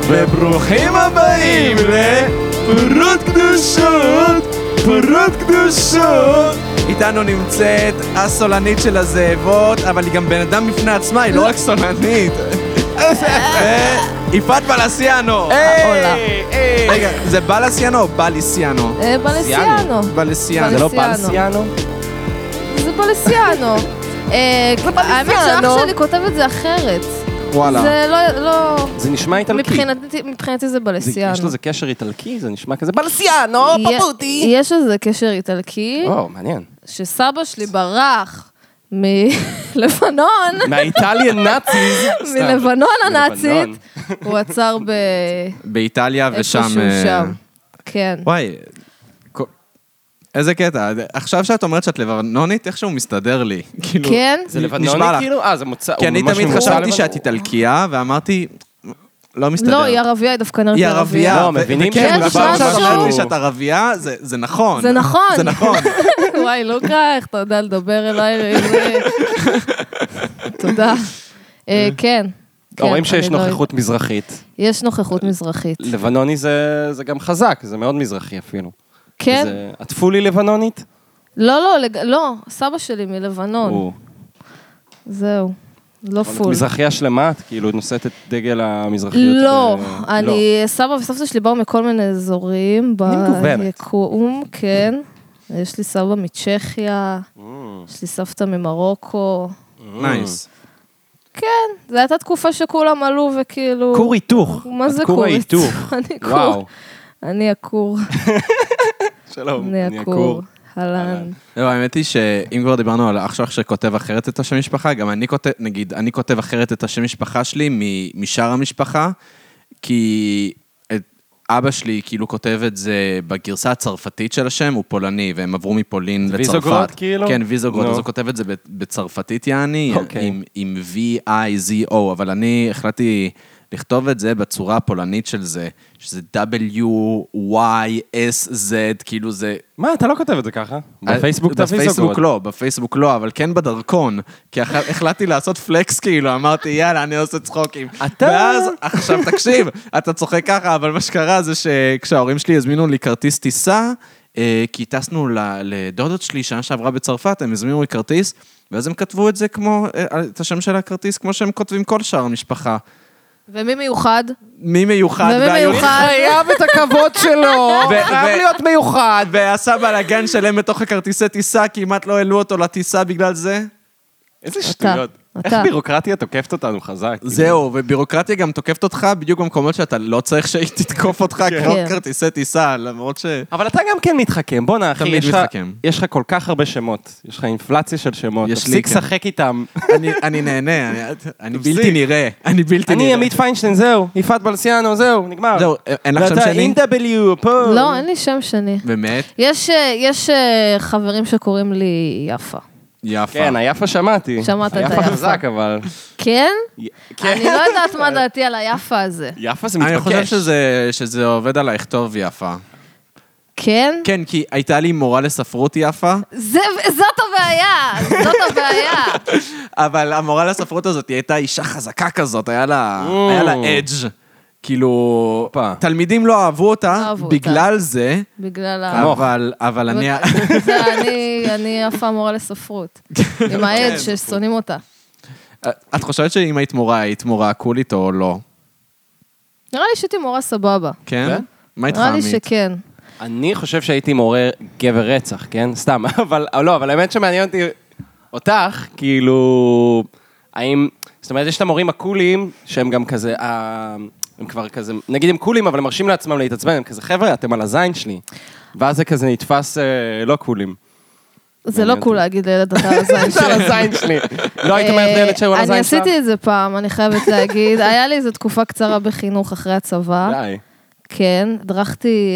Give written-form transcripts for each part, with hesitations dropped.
וברוכים הבאים לפרות קדושות, פרות קדושות. איתנו נמצאת הסולנית של הזאבות, אבל היא גם בן אדם בפני עצמה, היא לא רק סולנית. יפעת בלסיאנו. רגע, זה בלסיאנו או בליסיאנו? בלסיאנו. בלסיאנו. זה לא בלסיאנו? זה בלסיאנו. האמת שאח שלי כותב את זה אחרת. וואלה. זה לא... זה נשמע איטלקי. מבחינתי זה בלסיאנו. יש לזה קשר איטלקי? זה נשמע כזה בלסיאנו, פפוטי. יש לזה קשר איטלקי. מעניין. שסבא שלי ברח מלבנון. מהאיטליאן נאציז. מלבנון הנאצית. הוא עצר באיטליה ושם... איפשהו שם. כן. וואי, איזה קטע. עכשיו שאת אומרת שאת לבנונית, איכשהו מסתדר לי. כן? זה לבנוני כאילו? זה מוצא... כי אני תמיד חשבתי שאת איטלקיה, ואמרתי, לא מסתדר. לא, היא ערבייה, היא דווקא נראית היא ערבייה. לא, מבינים עכשיו שאת אומרת לי שאת ערבייה, זה נכון. זה נכון. זה נכון. וואי, לוקה, איך אתה יודע לדבר אליי? תודה. כן. רואים שיש נוכחות מזרחית. יש נוכחות מזרחית. לבנוני זה גם חזק, זה מאוד מזרחי אפילו. כן. את פולי לבנונית? לא, סבא שלי מלבנון. זהו, לא פול. מזרחיה שלמה? את כאילו נושאת את דגל המזרחיות? לא, סבא וסבתא שלי באו מכל מיני אזורים. ביקום, כן. יש לי סבא מצ'כיה, יש לי סבתא ממרוקו. נייס. כן, זו הייתה תקופה שכולם עלו וכאילו... כור היתוך. מה זה כור היתוך? אני כור. אני הכור. שלום, אני הכור. הלן. לא, האמת היא שאם כבר דיברנו על אח שלך שכותב אחרת את השם משפחה, גם אני כותב אחרת את השם משפחה שלי משאר המשפחה, כי אבא שלי כאילו כותב את זה בגרסה הצרפתית של השם, הוא פולני, והם עברו מפולין לצרפת. ויזוגרוד כאילו? כן, ויזוגרוד, אז הוא כותב את זה בצרפתית יעני, עם V-I-Z-O, אבל אני החלטתי לכתוב את זה בצורה הפולנית של זה, שזה W-Y-S-Z, כאילו זה... מה, אתה לא כותב את זה ככה? בפייסבוק אתה ויזוגרוד? בפייסבוק לא, אבל כן בדרכון, כי החלטתי לעשות פלקס כאילו, אמרתי יאללה, אני עושה צחוקים. ואז, עכשיו תקשיב, אתה צוחק ככה, אבל מה שקרה זה שכשההורים שלי הזמינו לי כרטיס טיסה, כי טסנו לדודות שלי שנה שעברה בצרפת, הם הזמינו לי כרטיס, ואז הם כתבו את זה כמו, את השם של הכרטיס, כמו שהם כותבים כל שאר המשפחה. ומי מיוחד? מי מיוחד? ומי מיוחד? חייב את הכבוד שלו, חייב להיות מיוחד. ועשה בלגן שלהם בתוך הכרטיסי טיסה, כמעט לא העלו אותו לטיסה בגלל זה. איזה שטויות. איך בירוקרטיה תוקפת אותנו חזק? זהו, ובירוקרטיה גם תוקפת אותך בדיוק במקומות שאתה לא צריך שהיא תתקוף אותך כמו כרטיסי טיסה, למרות ש... אבל אתה גם כן מתחכם, בוא נאחי, תמיד מתחכם. יש לך כל כך הרבה שמות, יש לך אינפלציה של שמות, תפסיק לשחק איתם. אני נהנה, אני בלתי נראה, אני עמית פיינשטיין, זהו, יפעת בלסיאנו, זהו, נגמר. זהו, אין לך שם שני? ואתה INW, פה. לא, אין לי שם שני. באמת? יש חברים שקוראים לי יפה. יפה. כן, היפה שמעתי. שמעת את היפה. היפה חזק, אבל... כן? אני לא יודעת מה דעתי על היפה הזה. יפה זה מתבקש. אני חושב שזה עובד עלייך טוב יפה. כן? כן, כי הייתה לי מורה לספרות יפה. זאת הבעיה, זאת הבעיה. אבל המורה לספרות הזאת, היא הייתה אישה חזקה כזאת, היה לה אדג'. כאילו, תלמידים לא אהבו אותה בגלל זה, אבל אני אף מורה לספרות, עם העד ששונאים אותה. את חושבת שאם היית מורה קולית או לא? נראה לי שהייתי מורה סבבה. כן? מה איתך נראה לי עמית? שכן. אני חושב שהייתי מורה גבר רצח, כן? סתם, אבל האמת שמעניין אותי אותך, כאילו, האם, זאת אומרת, יש את המורים הקוליים שהם גם כזה, הם כבר כזה, נגיד הם קולים, אבל הם מרשים לעצמם להתעצבן, הם כזה, חבר'ה, אתם על הזין שלי. ואז זה כזה נתפס לא קולים. זה לא קול להגיד לילד, אתה על הזין שלי. אתה על הזין שלי. לא היית אומרת לילד שהוא על הזין שלך? אני עשיתי את זה פעם, אני חייבת להגיד. היה לי איזו תקופה קצרה בחינוך אחרי הצבא. די. כן, הדרכתי...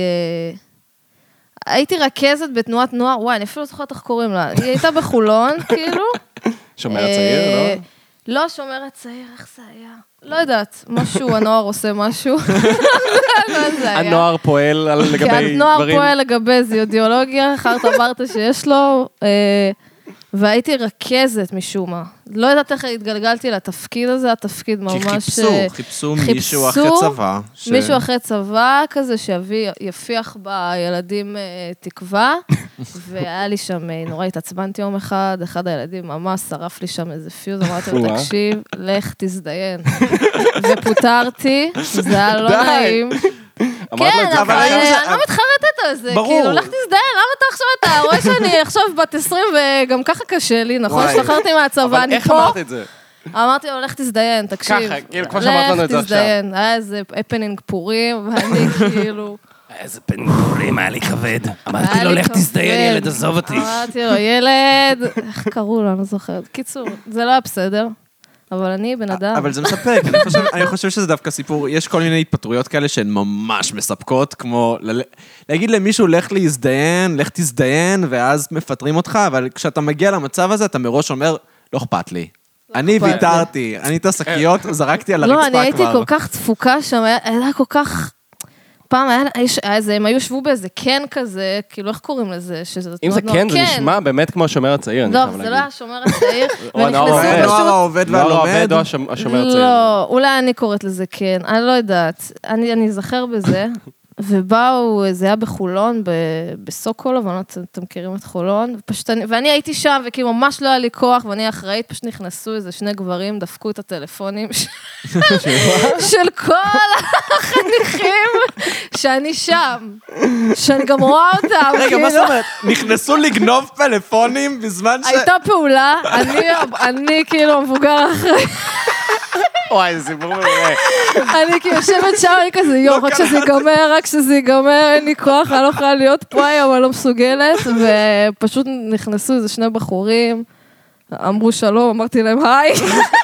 הייתי רכזת בתנועת נוער, וואי, אני אפילו זוכרת איך קוראים לה. היא הייתה בחולון, כאילו. שומרת צעיר, לא? לא, שומרת צעיר, איך זה היה? לא יודעת, משהו, הנוער עושה משהו. הנוער פועל לגבי דברים. הנוער פועל לגבי איזו אידיאולוגיה, אחרת אמרת שיש לו, והייתי רכזת משום מה. לא יודעת איך התגלגלתי לתפקיד הזה, התפקיד ממש... כי חיפשו מישהו אחרי צבא. מישהו אחרי צבא כזה שיפיח בילדים תקווה, והיה לי שם, נורא התעצבנתי יום אחד הילדים ממש שרף לי שם איזה פיוז, אמרתי לו, תקשיב, לך תזדיין. ופוטרתי, זה היה לא נעים. כן, אבל אני לא מתחרטת על זה, כאילו, לך תזדיין, למה אתה עכשיו, אתה רואה שאני עכשיו בת 20 וגם ככה קשה לי, נכון? שחררתי מהצבא, אני פה. אבל איך אמרת את זה? אמרתי לו, לך תזדיין, תקשיב. ככה, כאילו, כמו שאמרת לנו את זה עכשיו. לך תזדיין, היה איזה הפנינג פורים, ואני כאילו... איזה פנינג פורים, היה לי כבד. אמרתי לו, לך תזדיין, ילד, עזוב אותי. אמרתי לו, ילד, איך קראו לו, אני לא זוכרת. קיצור, זה לא היה בסדר. אבל אני בן אדם. אבל זה מספק, אני חושב שזה דווקא סיפור, יש כל מיני התפטרויות כאלה שהן ממש מספקות, כמו להגיד למישהו, לך להזדיין, לך תזדיין, ואז מפטרים אותך, אבל כשאתה מגיע למצב הזה, אתה מראש אומר, לא אכפת לי. אני ויתרתי, אני את השקיות, זרקתי על הרצפה כבר. לא, אני הייתי כל כך תפוקה שם, היה כל כך... פעם הם היו שבו באיזה קן כזה, כאילו איך קוראים לזה? אם זה קן, זה נשמע באמת כמו השומר הצעיר. לא, זה לא השומר הצעיר. נוער העובד והלומד? או השומר הצעיר? לא, אולי אני קוראת לזה קן, אני לא יודעת. אני אזכר בזה, ובאו, זה היה בחולון, בסוקול, אבל אתם מכירים את חולון, ואני הייתי שם, וכאילו ממש לא היה לי כוח, ואני אחראית, פשוט נכנסו איזה שני גברים, דפקו את הטלפונים של כל החניכים, שאני שם, שאני גם רואה אותם. רגע, מה זאת אומרת? נכנסו לגנוב פלאפונים בזמן ש... הייתה פעולה, אני כאילו המבוגר אחרי. וואי, זה סיפור מעולה. אני כאילו יושבת שם, אני כזה, יום, רק שזה ייגמר, אין לי כוח, אני לא יכולה להיות פה היום, אני לא מסוגלת, ופשוט נכנסו איזה שני בחורים, אמרו שלום, אמרתי להם היי.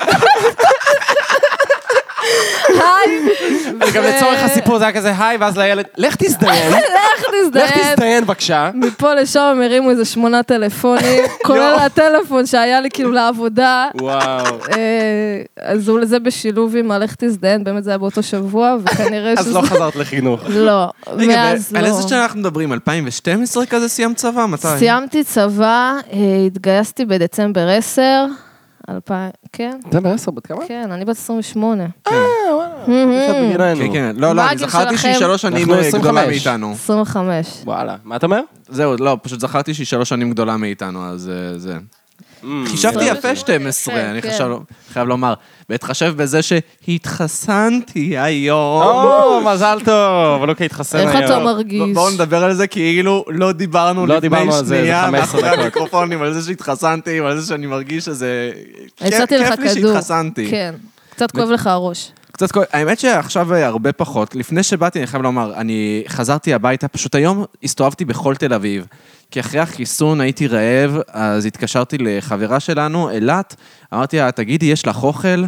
היי. וגם לצורך הסיפור זה היה כזה היי, ואז לילד, לך תזדיין. לך תזדיין, בבקשה. מפה לשם הם הרימו איזה 8 טלפונים, כולל הטלפון שהיה לי כאילו לעבודה. וואו. אז זה בשילוב עם הלך תזדיין, באמת זה היה באותו שבוע, וכנראה שזה... אז לא חזרת לחינוך. לא, מאז לא. על איזה שנה אנחנו מדברים? 2012 כזה סיים צבא? מתי? סיימתי צבא, התגייסתי בדצמבר 10, 2000, כן. דצמבר 10, בת כמה? כן, אני בת 28. וואלה. כן, כן. לא, אני זכרתי שהיא 3 שנים גדולה מאיתנו. 25. וואלה. מה אתה אומר? זהו, לא, פשוט זכרתי שהיא 3 שנים גדולה מאיתנו, אז זה... חישבתי יפה 12, אני חייב לומר. בהתחשב בזה שהתחסנתי היום. או, מזל טוב, אבל לא כי התחסן היום. איך אתה מרגיש? בואו נדבר על זה, כאילו לא דיברנו לפני שנייה, מאחורי המיקרופונים, על זה שהתחסנתי, ועל זה שאני מרגיש שזה... כיף לי שהתחסנתי. כן, קצת כואב לך הראש. קצת כואב, האמת שעכשיו הרבה פחות, לפני שבאתי, אני חייב לומר, אני חזרתי הביתה, פשוט היום הסתובבתי בכל תל אביב, כי אחרי החיסון הייתי רעב, אז התקשרתי לחברה שלנו, אלת, אמרתי לה, תגידי, יש לך אוכל?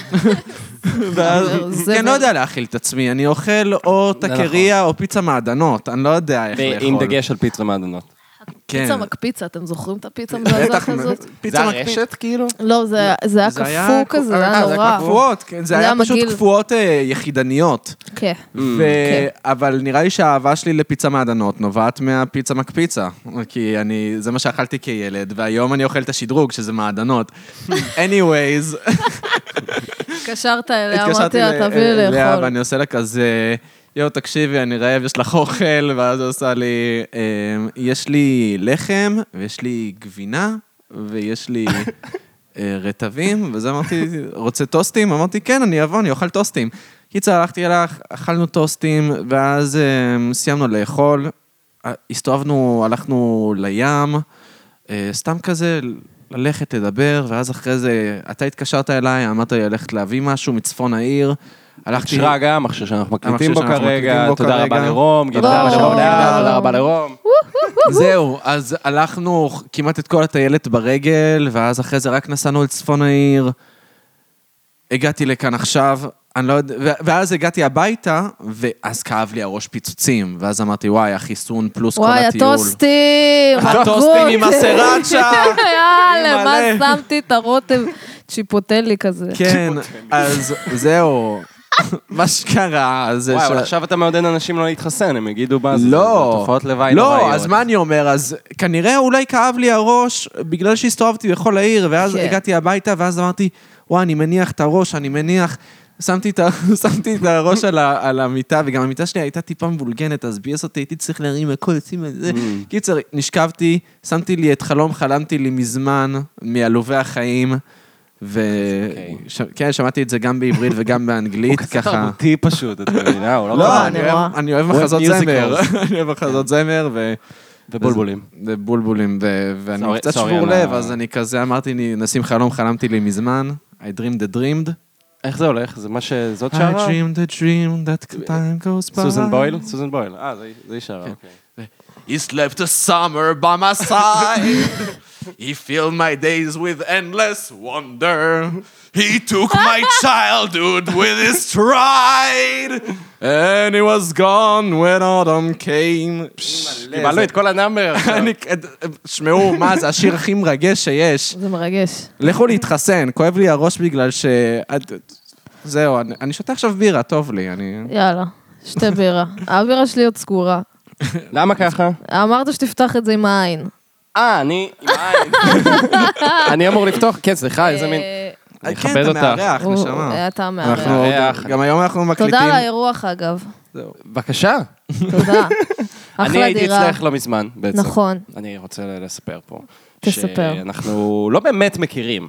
כי אני לא יודע להאכיל את עצמי, אני אוכל או תקריה או פיצה מעדנות, אני לא יודע איך לאכול. עם דגש על פיצה מעדנות. פיצה מקפיצה, אתם זוכרים את הפיצה מזעזעת הזאת? זה הרשת כאילו? לא, זה היה קפוא כזה, זה היה נורא. זה היה קפואות, זה היה פשוט קפואות יחידניות. כן. אבל נראה לי שהאהבה שלי לפיצה מעדנות נובעת מהפיצה מקפיצה, כי זה מה שאכלתי כילד, והיום אני אוכל את השדרוג, שזה מעדנות. anyways. התקשרת אליה, אמרתי לה, תביא לי לאכול. ואני עושה לה כזה... יו, תקשיבי, אני רעב, יש לך אוכל, ואז הוא עושה לי, יש לי לחם, ויש לי גבינה, ויש לי רטבים, וזה אמרתי, רוצה טוסטים? אמרתי, כן, אני אבוא, אני אוכל טוסטים. קיצר, הלכתי אליך, אכלנו טוסטים, ואז סיימנו לאכול, הסתובבנו, הלכנו לים, סתם כזה, ללכת לדבר, ואז אחרי זה, אתה התקשרת אליי, אמרת לי ללכת להביא משהו מצפון העיר, שרגא, מכשיר שאנחנו מקליטים בו כרגע, תודה רבה לרום, תודה רבה לרום. זהו, אז הלכנו כמעט את כל הטיילת ברגל, ואז אחרי זה רק נסענו אל צפון העיר, הגעתי לכאן עכשיו, ואז הגעתי הביתה, ואז כאב לי הראש פיצוצים, ואז אמרתי, וואי, החיסון פלוס כל הטיול. וואי, הטוסטים, הטוסטים עם הסרצ'ה. יאללה, מה שמתי את הרוטב צ'יפוטלי כזה. כן, אז זהו. מה שקרה זה וואי, אבל עכשיו אתה מעודד אנשים לא להתחסן, הם יגידו מה זה, לא, תופעות לוואי לא, נוראיות. אז מה אני אומר? אז כנראה אולי כאב לי הראש, בגלל שהסתובבתי בכל העיר, ואז הגעתי הביתה, ואז אמרתי, וואי, אני מניח את הראש, שמתי את הראש על המיטה, וגם המיטה שלי הייתה טיפה מבולגנת, אז ביאס אותי, הייתי צריך להרים הכל, שים את זה. קיצר, נשכבתי, שמתי לי את חלמתי לי מזמן, מעלובי החיים, וכן, שמעתי את זה גם בעברית וגם באנגלית, ככה. הוא קצת תרבותי פשוט, אתה מבינה? לא, אני אוהב מחזות זמר. אני אוהב מחזות זמר, ובולבולים. ובולבולים, ואני קצת שבור לב, אז אני כזה אמרתי, נשים חלמתי לי מזמן, I dreamed the dreamed. איך זה הולך? זה מה שזאת שרה? I dreamed the dream that time goes by. סוזן בויל? סוזן בויל. זה היא שרה, אוקיי. He slept a summer by my side. He filled my days with endless wonder. He took my childhood with his stride. And he was gone when autumn came. קיבלנו את כל הנאמבר. שמעו, מה זה השיר הכי מרגש שיש. זה מרגש. לכו להתחסן, כואב לי הראש בגלל ש... זהו, אני שותה עכשיו בירה, טוב לי. יאללה, שתי בירה. הבירה שלי עוד סגורה. למה ככה? אמרת שתפתח את זה עם העין. אני עם העין. אני אמור לפתוח? כן, סליחה, איזה מין... אני אכבד אותך. כן, אתה מארח, נשמה. אתה מארח. גם היום אנחנו מקליטים. תודה על האירוח, אגב. בבקשה. תודה. אני הייתי אצלך לא מזמן, בעצם. נכון. אני רוצה לספר פה. תספר. שאנחנו לא באמת מכירים.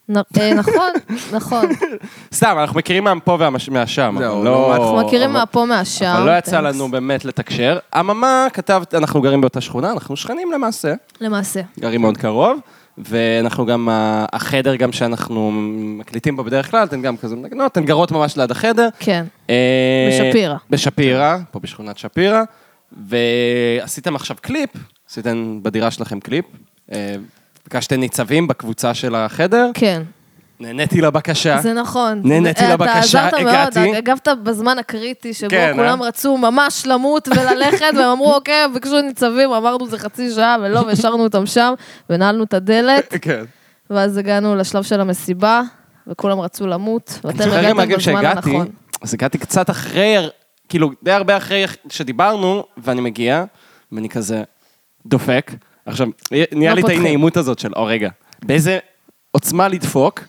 נכון. סתם, אנחנו מכירים מהפה ומהשם. אנחנו מכירים מהפה מהשם. אבל לא יצא לנו באמת לתקשר. אממה, כתבת, אנחנו גרים באותה שכונה, אנחנו שכנים למעשה. גרים מאוד קרוב. ואנחנו גם, החדר גם שאנחנו מקליטים בו בדרך כלל, אתן גם כזה מנגנות, אתן גרות ממש ליד החדר. כן, בשפירה. בשפירה, פה בשכונת שפירה, ועשיתם עכשיו קליפ, עשיתם בדירה שלכם קליפ, ביקשתם ניצבים בקבוצה של החדר. כן. נהניתי לבקשה. זה נכון. נהניתי לבקשה, הגעתי. הגבת בזמן הקריטי שבו כולם רצו ממש למות וללכת, והם אמרו, אוקיי, ביקשו ניצבים, אמרנו זה חצי שעה, ולא, והשארנו אותם שם, ונעלנו את הדלת, ואז הגענו לשלב של המסיבה, וכולם רצו למות, ואתם הגעתם בזמן הנכון. אז הגעתי קצת אחרי, כאילו, די הרבה אחרי שדיברנו, ואני מגיע, ואני כזה דופק. עכשיו, נהיה לי את הנעימות הזאת של, רגע, באיזה עוצמה לדפוק,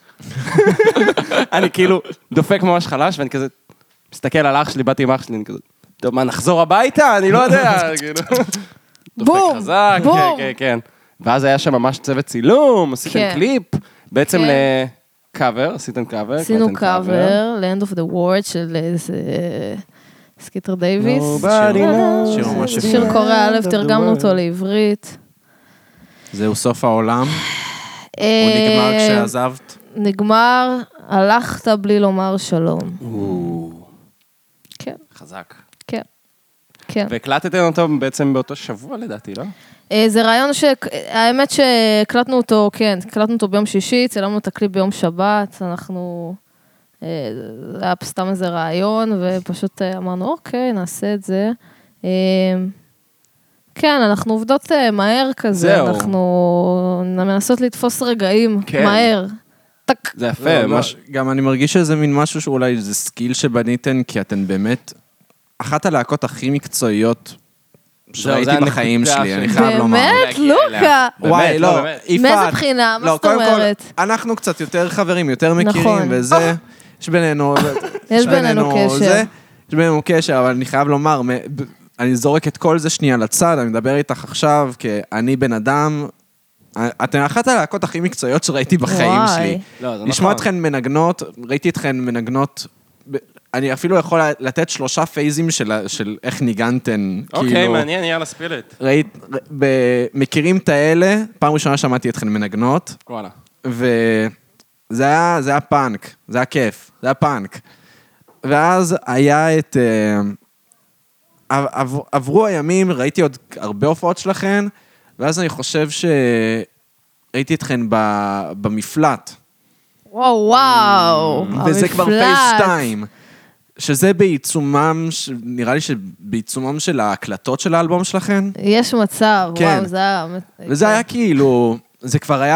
אני כאילו דופק ממש חלש, ואני כזה מסתכל על אח שלי, באתי עם אח שלי, אני כזה, טוב, מה, נחזור הביתה? אני לא יודע, דופק חזק, כן. ואז היה שם ממש צוות צילום, עשיתם קליפ, בעצם לקאבר, עשיתם קאבר. עשינו קאבר, Land of the World של סקיטר דייביס. שיר קורא א', תרגמנו אותו לעברית. זהו סוף העולם? הוא נגמר כשעזבת? נגמר, הלכת בלי לומר שלום. כן. חזק. כן. והקלטתם אותו בעצם באותו שבוע לדעתי, לא? זה רעיון האמת שהקלטנו אותו, כן, הקלטנו אותו ביום שישי, צילמנו את הקליפ ביום שבת, אנחנו, זה היה סתם איזה רעיון, ופשוט אמרנו, אוקיי, נעשה את זה. כן, אנחנו עובדות מהר כזה, אנחנו מנסות לתפוס רגעים מהר. זה יפה. גם אני מרגיש שזה מין משהו שאולי זה סקיל שבניתן, כי אתן באמת אחת הלהקות הכי מקצועיות שראיתי בחיים שלי, אני חייב לומר. באמת, לוקה. וואי, לא, מאיזה בחינה, מה זאת אומרת? אנחנו קצת יותר חברים, יותר מכירים, וזה, יש בינינו קשר. יש בינינו קשר, אבל אני חייב לומר, אני זורק את כל זה שנייה לצד, אני מדבר איתך עכשיו, כי אני בן אדם, אתן אחת הלהקות הכי מקצועיות שראיתי בחיים שלי. לשמוע אתכן מנגנות, ראיתי אתכן מנגנות, אני אפילו יכול לתת 3 פייזים של איך ניגנתן. אוקיי, מעניין, יאללה ספילט. מכירים את האלה, פעם ראשונה שמעתי אתכן מנגנות. וואלה. וזה היה פאנק, זה היה כיף, זה היה פאנק. ואז היה את... עברו הימים, ראיתי עוד הרבה הופעות שלכן, ואז אני חושב שראיתי אתכן במפלט. וואו, וזה כבר פייס 2. שזה בעיצומם, נראה לי שבעיצומם של ההקלטות של האלבום שלכם. יש מצב, וואו, זה היה... וזה היה כאילו,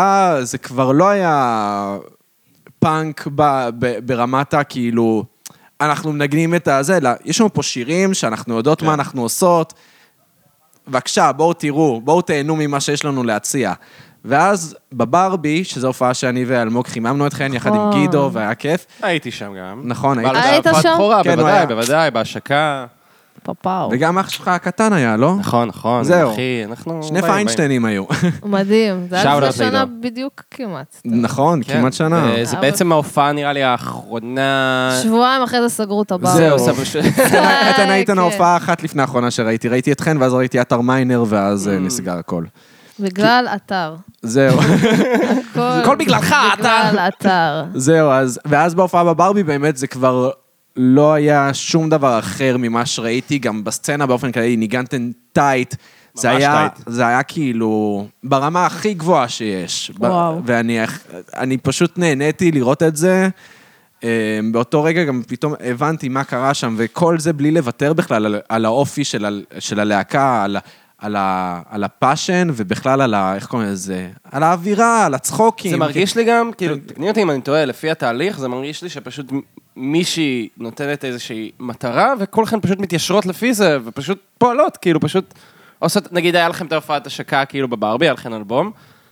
זה כבר לא היה פאנק ברמת כאילו, אנחנו מנגנים את הזה, יש לנו פה שירים שאנחנו יודעות מה אנחנו עושות, בבקשה, בואו תראו, בואו תהנו ממה שיש לנו להציע. ואז בברבי, שזו הופעה שאני ואלמוג חיממנו אתכן, יחד עם גידו, והיה כיף. הייתי שם גם. נכון, היית שם? בוודאי, בוודאי, בהשקה. פאפאו. וגם אח שלך הקטן היה, לא? נכון. זהו. אחי, אנחנו... שני פיינשטיינים היו. מדהים. זה היה לפני שנה לעידו. בדיוק כמעט. נכון, כמעט שנה. זה בעצם ההופעה, נראה לי, האחרונה... שבועיים אחרי זה סגרו את הבר. זהו, אתן הייתן ההופעה אחת לפני האחרונה שראיתי. ראיתי אתכן, ואז ראיתי אתר מיינר, ואז נסגר הכל. בגלל אתר. זהו. הכל בגללך, בגלל אתר. זהו, ואז בהופעה בברבי באמת זה כבר לא היה שום דבר אחר ממה שראיתי, גם בסצנה באופן כללי ניגנתן טייט. זה היה כאילו ברמה הכי גבוהה שיש. וואו. ואני פשוט נהניתי לראות את זה. באותו רגע גם פתאום הבנתי מה קרה שם, וכל זה בלי לוותר בכלל על האופי של הלהקה, על הפאשן, ובכלל על איך קוראים לזה? על האווירה, על הצחוקים. זה מרגיש לי גם, כאילו, תקני אותי אם אני טועה, לפי התהליך, זה מרגיש לי שפשוט מישהי נותנת איזושהי מטרה, וכולכן פשוט מתיישרות לפי זה, ופשוט פועלות, כאילו, פשוט עושות, נגיד, היה לכם את ההופעת השקה, כאילו, בברבי, היה לכם אלבום,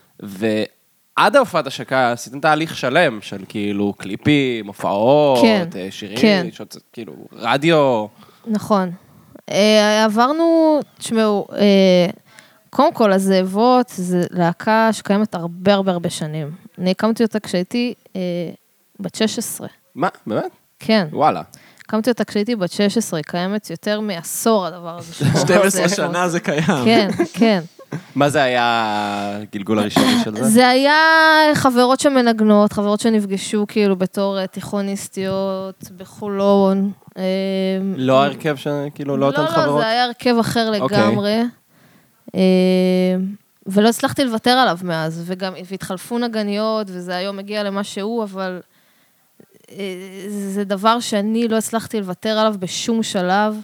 ועד ההופעת השקה עשיתם תהליך שלם, של כאילו, קליפים, הופעות, שירים, כאילו, רדיו. נכון. עברנו, תשמעו, קודם כל, הזאבות, זה להקה שקיימת הרבה שנים. אני הקמתי אותה כשהייתי בת 16. מה? באמת? כן. וואלה. הקמתי אותה כשהייתי בת 16, היא קיימת יותר מעשור הדבר הזה. 12 שנה זה קיים. כן, כן. מה זה היה הגלגול הראשוני של זה? זה היה חברות שמנגנות, חברות שנפגשו כאילו בתור תיכוניסטיות בחולון. לא הרכב שכאילו לא אותן חברות? לא, זה היה הרכב אחר לגמרי. ולא הצלחתי לוותר עליו מאז, וגם התחלפו נגניות, וזה היום מגיע למה שהוא, אבל זה דבר שאני לא הצלחתי לוותר עליו בשום שלב,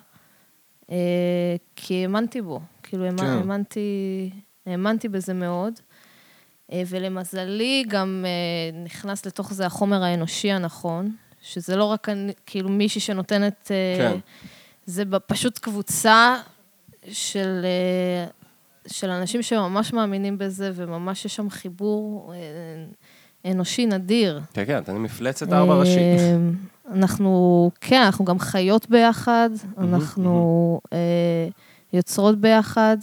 כי האמנתי בו. כאילו, האמנתי בזה מאוד, ולמזלי גם נכנס לתוך זה החומר האנושי הנכון, שזה לא רק כאילו מישהי שנותנת, זה פשוט קבוצה של אנשים שממש מאמינים בזה, וממש יש שם חיבור אנושי נדיר. כן, כן, אני מפלצת 4 ראשית. אנחנו גם חיות ביחד, אנחנו יוצרות ביחד.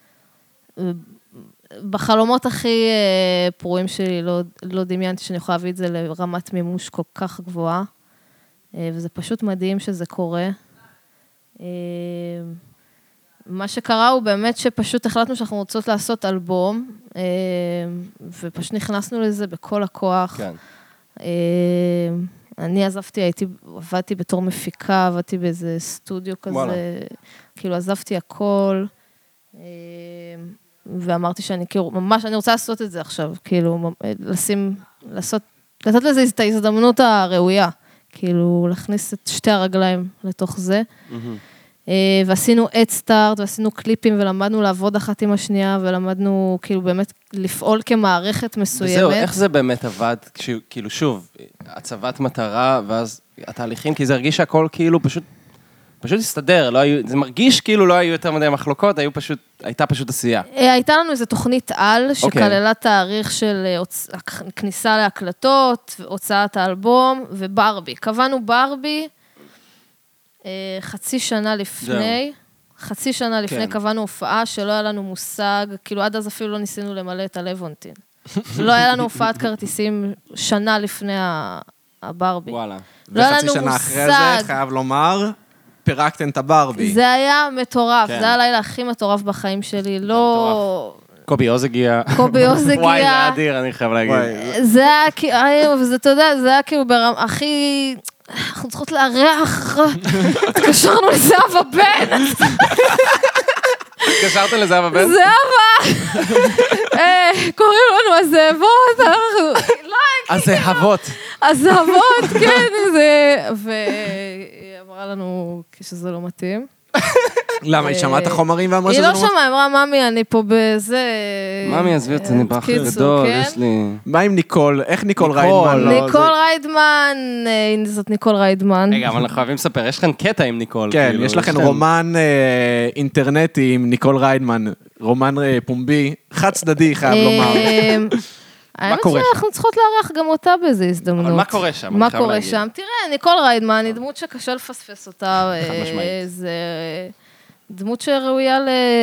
בחלומות הכי פרועים שלי לא דמיינתי שאני יכולה להביא את זה לרמת מימוש כל כך גבוהה, וזה פשוט מדהים שזה קורה. מה שקרה הוא באמת שפשוט החלטנו שאנחנו רוצות לעשות אלבום, ופשוט נכנסנו לזה בכל הכוח. כן. אני עבדתי בתור מפיקה, עבדתי באיזה סטודיו כזה, כאילו עזבתי הכל, ואמרתי שאני כאילו, ממש, אני רוצה לעשות את זה עכשיו, כאילו, לתת לזה את ההזדמנות הראויה, כאילו, להכניס את שתי הרגליים לתוך זה, ועשינו אד-סטארט, ועשינו קליפים, ולמדנו לעבוד אחת עם השנייה, ולמדנו כאילו באמת לפעול כמערכת מסוימת. וזהו, איך זה באמת עבד, כאילו שוב, הצבת מטרה, ואז התהליכים, כי זה הרגיש שהכל כאילו פשוט הסתדר, זה מרגיש כאילו לא היו יותר מדי מחלוקות, הייתה פשוט עשייה. הייתה לנו איזו תוכנית על, שכללה תאריך של כניסה להקלטות, הוצאת האלבום, וברבי. קבענו ברבי, חצי שנה לפני קבענו הופעה שלא היה לנו מושג, כאילו עד אז אפילו לא ניסינו למלא את הלוונטין. לא היה לנו הופעת כרטיסים שנה לפני הברבי. וואלה. וחצי שנה אחרי זה, חייב לומר, פירקתם את הברבי. זה היה מטורף, זה היה הלילה הכי מטורף בחיים שלי, לא... קובי עוז הגיע. וואי, זה אדיר, אני חייב להגיד. זה היה, אתה יודע, זה היה כאילו ברמה הכי... אנחנו צריכות לארח, התקשרנו לזהבה בן. התקשרת לזהבה בן? זהבה! קוראים לנו הזאבות, הזאבות, כן, והיא אמרה לנו כשזה לא מתאים. למה, היא שמעה את החומרים ואמרה היא שזה לא שמעה, אמרה, ממי, אני פה בזה... ממי, עזבי אותי, אני באח גדול, יש לי... מה עם ניקול? איך ניקול ריידמן? ניקול ריידמן, זאת ניקול ריידמן. רגע, אבל אנחנו חייבים לספר, יש לכם קטע עם ניקול. כן, יש לכם רומן אינטרנטי עם ניקול ריידמן, רומן פומבי, חד צדדי, חייב לומר. האמת שאנחנו צריכות לארח גם אותה באיזו הזדמנות. אבל מה קורה שם? מה קורה שם? תראה, ניקול ריידמן היא דמות שקשה לפספס אותה. חד משמעית. זה דמות שראויה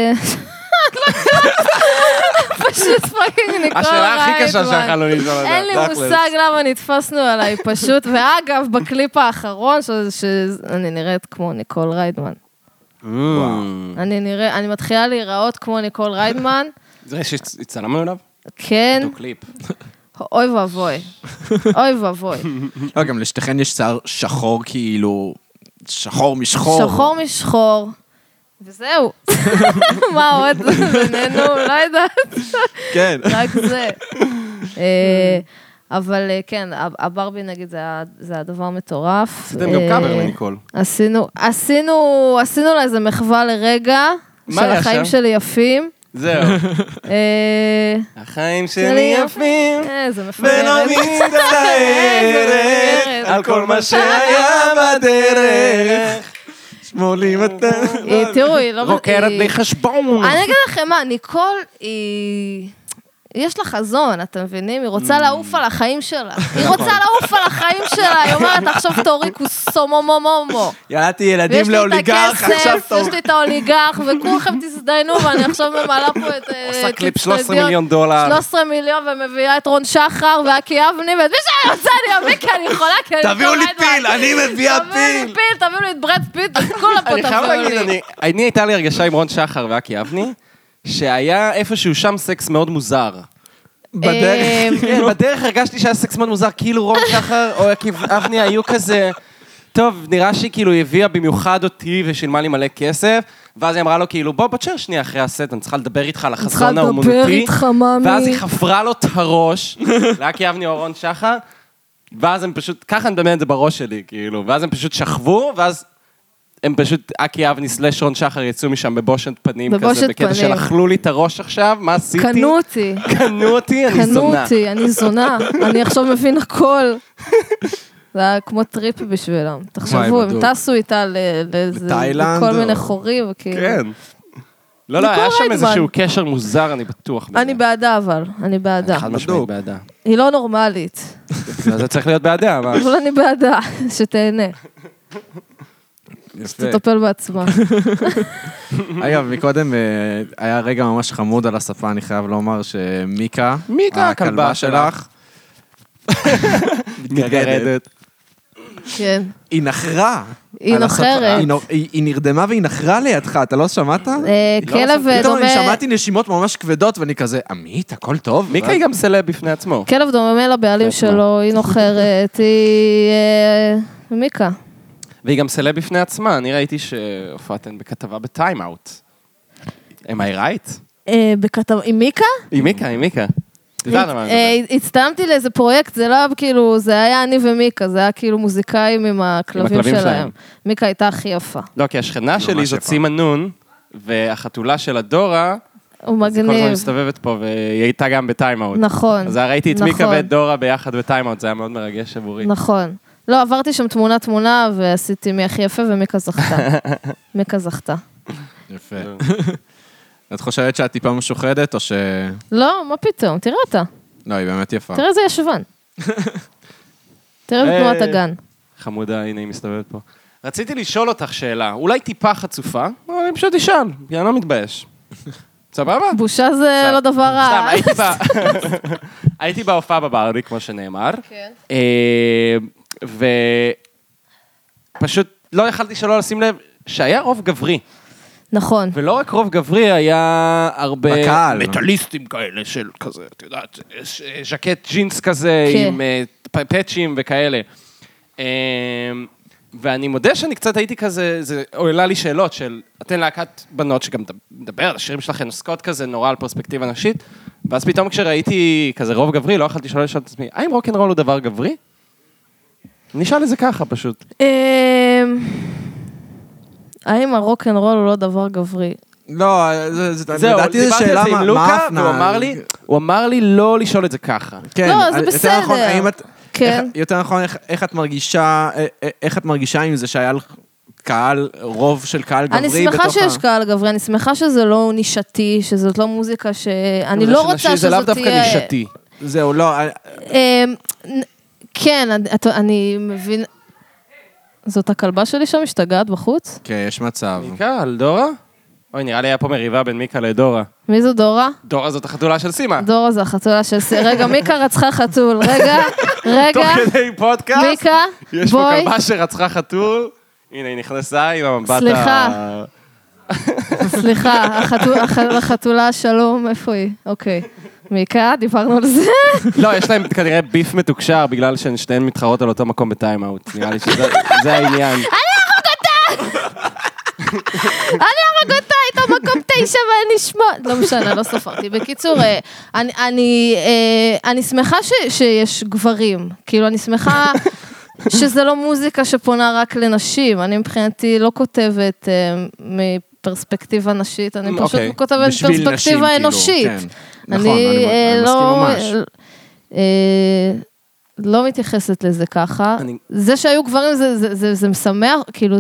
פשוט פאקינג ניקול ריידמן. השאלה הכי קשה שיכולנו לשאול לדעת. אין לי מושג למה נתפסנו עליי פשוט, ואגב, בקליפ האחרון, שאני נראית כמו ניקול ריידמן. אני מתחילה להיראות כמו ניקול ריידמן. זה שהצטלמנו אליו? כן. אותו קליפ. אוי ואבוי. אוי ואבוי. לא, גם לשתיכן יש שיער שחור כאילו, שחור משחור. שחור משחור. וזהו. מה עוד בינינו? לא יודעת. כן. רק זה. אבל כן, הברבי נגיד זה הדבר מטורף. עשיתם גם קאבר לניקול. עשינו לה איזה מחווה לרגע, של החיים שלי יפים. זהו. החיים שלי יפים, זה מפגרת. ולא מצטערת על כל מה שהיה בדרך. שמולי מתי. תראו, היא לא... רוקרת בחשבון. אני אגיד לכם מה, ניקול היא... יש לה חזון, אתם מבינים? היא רוצה לעוף על החיים שלה. היא רוצה לעוף על החיים שלה. היא אומרת, עכשיו תורי קוסומומומומו. ילדתי ילדים לאוליגרך, עכשיו תור. יש לי את האוליגרך, וכולכם תזדיינו, ואני עכשיו ממלאה פה את... עושה קליפ 13 מיליון דולר. 13 מיליון, ומביאה את רון שחר, והקי אבני, ואת מי שאני רוצה, אני אביא, כי אני יכולה, כי אני... תביאו לי פיל, אני מביאה פיל. תביאו לי את ברד פיט, את כולה פה תביאו לי. אני הייתה לי הרגשה עם רון שחר והקי אבני, שהיה איפשהו שם סקס מאוד מוזר. בדרך. בדרך הרגשתי שהיה סקס מאוד מוזר, כאילו רון שחר או עקי אבני היו כזה, טוב, נראה שהיא כאילו הביאה במיוחד אותי ושילמה לי מלא כסף, ואז היא אמרה לו כאילו, בוא תשאר שנייה אחרי הסט, אני צריכה לדבר איתך על החזון האומנותי, ואז היא חפרה לו את הראש, לעקי אבני או רון שחר, ואז הם פשוט, ככה אני מדמיין את זה בראש שלי, כאילו, ואז הם פשוט שכבו, ואז הם פשוט, עקי אבני סלש רון שחר יצאו משם בבושת פנים כזה, בקטע של אכלו לי את הראש עכשיו, מה עשיתי? קנו אותי, אני זונה, אני עכשיו מבין הכל. זה היה כמו טריפ בשבילם. תחשבו, הם טסו איתה לכל מיני חורים. כן. לא, היה שם איזשהו קשר מוזר, אני בטוח. אני בעדה אבל, אני בעדה. חד משמעית בעדה. היא לא נורמלית. זה צריך להיות בעדה, מה? אבל אני בעדה, שתהנה. שתטפל בעצמה. אגב, מקודם היה רגע ממש חמוד על השפה, אני חייב לומר שמיקה, הכלבה שלך, מתגרדת. כן. היא נחרה. היא נוחרת. היא נרדמה והיא נחרה לידך, אתה לא שמעת? כלב דומה... אני שמעתי נשימות ממש כבדות, ואני כזה, עמית, הכל טוב? מיקה היא גם סלב בפני עצמו. כלב דומה לבעלים שלו, היא נוחרת, היא... מיקה. והיא גם סלב בפני עצמה, אני ראיתי שהופעתן בכתבה בטיים-אאוט. am I right? בכתבה... עם מיקה? עם מיקה. הצטלמתי לאיזה פרויקט, זה לא היה כאילו, זה היה אני ומיקה, זה היה כאילו מוזיקאים עם הכלבים שלהם. מיקה הייתה הכי יפה. לא, כי השכנה שלי זאת סימה נון, והחתולה של הדורה, הוא מגניב. זה כל הזמן מסתובבת פה, והיא הייתה גם בטיים-אאוט. נכון. אז ראיתי את מיקה ואת דורה ביחד בטיים-אאוט, זה היה מאוד מרגש עבורי. נכון. לא, עברתי שם תמונה, ועשיתי מי הכי יפה, ומיקה זכתה. מיקה זכתה. יפה. את חושבת שאת טיפה משוחדת, או ש... לא, מה פתאום, תראה אותה. לא, היא באמת יפה. תראה איזה ישבן. תראה את תנועת הגן. חמודה, הנה היא מסתובבת פה. רציתי לשאול אותך שאלה, אולי טיפה חצופה, אבל אני פשוט אשאל, כי אני לא מתבייש. סבבה? בושה זה לא דבר רע. הייתי בהופעה בברבי, כמו שנאמר. כן. ופשוט לא יכלתי שלא לשים לב שהיה רוב גברי. נכון. ולא רק רוב גברי, היה הרבה... בקהל. מטליסטים כאלה של כזה, את יודעת, ז'קט ג'ינס כזה, עם פאצ'ים וכאלה. ואני מודה שאני קצת הייתי כזה, זה עולה לי שאלות של, אתן להקת בנות שגם מדבר, השירים שלכם עוסקות כזה נורא על פרספקטיבה נשית, ואז פתאום כשראיתי כזה רוב גברי, לא יכלתי שלא לשאול את עצמי, האם רוק'נ'רול הוא דבר גברי? נשאל את זה ככה פשוט. האם הרוק אנד רול הוא לא דבר גברי? לא, לדעתי זו שאלה מה הפנה. הוא אמר לי לא לשאול את זה ככה. כן, לא, זה בסדר. כן. יותר נכון, איך את מרגישה עם זה שהיה קהל, רוב של קהל גברי בתוכה? אני שמחה שיש קהל גברי, אני שמחה שזה לא נישתי, שזאת לא מוזיקה אני לא רוצה שזאת תהיה... זה לאו דווקא נישתי. זהו, לא... כן, אני מבין... זאת הכלבה שלי שם משתגעת בחוץ? כן, יש מצב. מיקה, על דורה? אוי, נראה לי היה פה מריבה בין מיקה לדורה. מי זו דורה? דורה זאת החתולה של סימה. דורה זו החתולה של סימה. רגע, מיקה רצחה חתול. רגע. תוך כדי פודקאסט. מיקה, בואי. יש פה כלבה שרצחה חתול. הנה, היא נכנסה עם המבט סליחה, החתולה שלום, איפה היא? אוקיי. מיקה, דיברנו על זה. לא, יש להם כנראה ביף מתוקשר, בגלל שהן שתיהן מתחרות על אותו מקום בטיימאוט. נראה לי שזה העניין. אני ארג אותה, הייתה מקום 9 ואני אשמע... לא משנה, לא ספרתי. בקיצור, אני שמחה שיש גברים. כאילו, אני שמחה שזה לא מוזיקה שפונה רק לנשים. אני מבחינתי לא כותבת מפרספקטיבה נשית, אני פשוט כותבת פרספקטיבה אנושית. נכון, אני מסכים ממש. לא מתייחסת לזה ככה. זה שהיו גברים זה משמח, כאילו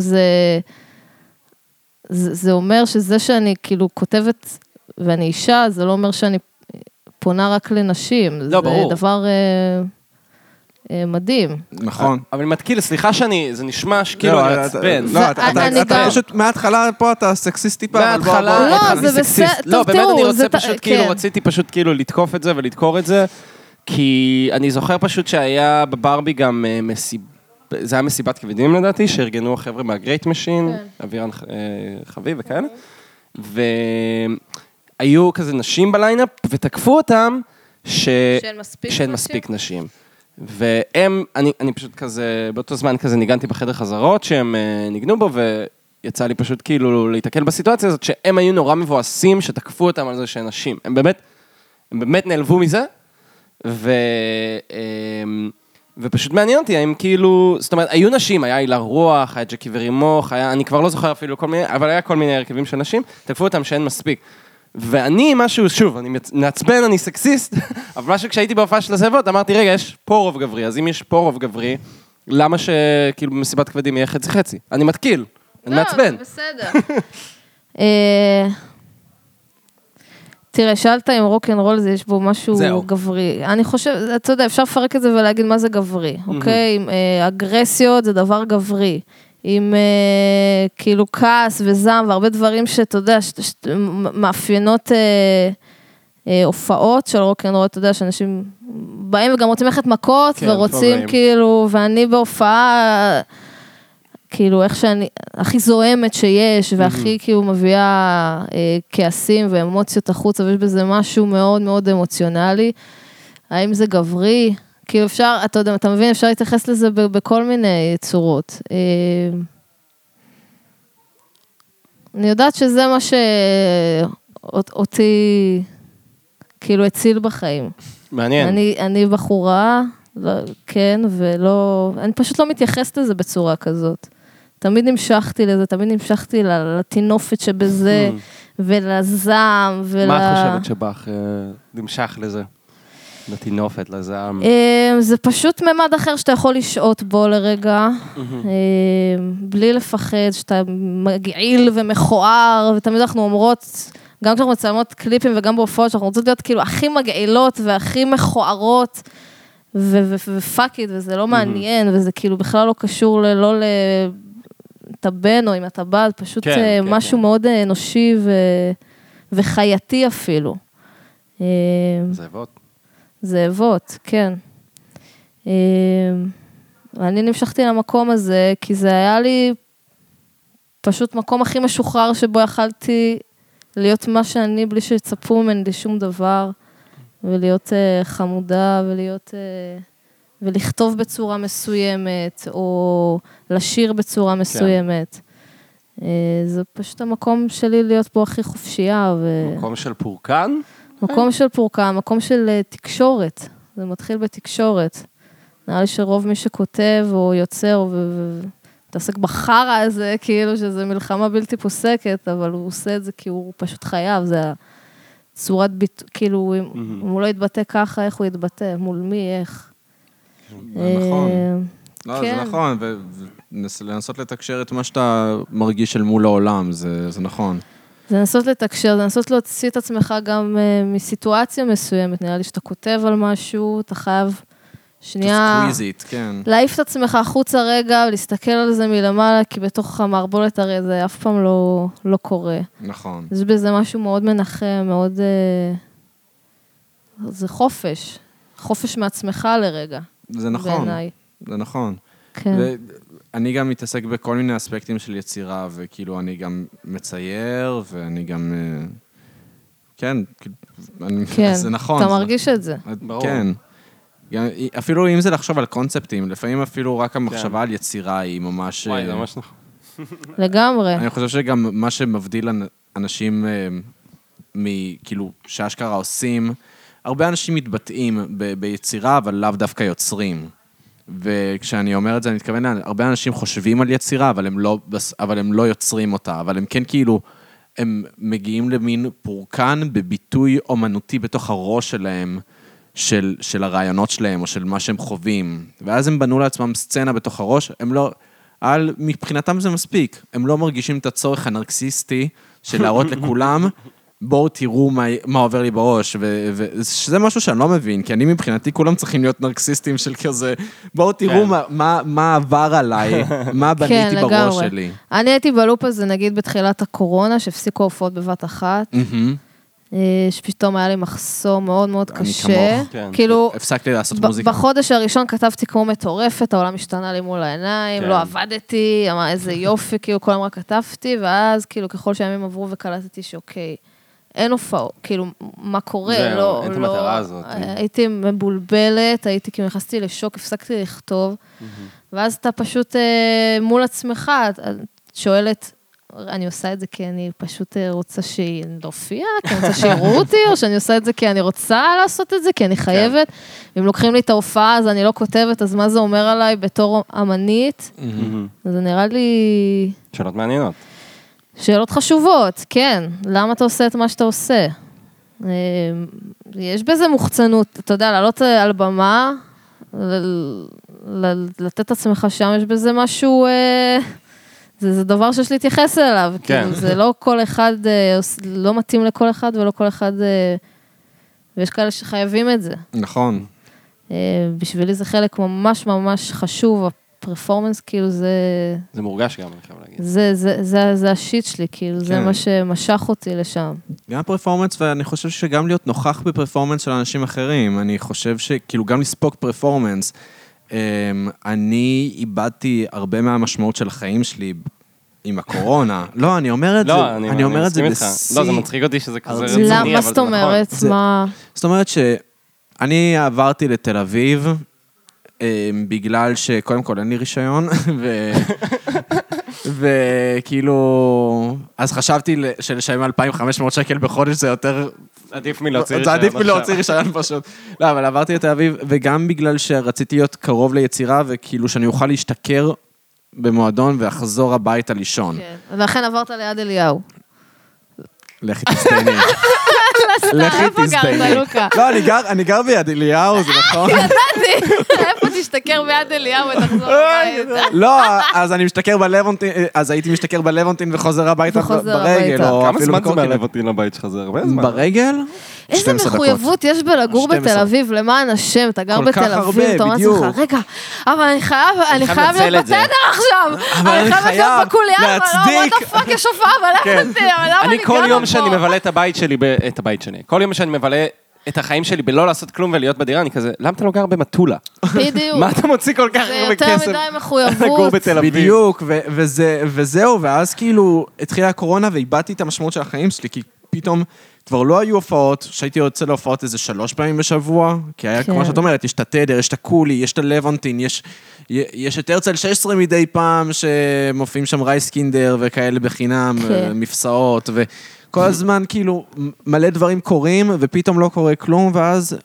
זה אומר שזה שאני כאילו כותבת ואני אישה, זה לא אומר שאני פונה רק לנשים. לא, ברור. זה דבר מדהים. נכון. אבל אני מתקיל, סליחה זה נשמע שכאילו אני עצבן. לא, אתה פשוט מההתחלה פה אתה סקסיסט טיפה. מההתחלה, לא, זה בסדר. לא, באמת אני רוצה פשוט כאילו, רציתי פשוט כאילו לתקוף את זה ולדקור את זה, כי אני זוכר פשוט שהיה בברבי גם זה היה מסיבת כבדים לדעתי, שארגנו החבר'ה מהגרייט משין, אבירן חביב וכאלה, והיו כזה נשים בליינאפ, ותקפו אותם שאין מספיק נשים. והם, אני פשוט כזה, באותו זמן כזה ניגנתי בחדר חזרות, שהם ניגנו בו, ויצא לי פשוט כאילו להתקל בסיטואציה הזאת, שהם היו נורא מבואסים, שתקפו אותם על זה שאין נשים. הם באמת נעלבו מזה, ופשוט מעניין אותי, האם כאילו, זאת אומרת, היו נשים, היה אילה רוח, היה ג'קי ורימוך, אני כבר לא זוכר אפילו כל מיני, אבל היה כל מיני הרכבים של נשים, תקפו אותם שאין מספיק. ואני משהו, שוב, אני מעצבן, אני סקסיסט, אבל משהו כשהייתי בהופעה של הזאבות, אמרתי, רגע, יש פה רוב גברי, אז אם יש פה רוב גברי, למה שכאילו במסיבת כבדים יהיה חצי-חצי? אני מתקיל, אני מעצבן. לא, זה בסדר. תראה, שאלת אם רוק אנד רול זה יש בו משהו גברי. אני חושב, אתה יודע, אפשר לפרק את זה ולהגיד מה זה גברי, אוקיי? אגרסיות זה דבר גברי. עם כאילו כעס וזעם והרבה דברים שאתה יודע, מאפיינות הופעות של רוק אנד רול, אתה יודע, שאנשים באים וגם רוצים ללכת מכות ורוצים כאילו, ואני בהופעה, כאילו איך שאני, הכי זוהמת שיש, והכי כאילו מביאה כעסים ואמוציות החוצה, ויש בזה משהו מאוד מאוד אמוציונלי. האם זה גברי? כאילו אפשר, אתה יודע, אתה מבין, אפשר להתייחס לזה בכל מיני צורות. אני יודעת שזה מה שאותי כאילו הציל בחיים. מעניין. אני בחורה, כן, ולא, אני פשוט לא מתייחסת לזה בצורה כזאת. תמיד נמשכתי לזה, תמיד נמשכתי לתינופת שבזה, ולזעם, מה את חושבת שבך נמשך לזה? לתינופת, לזעם? זה פשוט ממד אחר שאתה יכול לשעות בו לרגע, בלי לפחד, שאתה מגעיל ומכוער, ותמיד אנחנו אומרות, גם כשאנחנו מצלמות קליפים וגם בהופעות, שאנחנו רוצות להיות כאילו הכי מגעילות והכי מכוערות, ופאקית, וזה לא מעניין, וזה כאילו בכלל לא קשור לא אתה בן או אם אתה בא, פשוט משהו מאוד אנושי וחייתי אפילו. זאבות. זאבות, כן. ואני נמשכתי למקום הזה, כי זה היה לי פשוט מקום הכי משוחרר שבו יכלתי להיות מה שאני בלי שצפו ממני לשום דבר, ולהיות חמודה, ולכתוב בצורה מסוימת, או לשיר בצורה מסוימת. זה פשוט המקום שלי להיות פה הכי חופשייה. מקום של פורקן? מקום של פורקן, מקום של תקשורת. זה מתחיל בתקשורת. נראה לי שרוב מי שכותב או יוצר, מתעסק בחרא הזה, כאילו שזה מלחמה בלתי פוסקת, אבל הוא עושה את זה כי הוא פשוט חייב, זה צורת ביטוי, כאילו, אם הוא לא יתבטא ככה, איך הוא יתבטא, מול מי, איך. נכון. לא, זה נכון, ולנסות לתקשר את מה שאתה מרגיש אל מול העולם, זה נכון. זה לנסות לתקשר, זה לנסות להוציא את עצמך גם מסיטואציה מסוימת, נראה לי שאתה כותב על משהו, אתה חייב שנייה... סקוויזית, כן. להעיף את עצמך החוצה רגע, ולהסתכל על זה מלמעלה, כי בתוך המערבולת הרי זה אף פעם לא קורה. נכון. יש בזה משהו מאוד מנחם, מאוד... זה חופש. חופש מעצמך לרגע. זה נכון. בעיניי. זה נכון. כן. ואני גם מתעסק בכל מיני אספקטים של יצירה, וכאילו אני גם מצייר, ואני גם... כן, כן. זה נכון. אתה מרגיש את זה. ברור. כן. אפילו אם זה לחשוב על קונספטים, לפעמים אפילו רק המחשבה על יצירה היא ממש... וואי, זה ממש נכון. לגמרי. אני חושב שגם מה שמבדיל אנשים כאילו שאשכרה עושים, הרבה אנשים מתבטאים ביצירה, אבל לאו דווקא יוצרים. וכשאני אומר את זה, אני מתכוון, הרבה אנשים חושבים על יצירה, אבל הם לא יוצרים אותה, אבל הם כן כאילו, הם מגיעים למין פורקן בביטוי אומנותי בתוך הראש שלהם, של הרעיונות שלהם, או של מה שהם חווים. ואז הם בנו לעצמם סצנה בתוך הראש, הם לא... מבחינתם זה מספיק. הם לא מרגישים את הצורך הנרקסיסטי של להראות לכולם, בואו תראו מה עובר לי בראש, וזה משהו שאני לא מבין, כי אני מבחינתי, כולם צריכים להיות נרקסיסטים של כזה, בואו תראו מה עבר עליי, מה בניתי בראש שלי. אני הייתי בלופ הזה, נגיד בתחילת הקורונה, שהפסיקו הופעות בבת אחת, שפתאום היה לי מחסור מאוד מאוד קשה. כאילו, הפסקתי לעשות מוזיקה. בחודש הראשון כתבתי כמו מטורפת, העולם השתנה לי מול העיניים, לא עבדתי, אמר איזה יופי, כאילו כל אמרה כתבתי, ואז כאילו ככל שהימים עברו וקלטתי שאוקיי, אין הופעות, כאילו מה קורה, לא, אין את המטרה הזאת. הייתי מבולבלת, הייתי כאילו נכנסתי לשוק, הפסקתי לכתוב, ואז אתה פשוט מול עצמך, את שואלת, אני עושה את זה כי אני פשוט רוצה שהיא נופיע, כי אני רוצה שיראו אותי, או שאני עושה את זה כי אני רוצה לעשות את זה, כי אני חייבת. אם לוקחים לי את ההופעה, אז אני לא כותבת, אז מה זה אומר עליי בתור אמנית? זה נראה לי... שאלות מעניינות. שאלות חשובות, כן. למה אתה עושה את מה שאתה עושה? יש בזה מוחצנות, אתה יודע, לעלות על במה, לתת את עצמך שם, יש בזה משהו... זה דבר שיש להתייחס אליו, כאילו, זה לא כל אחד, לא מתאים לכל אחד, ולא כל אחד, ויש כאלה שחייבים את זה. נכון. בשבילי זה חלק ממש ממש חשוב, הפרפורמנס, כאילו זה... זה מורגש גם, אני חייב להגיד. זה השיט שלי, כאילו, זה מה שמשך אותי לשם. גם פרפורמנס, ואני חושב שגם להיות נוכח בפרפורמנס של אנשים אחרים, אני חושב שכאילו גם לספוק פרפורמנס, אני איבדתי הרבה מהמשמעות של החיים שלי עם הקורונה. לא, אני אומר את זה, אני אומר את זה לא, זה מצחיק אותי שזה כזה רציני, אבל זה נכון. מה זאת אומרת? זאת אומרת שאני עברתי לתל אביב, בגלל שקודם כל אין לי רישיון, וכאילו, אז חשבתי שלשלם 2,500 שקל בחודש זה יותר... עדיף מלהוציא רישיון. זה עדיף מלהוציא רישיון פשוט. לא, אבל עברתי לתל אביב, וגם בגלל שרציתי להיות קרוב ליצירה, וכאילו שאני אוכל להשתכר במועדון ואחזור הביתה לישון. כן, ולכן עברת ליד אליהו. לכי תסתייני. איפה גרת, לוקה? לא, אני גר ביד אליהו, זה נכון. ידעתי, איפה תשתכר ביד אליהו ותחזור הביתה? לא, אז אני משתכר בלוונטין, אז הייתי משתכר בלוונטין וחוזר הביתה ברגל. כמה זמן זה מהלוונטין לבית שלך זה? הרבה זמן. ברגל? איזה מחויבות יש בלגור בתל אביב, למען השם, אתה גר בתל אביב, אתה אומר לך, רגע, אבל אני חייב להיות בתדר עכשיו, אני חייב להיות בקוליה, אבל לא, what the fuck, יש הופעה בלוונטין, אבל למה אני גרה פה? אני כל יום שאני מבלה את הבית שלי, כל יום שאני מבלה את החיים שלי בלא לעשות כלום ולהיות בדירה, אני כזה, למה אתה לא גר במטולה? בדיוק. מה אתה מוציא כל כך הרבה כסף? זה יותר מדי מחויבות. לגור בתל אביב. בדיוק, וזהו, ואז כאילו התחילה הקורונה ואיבדתי את המשמעות של החיים שלי, כי פתאום כבר לא היו הופעות, שהייתי יוצא להופעות איזה 3 פעמים בשבוע, כי היה כמו שאת אומרת, יש את התדר, יש את הקולי, יש את הלוונטין, יש את הרצל 16 מדי פעם, שמופיעים שם רייסקינדר וכאלה בחינם, מפסעות, וכל הזמן כאילו מלא דברים קורים, ופתאום לא קורה כלום, ואז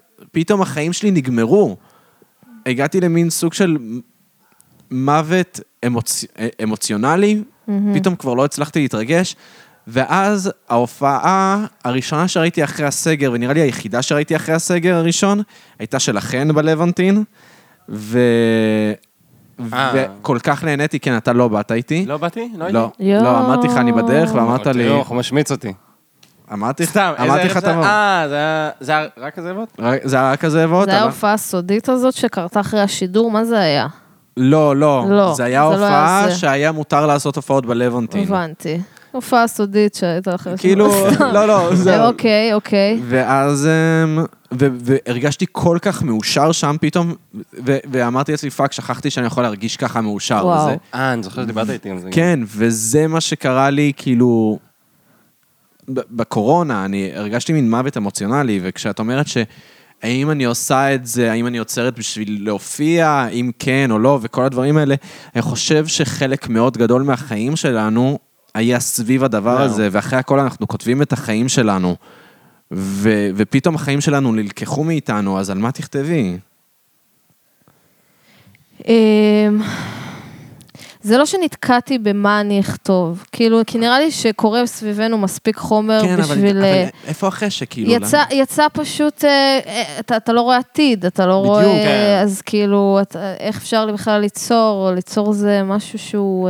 פתאום החיים שלי נגמרו. הגעתי למין סוג של מוות אמוציונלי, פתאום כבר לא הצלחתי להתרגש, ואז ההופעה הראשונה שראיתי אחרי הסגר, ונראה לי היחידה שראיתי אחרי הסגר הראשון, הייתה שלכן בלוונטין, וכל כך נהניתי, כן, אתה לא באת איתי. לא באתי? לא הייתי? לא, אמרתי לך, אני בדרך, ואמרת לי... הוא משמיץ אותי. אמרתי לך תבוא. זה היה רק הזאבות? זה היה רק הזאבות. זה היה ההופעה הסודית הזאת שקרתה אחרי השידור, מה זה היה? לא. זה היה הופעה שהיה מותר לעשות הופעות בלוונטין. הבנתי. הופעה סודית שהייתה אחרי... כאילו, לא, זהו. אוקיי. ואז, והרגשתי כל כך מאושר שם פתאום, ואמרתי לעצמי, פאק, שכחתי שאני יכול להרגיש ככה מאושר. וואו. אני זוכר שדיברת איתי עם זה. כן, וזה מה שקרה לי, כאילו, בקורונה, אני הרגשתי מין מוות אמוציונלי, וכשאת אומרת האם אני עושה את זה, האם אני יוצרת בשביל להופיע, אם כן או לא, וכל הדברים האלה, אני חושב שחלק מאוד גדול מהחיים שלנו, היה סביב הדבר הזה, ואחרי הכל אנחנו כותבים את החיים שלנו, ופתאום החיים שלנו נלקחו מאיתנו, אז על מה תכתבי? זה לא שנתקעתי במה אני אכתוב, כאילו, כי נראה לי שקורה סביבנו מספיק חומר בשביל... אבל איפה החשק, כאילו? יצא פשוט, אתה לא רואה עתיד, אתה לא רואה, אז כאילו, איך אפשר בכלל ליצור, ליצור זה משהו שהוא...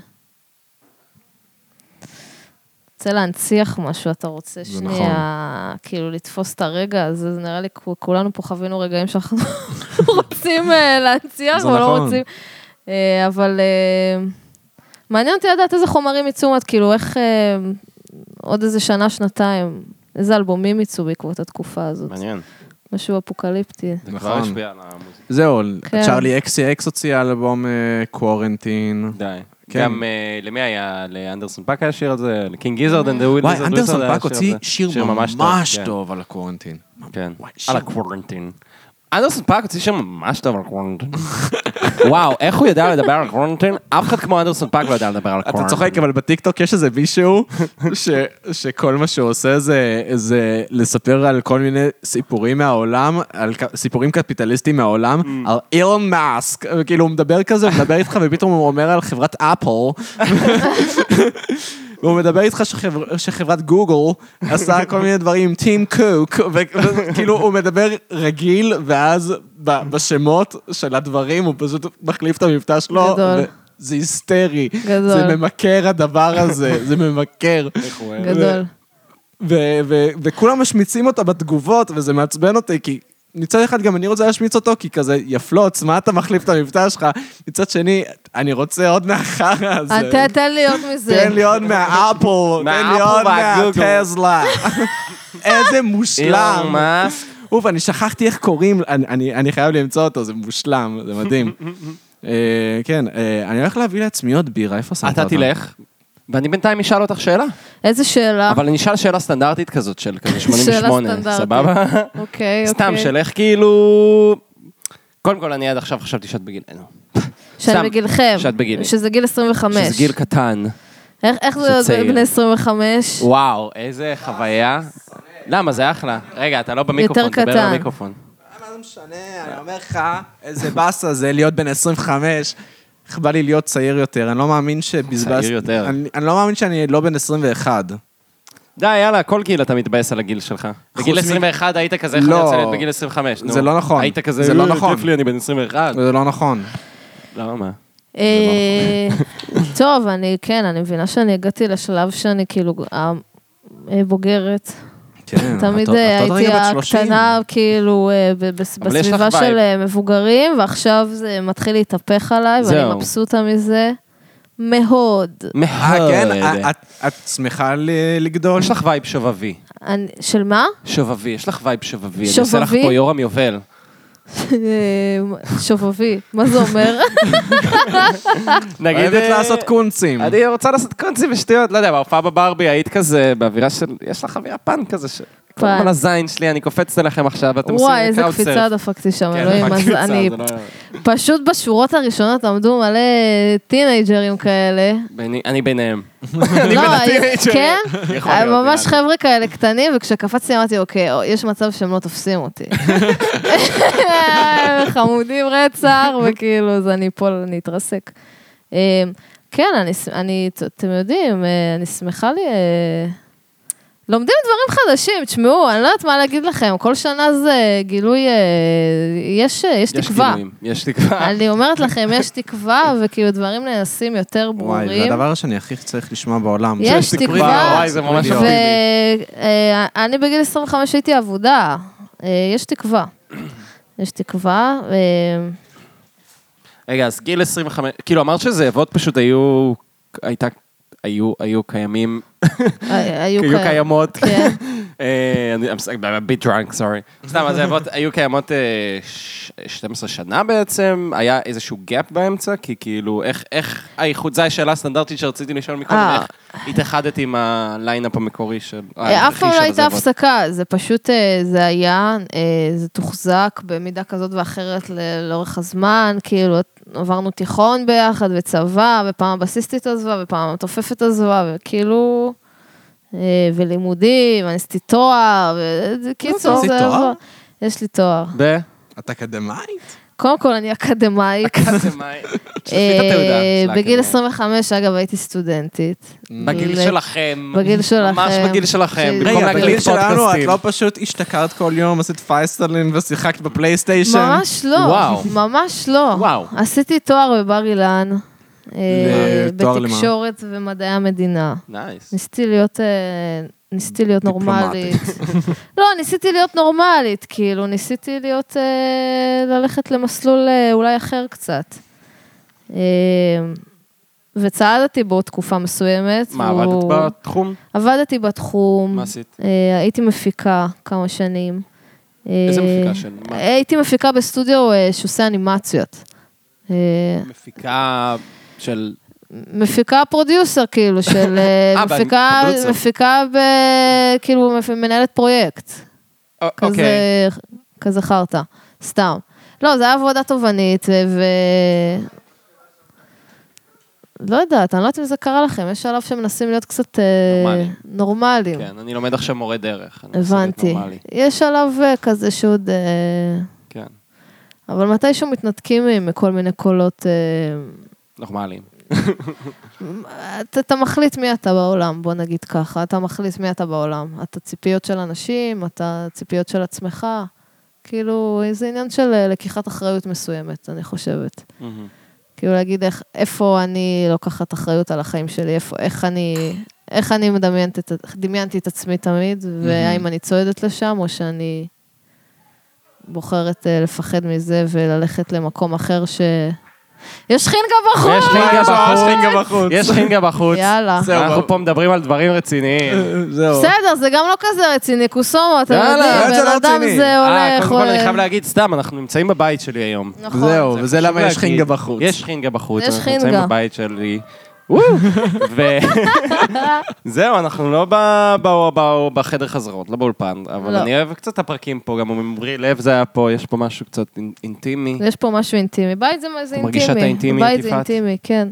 רוצה להנציח משהו, אתה רוצה שנייה, כאילו, לתפוס את הרגע, אז נראה לי, כולנו פה חווינו רגעים שאנחנו רוצים להנציח, או לא רוצים... אבל מעניין אותי לדעת איזה חומרים יצאו, כאילו איך עוד איזה שנה, שנתיים, איזה אלבומים יצאו בעקבות התקופה הזאת. מעניין. משהו אפוקליפטי. זה כבר השפיע על המוזיקה. זהו, צ'רלי אקס הוציא אלבום קוורנטין. די. גם למי היה? לאנדרסון פאק היה שיר על זה? לקינג גיזרד and the Wind. וואי, אנדרסון פאק הוציא שיר ממש טוב על הקוורנטין. כן, על הקוורנטין. אנדרסון פאק הוציא שיר ממש טוב על הקוורנטין. וואו, איך הוא ידע לדבר על הקוורנטין? אף אחד כמו אנדרסון פאק לא ידע לדבר על הקוורנטין. אתה צוחק, אבל בטיקטוק יש איזה מישהו שכל מה שהוא עושה זה לספר על כל מיני סיפורים מהעולם, על סיפורים קפיטליסטיים מהעולם, על אילון מאסק, כאילו הוא מדבר כזה, הוא מדבר איתך ופתאום הוא אומר על חברת אפל, והוא מדבר איתך שחברת גוגל עשה כל מיני דברים עם טים קוק, וכאילו הוא מדבר רגיל, ואז בשמות של הדברים הוא פשוט מחליף את המבטא שלו, וזה היסטרי, זה ממכר הדבר הזה, זה ממכר. גדול. וכולם משמיצים אותו בתגובות, וזה מעצבן אותי, כי... מצד אחד גם אני רוצה להשמיץ אותו, כי כזה יפלוץ, מה אתה מחליף את המבטא שלך? מצד שני, אני רוצה עוד מהחרא הזה. תן לי עוד מזה. תן לי עוד מהאפל, תן לי עוד מהטסלה. איזה מושלם. אוף, אני שכחתי איך קוראים, אני חייב למצוא אותו, זה מושלם, זה מדהים. כן, אני הולך להביא לעצמי עוד בירה, איפה שמת אותה? אתה תלך. ואני בינתיים אשאל אותך שאלה. איזה שאלה? אבל אני אשאל שאלה סטנדרטית כזאת, של כזה 88, סבבה? אוקיי. סתם, של איך כאילו... קודם כל, אני עד עכשיו חשבתי שאת בגילנו. שאני בגילכם. שאת בגילי. שזה גיל 25. שזה גיל קטן. איך זה בני 25? וואו, איזה חוויה. למה, זה אחלה. רגע, אתה לא במיקרופון, תדבר במיקרופון. מה זה משנה, אני אומר לך, איזה באסה זה להיות בן 25. איך בא לי להיות צעיר יותר, אני לא מאמין שבזבז... צעיר יותר. אני לא מאמין שאני לא בן 21. די, יאללה, כל גיל אתה מתבאס על הגיל שלך. בגיל 21 היית כזה, איך אני רוצה להיות בגיל 25. זה לא נכון. היית כזה, זה לא נכון. כיף לי, אני בן 21. זה לא נכון. למה? טוב, אני מבינה שאני הגעתי לשלב שאני כאילו בוגרת. תמיד הייתי הקטנה, כאילו, בסביבה של מבוגרים, ועכשיו זה מתחיל להתהפך עליי, ואני מבסוטה מזה מאוד. כן, את שמחה לגדול? יש לך וייב שובבי. של מה? שובבי, יש לך וייב שובבי. אני עושה לך פה יורם יובל. שובבי, מה זה אומר? אוהבת לעשות קונצים. אני רוצה לעשות קונצים ושטויות, לא יודע, בהופעה בברבי היית כזה, באווירה של, יש לך אווירה פן כזה, כל הזמן הזין שלי, אני קופצת אליכם עכשיו, ואתם עושים וואי, איזה קפיצה דפקתי שם, אלוהים, אז אני פשוט בשורות הראשונות עמדו מלא טינאג'רים כאלה. אני ביניהם. לא, כן? ממש חבר'ה כאלה קטנים, וכשקפצתי אמרתי, אוקיי, יש מצב שהם לא תופסים אותי. חמודים רצח, וכאילו, אז אני פה, אני אתרסק. כן, אתם יודעים, אני שמחה לי... לומדים דברים חדשים, תשמעו, אני לא יודעת מה להגיד לכם, כל שנה זה גילוי, יש תקווה. יש תקווה. אני אומרת לכם, יש תקווה, וכאילו דברים נעשים יותר ברורים. וואי, זה הדבר שאני הכי צריך לשמוע בעולם. יש תקווה. וואי, זה ממש אופטימי. ואני בגיל 25 הייתי עבודה, יש תקווה. יש תקווה. רגע, אז גיל 25, כאילו אמרת שזה אבות פשוט היו קיימים, היו קיימות, אני ביט דרנק, סורי. סתם, אז האבות היו קיימות 12 שנה בעצם, היה איזשהו גאפ באמצע, כי כאילו, איך האיחוד, זו השאלה הסטנדרטית שרציתי לשאול מקודם, איך התאחדת עם הליינאפ המקורי של... אף פעם לא הייתה הפסקה, זה פשוט, זה היה, זה תוחזק במידה כזאת ואחרת לאורך הזמן, כאילו, עברנו תיכון ביחד, וצבא, ופעם הבסיסטית עזבה, ופעם התופפת עזבה, וכאילו, ולימודים, אני עשיתי תואר, וקיצור, זה עזבה. יש לי תואר. את אקדמאית? קודם כל, אני אקדמאית. אקדמאית. שפית התעודה. בגיל 25, אגב, הייתי סטודנטית. בגיל שלכם. בגיל שלכם. ממש בגיל שלכם. רגע, בגיל שלנו, את לא פשוט השתכרת כל יום, עשית פייסטלין ושיחקת בפלייסטיישן? ממש לא. וואו. ממש לא. וואו. עשיתי תואר בבר אילן. תואר למה? בתקשורת ומדעי המדינה. נייס. ניסיתי להיות נורמלית. לא, ניסיתי להיות נורמלית, כאילו, ניסיתי להיות, ללכת למסלול אולי אחר קצת. וצעדתי בו תקופה מסוימת. מה, עבדת בתחום? עבדתי בתחום. מה עשית? הייתי מפיקה כמה שנים. איזה מפיקה של מה? הייתי מפיקה בסטודיו שעושה אנימציות. מפיקה של... מפיקה פרודיוסר, כאילו, של מפיקה כאילו, מנהלת פרויקט. כזה חרטה, סתם. לא, זה היה עבודה תובנית, לא יודעת, אני לא יודעת אם זה קרה לכם, יש שלב שמנסים להיות קצת נורמליים. כן, אני לומד עכשיו מורה דרך. הבנתי. יש שלב כזה שעוד... כן. אבל מתישהו מתנתקים מכל מיני קולות... נורמליים. אתה מחליט מי אתה בעולם, בוא נגיד ככה, אתה מחליט מי אתה בעולם. אתה ציפיות של אנשים, אתה ציפיות של עצמך, כאילו, זה עניין של לקיחת אחריות מסוימת, אני חושבת. כאילו להגיד איפה אני לוקחת אחריות על החיים שלי, איך אני דמיינתי את עצמי תמיד, והאם אני צועדת לשם, או שאני בוחרת לפחד מזה וללכת למקום אחר יש חינגה בחוץ! יש חינגה בחוץ. יאללה. אנחנו פה מדברים על דברים רציניים. בסדר, זה גם לא כזה רציני, קוסומו, אתם יודעים, בן אדם זה הולך... קודם כל אני חייב להגיד, סתם, אנחנו נמצאים בבית שלי היום. נכון. זהו, וזה למה יש חינגה בחוץ. יש חינגה בחוץ, יש אנחנו נמצאים חינגה. בבית שלי. זהו, אנחנו לא בחדר חזרות, לא באולפן, אבל אני אוהב קצת את הפרקים פה, גם אומרי לב זה היה פה, יש פה משהו קצת אינטימי. יש פה משהו אינטימי, בית זה אינטימי. מרגישה את האינטימי, בית זה אינטימי, כן.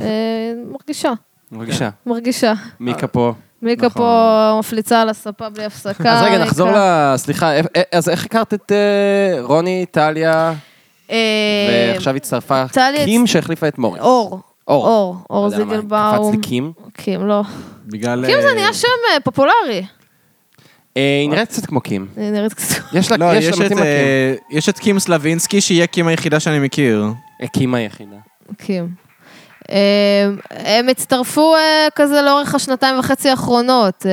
מרגישה. מיקה פה. מיקה פה מפליצה על הספה בלי הפסקה. אז רגע, נחזור סליחה, אז איך הכרת את רוני, טליה, ועכשיו הצטרפה קים שהחליפה את מוריס? אור זיגלבאום. קפץ לי קים? קים, לא. בגלל... קים זה נהיה שם פופולרי. היא נראית קצת כמו קים. היא נראית קצת... יש את קים סלווינסקי, שהיא הקים היחידה שאני מכיר. קים היחידה. קים. הם הצטרפו כזה לאורך 2.5 האחרונות.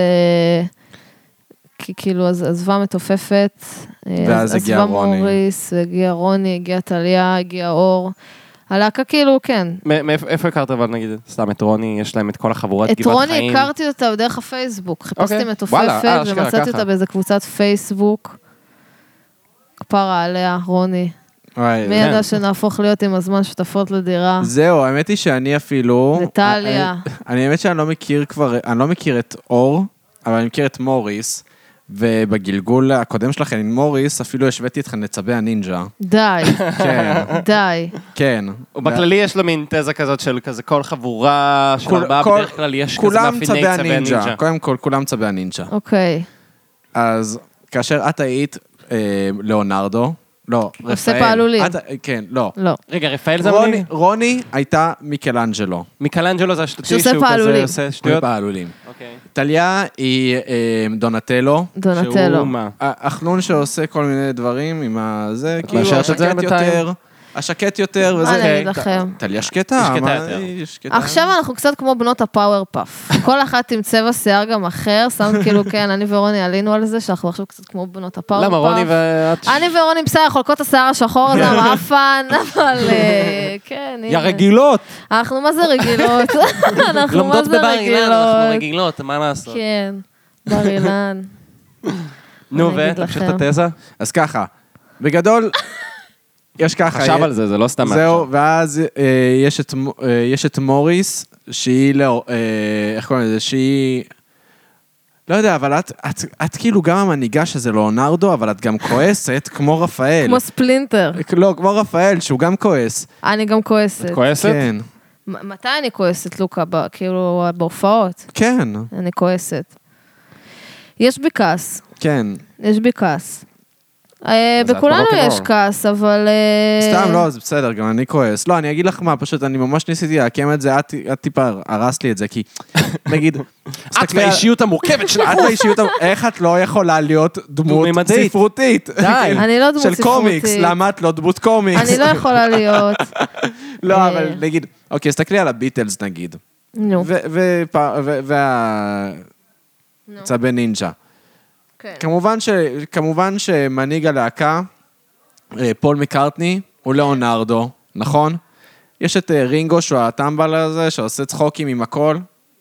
כי כאילו עזבה מתופפת. ואז הגיע רוני. עזבה מוריס, הגיע רוני, הגיע טליה, הגיע אור. הלהקה כאילו, כן. מאיפה הכרת אבל נגיד, סתם את רוני, יש להם את כל החבורת גבעת חיים? חיים? את רוני הכרתי אותה דרך הפייסבוק, חיפשתי מתופפת ומצאתי אותה באיזה קבוצת פייסבוק. כפרה עליה, רוני. מי ידע שנהפוך להיות עם הזמן שותפות לדירה? זהו, האמת היא שאני אפילו... נטליה. האמת שאני לא מכיר את אור, אבל אני מכיר את מוריס. ובגלגול הקודם שלכם עם מוריס, אפילו השוויתי אתכם לצבי הנינג'ה. די. כן. די. כן. ובכללי יש לו מין תזה כזאת של כזה כל חבורה של 4, בדרך כלל יש כזה מאפייני צבי הנינג'ה. קודם כל, כולם צבי הנינג'ה. אוקיי. אז כאשר את היית לאונרדו, לא, רפאל. עושה פעלולים. כן, לא. לא. רגע, רפאל זה רוני הייתה מיקלאנג'לו. מיקלאנג'לו זה השטותי שעושה שהוא כזה פעלולים. עושה שטויות. פעלולים. אוקיי. טליה היא דונטלו. דונטלו. שהוא מה? החנון שעושה כל מיני דברים עם הזה, כאילו מאשרת את זה השקט בינתיים? יותר. השקט יותר, וזה... מה אני אגיד לכם? טליה שקטה. שקטה מה, יותר. היא שקטה. עכשיו אנחנו קצת כמו בנות הפאוור פאף. כל אחת עם צבע שיער גם אחר, שם כאילו, כן, אני ורוני עלינו על זה, שאנחנו עכשיו קצת כמו בנות הפאוור פאף. למה, רוני ואת... אני ורוני בסדר, חולקות השיער השחור הזה, המאפן, אבל כן, הנה. יא רגילות! אנחנו מה זה רגילות? אנחנו מה לומדות זה בבר אילן, אנחנו רגילות? רגילות, מה לעשות? כן, בר אילן. נו, אני אגיד ותמשיך לכם. את התזה? אז ככה, בגדול, יש ככה... חשב על זה, זה לא סתם. זהו, ואז יש את מוריס, שהיא לא... איך קוראים לזה? שהיא... לא יודע, אבל את כאילו גם המנהיגה שזה לאונרדו, אבל את גם כועסת, כמו רפאל. כמו ספלינטר. לא, כמו רפאל, שהוא גם כועס. אני גם כועסת. את כועסת? כן. מתי אני כועסת, לוקה? כאילו, בהופעות. כן, אני כועסת. יש בי כעס. כן. יש בי כעס. זה בכולנו הפעלות יש טרור. כעס, אבל... סתם, לא, זה בסדר, גם אני כועס. לא, אני אגיד לך מה, פשוט אני ממש ניסיתי להקם את זה, את טיפה הרסת לי את זה, כי נגיד... את והאישיות המורכבת שלך. את והאישיות, איך את לא יכולה להיות דמות דו-ממדית. ספרותית? די. אני לא דמות של ספרותית. קומיקס, למה את לא דמות קומיקס? אני לא יכולה להיות. לא, אבל נגיד, אוקיי, תסתכלי על הביטלס נגיד, נו. צבי נינג'ה. כן. כמובן שמנהיג הלהקה, פול מקארטני, הוא לאונרדו, נכון? יש את רינגו, שהוא הטמבל הזה, שעושה צחוקים עם הכל.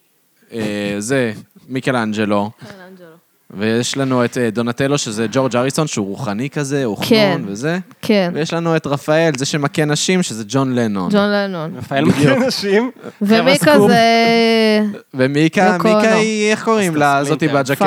זה מיקלאנג'לו. ויש לנו את דונטלו, שזה ג'ורג' אריסון, שהוא רוחני כזה, הוא חנון וזה. כן. ויש לנו את רפאל, זה שמכה נשים, שזה ג'ון לנון. ג'ון לנון. רפאל מכיר נשים. ומיקה סקופ. זה... ומיקה, יוקו אונו. היא, איך קוראים לה? זאתי מפרקת. בג'קט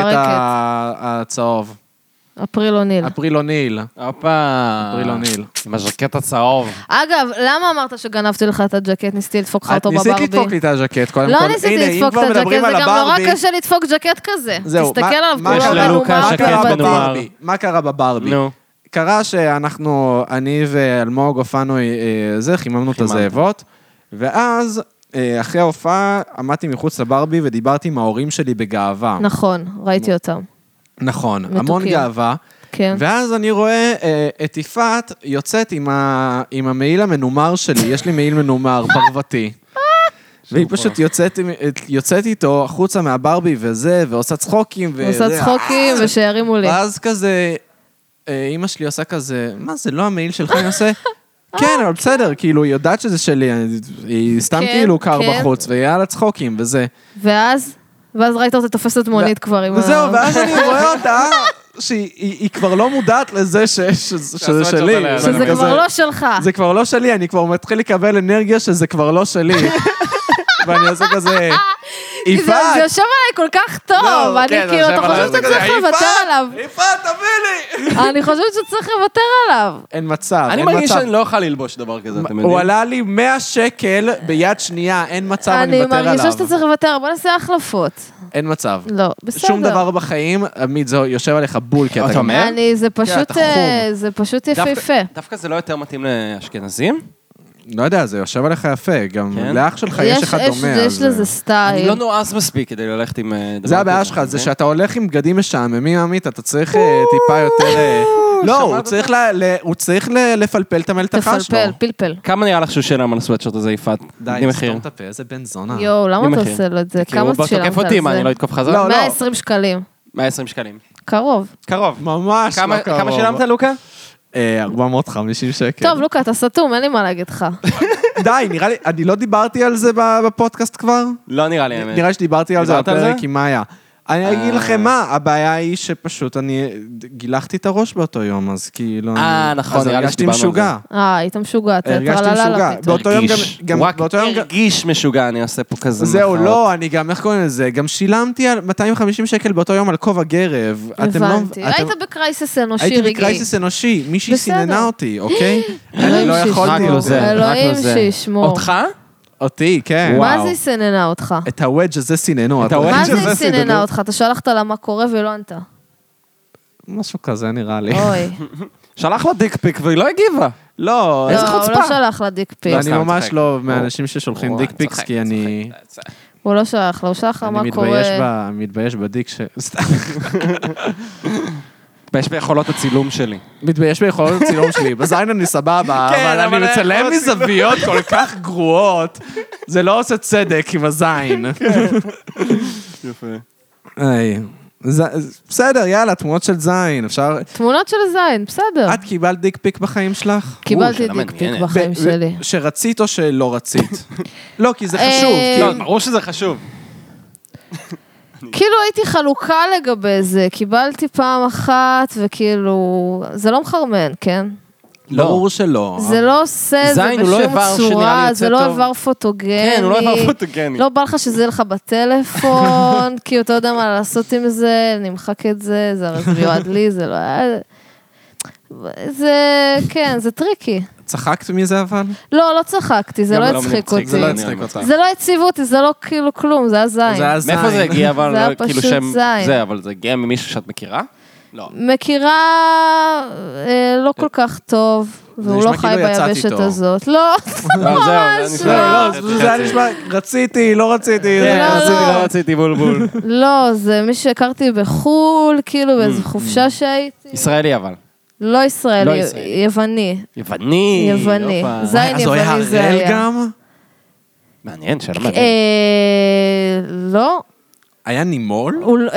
הצהוב. אפריל אוניל. אפריל אוניל. הופה. אפריל אוניל. עם הז'קט הצהוב. אגב, למה אמרת שגנבתי לך את הג'קט? ניסיתי לדפוק לך את אותו בברבי. ניסית לדפוק לי את הז'קט, קודם כל. לא ניסיתי לדפוק את הג'קט, זה גם נורא קשה לדפוק ג'קט כזה. זהו, תסתכל עליו, מה כולו יש ללוקה מנומר ז'קט ובטוח. מנומר. מה קרה בברבי? נו. קרה שאנחנו, אני ואלמוג הופענו, חיממנו את הזאבות, ואז אחרי ההופעה עמדתי מחוץ לברבי ודיברתי עם ההורים שלי בגאווה. נכון, ראיתי אותם. נכון, מתוקים. המון גאווה. כן. ואז אני רואה את יפעת יוצאת עם המעיל המנומר שלי, יש לי מעיל מנומר פרוותי. והיא פשוט יוצאת איתו החוצה מהברבי וזה, ועושה צחוקים. עושה צחוקים ושירימו לי. ואז כזה, אמא שלי עושה כזה, מה זה לא המעיל שלך? אני עושה, כן, אבל בסדר, כאילו, היא יודעת שזה שלי, היא סתם כן, כאילו קר כן. בחוץ, ויהיה לה צחוקים וזה. ואז ראית אותה תופסת מונית כבר עם וזהו, ואז אני רואה אותה, שהיא כבר לא מודעת לזה שזה שלי. שזה כבר לא שלך. זה כבר לא שלי, אני כבר מתחיל לקבל אנרגיה שזה כבר לא שלי. ואני עושה כזה, כי יפעת! זה יושב עליי כל כך טוב, לא, ואני כן, כאילו, זה אתה יושב חושב עליי, שאתה צריך לוותר עליו. יפעת, תביא לי! אני חושבת שצריך לוותר עליו. אין מצב, אני אין מרגיש מצב. שאני לא אוכל ללבוש דבר כזה, אתם יודעים? הוא עלה לי 100 שקל ביד שנייה, אין מצב, אני אני מוותר עליו. מרגישה שאתה צריך לוותר, בוא נעשה החלפות. אין מצב. לא, בסדר. שום דבר בחיים, עמית, זה יושב עליך בול, כי אתה אתה אומר? זה פשוט, אתה חום. זה פשוט יפהפה. דווקא זה לא יותר מתאים לאשכנזים? לא יודע, זה יושב עליך יפה, גם כן? לאח שלך יש אחד דומה. יש לזה אני לא סטייל. נועז מספיק כדי ללכת עם דבר זה הבעיה שלך, זה שאתה הולך עם בגדים משעממים, עמית, אתה צריך טיפה יותר... לא, הוא צריך לפלפל את המלתחה שלו. תפלפל, פלפל. כמה נראה לך שהוא שלם על הסוואטשרט הזה, יפעת? די, תני מחיר. סתום את הפה, איזה בן זונה. יואו, למה אתה מחיר. עושה לו את זה? כי הוא כמה בוא שילמת תוקף על אותי, מה, אני לא זה? אתקוף חזרה? לא, 120 שקלים. 120 שקלים. קרוב. קרוב. ממש לא קרוב. כמה שילמת, לוקה? 450 שקל. טוב, לוקה, אתה סתום, אין לי מה להגיד לך. די, נראה לי, אני לא דיברתי על זה בפודקאסט כבר? לא נראה לי, האמת. נראה לי שדיברתי על זה דיברת על בפרק זה? עם מאיה. אני אגיד לכם מה, הבעיה היא שפשוט אני גילחתי את הראש באותו יום, אז כאילו... נכון, אז נראה לי הרגשתי שדיברנו על משוגע. היית משוגע, הרגשתי טרללה משוגע. פתאום. באותו יום גם... הוא רק באותו יום גם... הרגיש משוגע, אני עושה פה כזה זהו, מחאות. לא, אני גם, איך קוראים לזה? גם שילמתי על 250 שקל באותו יום על כובע גרב. אתם לא- הבנתי. אתם- היית בקרייסס אנושי רגעי. הייתי בקרייסיס אנושי, מישהי בסדר. סיננה אותי, אוקיי? אני אלוהים לא שישמור. יכולתי רק לא זה, יותר. רק לא אלוהים זה. שישמור. אותך? אותי, כן. וואו. מה זה סיננה אותך? את הוודג' הזה סיננו. את הוודג' מה שזה זה סיננה? סיננה אותך? אתה שלחת לה מה קורה ולא ענתה. משהו כזה נראה לי. אוי. שלח לה דיק פיק והיא לא הגיבה. לא, לא, הוא לא שלח לה דיק פיק. ואני ממש לא מהאנשים ששולחים דיק פיקס, כי אני... הוא לא שלח לה, הוא שלח לה מה קורה. אני מתבייש בדיק סתם. מתבייש ביכולות הצילום שלי. מתבייש ביכולות הצילום שלי. בזין אני סבבה, אבל אני מצלם מזוויות כל כך גרועות. זה לא עושה צדק עם הזין. יפה. בסדר, יאללה, תמונות של זין, אפשר... תמונות של זין, בסדר. את קיבלת דיק פיק בחיים שלך? קיבלתי דיק פיק בחיים שלי. שרצית או שלא רצית? לא, כי זה חשוב. לא, ברור שזה חשוב. כאילו הייתי חלוקה לגבי זה, קיבלתי פעם אחת, וכאילו, זה לא מחרמן, כן? ברור שלא. זה לא עושה, זה בשום צורה, זה לא עבר פוטוגני. כן, הוא לא עבר פוטוגני. לא בא לך שזה יהיה לך בטלפון, כי אתה יודע מה לעשות עם זה, נמחק את זה, זה הרי מיועד לי, זה לא... זה, כן, זה טריקי. צחקת מזה אבל? לא, לא צחקתי, זה לא הצחיק אותי. זה לא הצחיק אותך. זה לא הציב אותי, זה לא כאילו כלום, זה היה זין. מאיפה זה הגיע אבל? זה היה פשוט זין. זה, אבל זה הגיע ממישהו שאת מכירה? לא. מכירה לא כל כך טוב, והוא לא חי ביבשת הזאת. לא, ממש לא. זה היה נשמע, רציתי, לא רציתי. לא רציתי בולבול. לא, זה מי שהכרתי בחול, כאילו באיזו חופשה שהייתי. ישראלי אבל. לא ישראלי, יווני. יווני. יווני. זין אז הוא היה יווני זה הראל היה. גם? מעניין, שאלה מעניין. לא. היה נימול?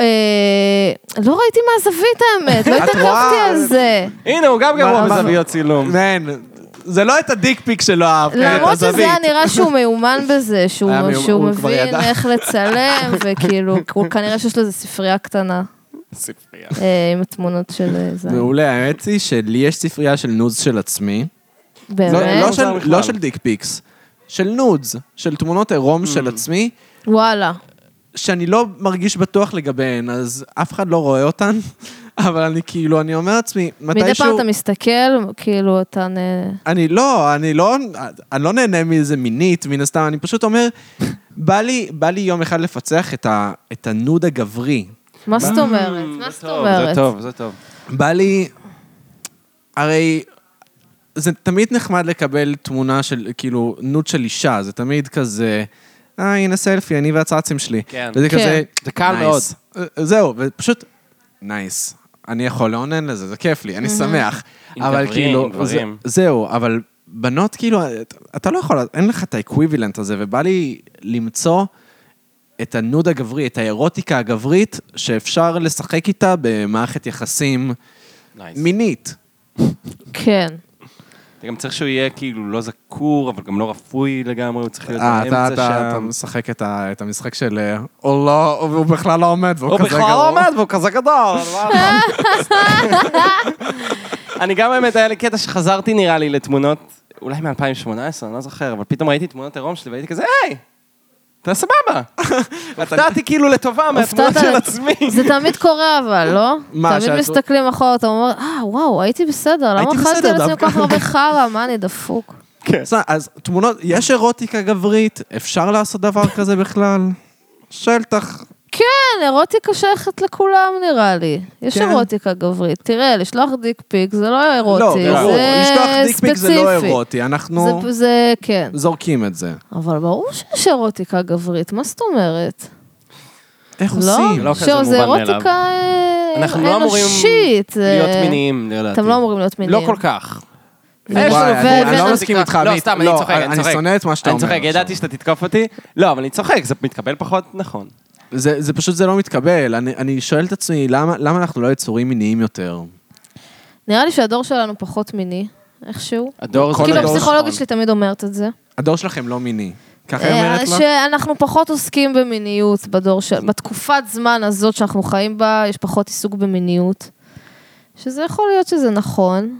לא ראיתי מהזווית האמת, לא התעכבתי על זה. הנה, הוא גם גרוע בזוויות צילום. מן, זה לא את הדיק פיק שלו אהב, את הזווית. למרות שזה היה נראה שהוא מיומן בזה, שהוא מבין איך לצלם, וכאילו, כנראה שיש לו איזו ספרייה קטנה. ספרייה. עם התמונות של זה. מעולה, האמת היא שלי יש ספרייה של נודס של עצמי. באמת? לא של דיק פיקס, של נודס, של תמונות עירום של עצמי. וואלה. שאני לא מרגיש בטוח לגביהן, אז אף אחד לא רואה אותן, אבל אני כאילו, אני אומר לעצמי, מתישהו... מדי פעם אתה מסתכל, כאילו אתה... אני לא נהנה מזה מינית, מן הסתם, אני פשוט אומר, בא לי יום אחד לפצח את הנוד הגברי. מה זאת אומרת? מה זאת אומרת? זה טוב, זה טוב. בא לי, הרי זה תמיד נחמד לקבל תמונה של, כאילו, נוד של אישה, זה תמיד כזה... הנה סלפי, אני והצעצים שלי. כן. וזה כזה... זה קל מאוד. זהו, ופשוט... נייס. אני יכול לעונן לזה, זה כיף לי, אני שמח. אבל כאילו... זהו, אבל בנות כאילו... אתה לא יכול... אין לך את האקוויבילנט הזה, ובא לי למצוא את הנוד הגברי, את האירוטיקה הגברית, שאפשר לשחק איתה במערכת יחסים מינית. כן. אתה גם צריך שהוא יהיה כאילו לא זקור, אבל גם לא רפוי לגמרי, הוא צריך להיות באמצע שם. אתה משחק את המשחק של... או לא, הוא בכלל לא עומד, והוא כזה גדול. הוא בכלל לא עומד, והוא כזה גדול. אני גם באמת, היה לי קטע שחזרתי נראה לי לתמונות, אולי מ-2018, אני לא זוכר, אבל פתאום ראיתי תמונות עירום שלי, והייתי כזה, היי! אתה סבבה. הפתעתי כאילו לטובה מהתמונות של עצמי. זה תמיד קורה אבל, לא? תמיד מסתכלים אחורה, אתה אומר, וואו, הייתי בסדר, למה אכלתי על עצמי כל כך הרבה חרא, מה אני דפוק? אז תמונות, יש אירוטיקה גברית, אפשר לעשות דבר כזה בכלל? שלטח. כן, אירוטיקה שייכת לכולם נראה לי. יש אירוטיקה גברית. תראה, לשלוח דיק פיק זה לא אירוטי, זה ספציפי. לשלוח דיק פיק זה לא אירוטי, אנחנו זורקים את זה. אבל ברור שיש אירוטיקה גברית, מה זאת אומרת? איך עושים? לא כזה מובן מאליו. זה אירוטיקה אנושית. אנחנו לא אמורים להיות מיניים, לדעתי. אתם לא אמורים להיות מיניים. לא כל כך. אני לא מסכים איתך, לא, סתם, אני צוחק, אני שונא את מה שאתה אומר. אני צוחק, ידעתי שאתה תתקוף אותי. לא, אבל אני צוחק, זה מתקבל פחות נכון. זה פשוט, זה לא מתקבל. אני שואל את עצמי, למה אנחנו לא יצורים מיניים יותר? נראה לי שהדור שלנו פחות מיני, איכשהו. הדור זה... כאילו, הפסיכולוגית שלי תמיד אומרת את זה. הדור שלכם לא מיני. ככה היא אומרת לה? שאנחנו פחות עוסקים במיניות בדור בתקופת זמן הזאת שאנחנו חיים בה, יש פחות עיסוק במיניות. שזה יכול להיות שזה נכון.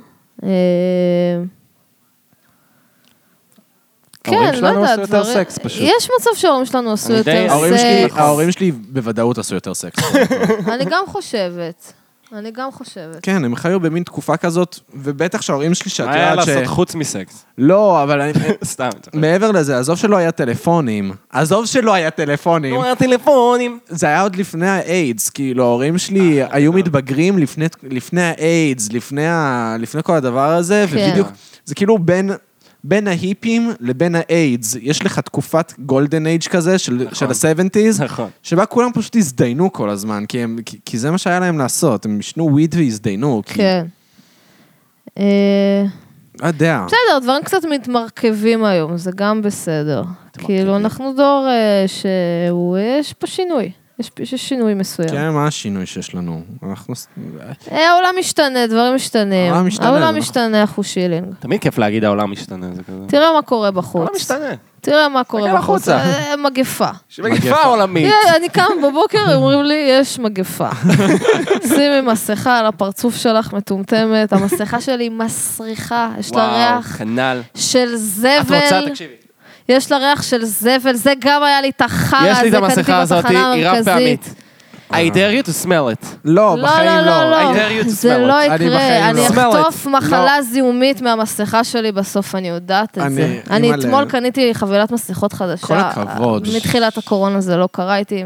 כן, לא יודעת, יש מצב שההורים שלנו עשו יותר סקס. ההורים שלי בוודאות עשו יותר סקס. אני גם חושבת. אני גם חושבת. כן, הם חיו במין תקופה כזאת, ובטח שההורים שלי שאת מה היה יודעת לעשות חוץ מסקס? לא, אבל אני... סתם. מעבר לזה, עזוב שלא היה טלפונים. לא היה טלפונים. זה היה עוד לפני האיידס, כאילו, ההורים שלי היו מתבגרים לפני האיידס, לפני כל הדבר הזה, ובדיוק, זה כאילו בין ההיפים לבין האיידס, יש לך תקופת גולדן אייג' כזה, של ה-70s, שבה כולם פשוט הזדיינו כל הזמן, כי זה מה שהיה להם לעשות, הם ישנו וויד והזדיינו. כן. יודע. בסדר, דברים קצת מתמרכבים היום, זה גם בסדר. כאילו, אנחנו דור יש פה שינוי. יש שינוי מסוים. כן, מה השינוי שיש לנו? העולם משתנה, דברים משתנים. העולם משתנה, אחו שילינג. תמיד כיף להגיד העולם משתנה, זה כזה. תראה מה קורה בחוץ. העולם משתנה. תראה מה קורה בחוץ. מגפה. מגפה עולמית. אני קם בבוקר, אומרים לי, יש מגפה. שימי מסכה על הפרצוף שלך מטומטמת, המסכה שלי מסריחה, יש לה ריח של זבל. את רוצה, תקשיבי. יש לה ריח של זבל, זה גם היה לי את החרא, יש לי את המסכה הזאת, היא רב פעמית. I dare you to smell it. לא, בחיים לא. I dare you to smell it. זה לא יקרה, אני לא. אחטוף מחלה זיהומית מהמסכה שלי בסוף, אני יודעת את זה. אני אתמול קניתי חבילת מסכות חדשה. כל הכבוד. מתחילת הקורונה זה לא קרה איתי.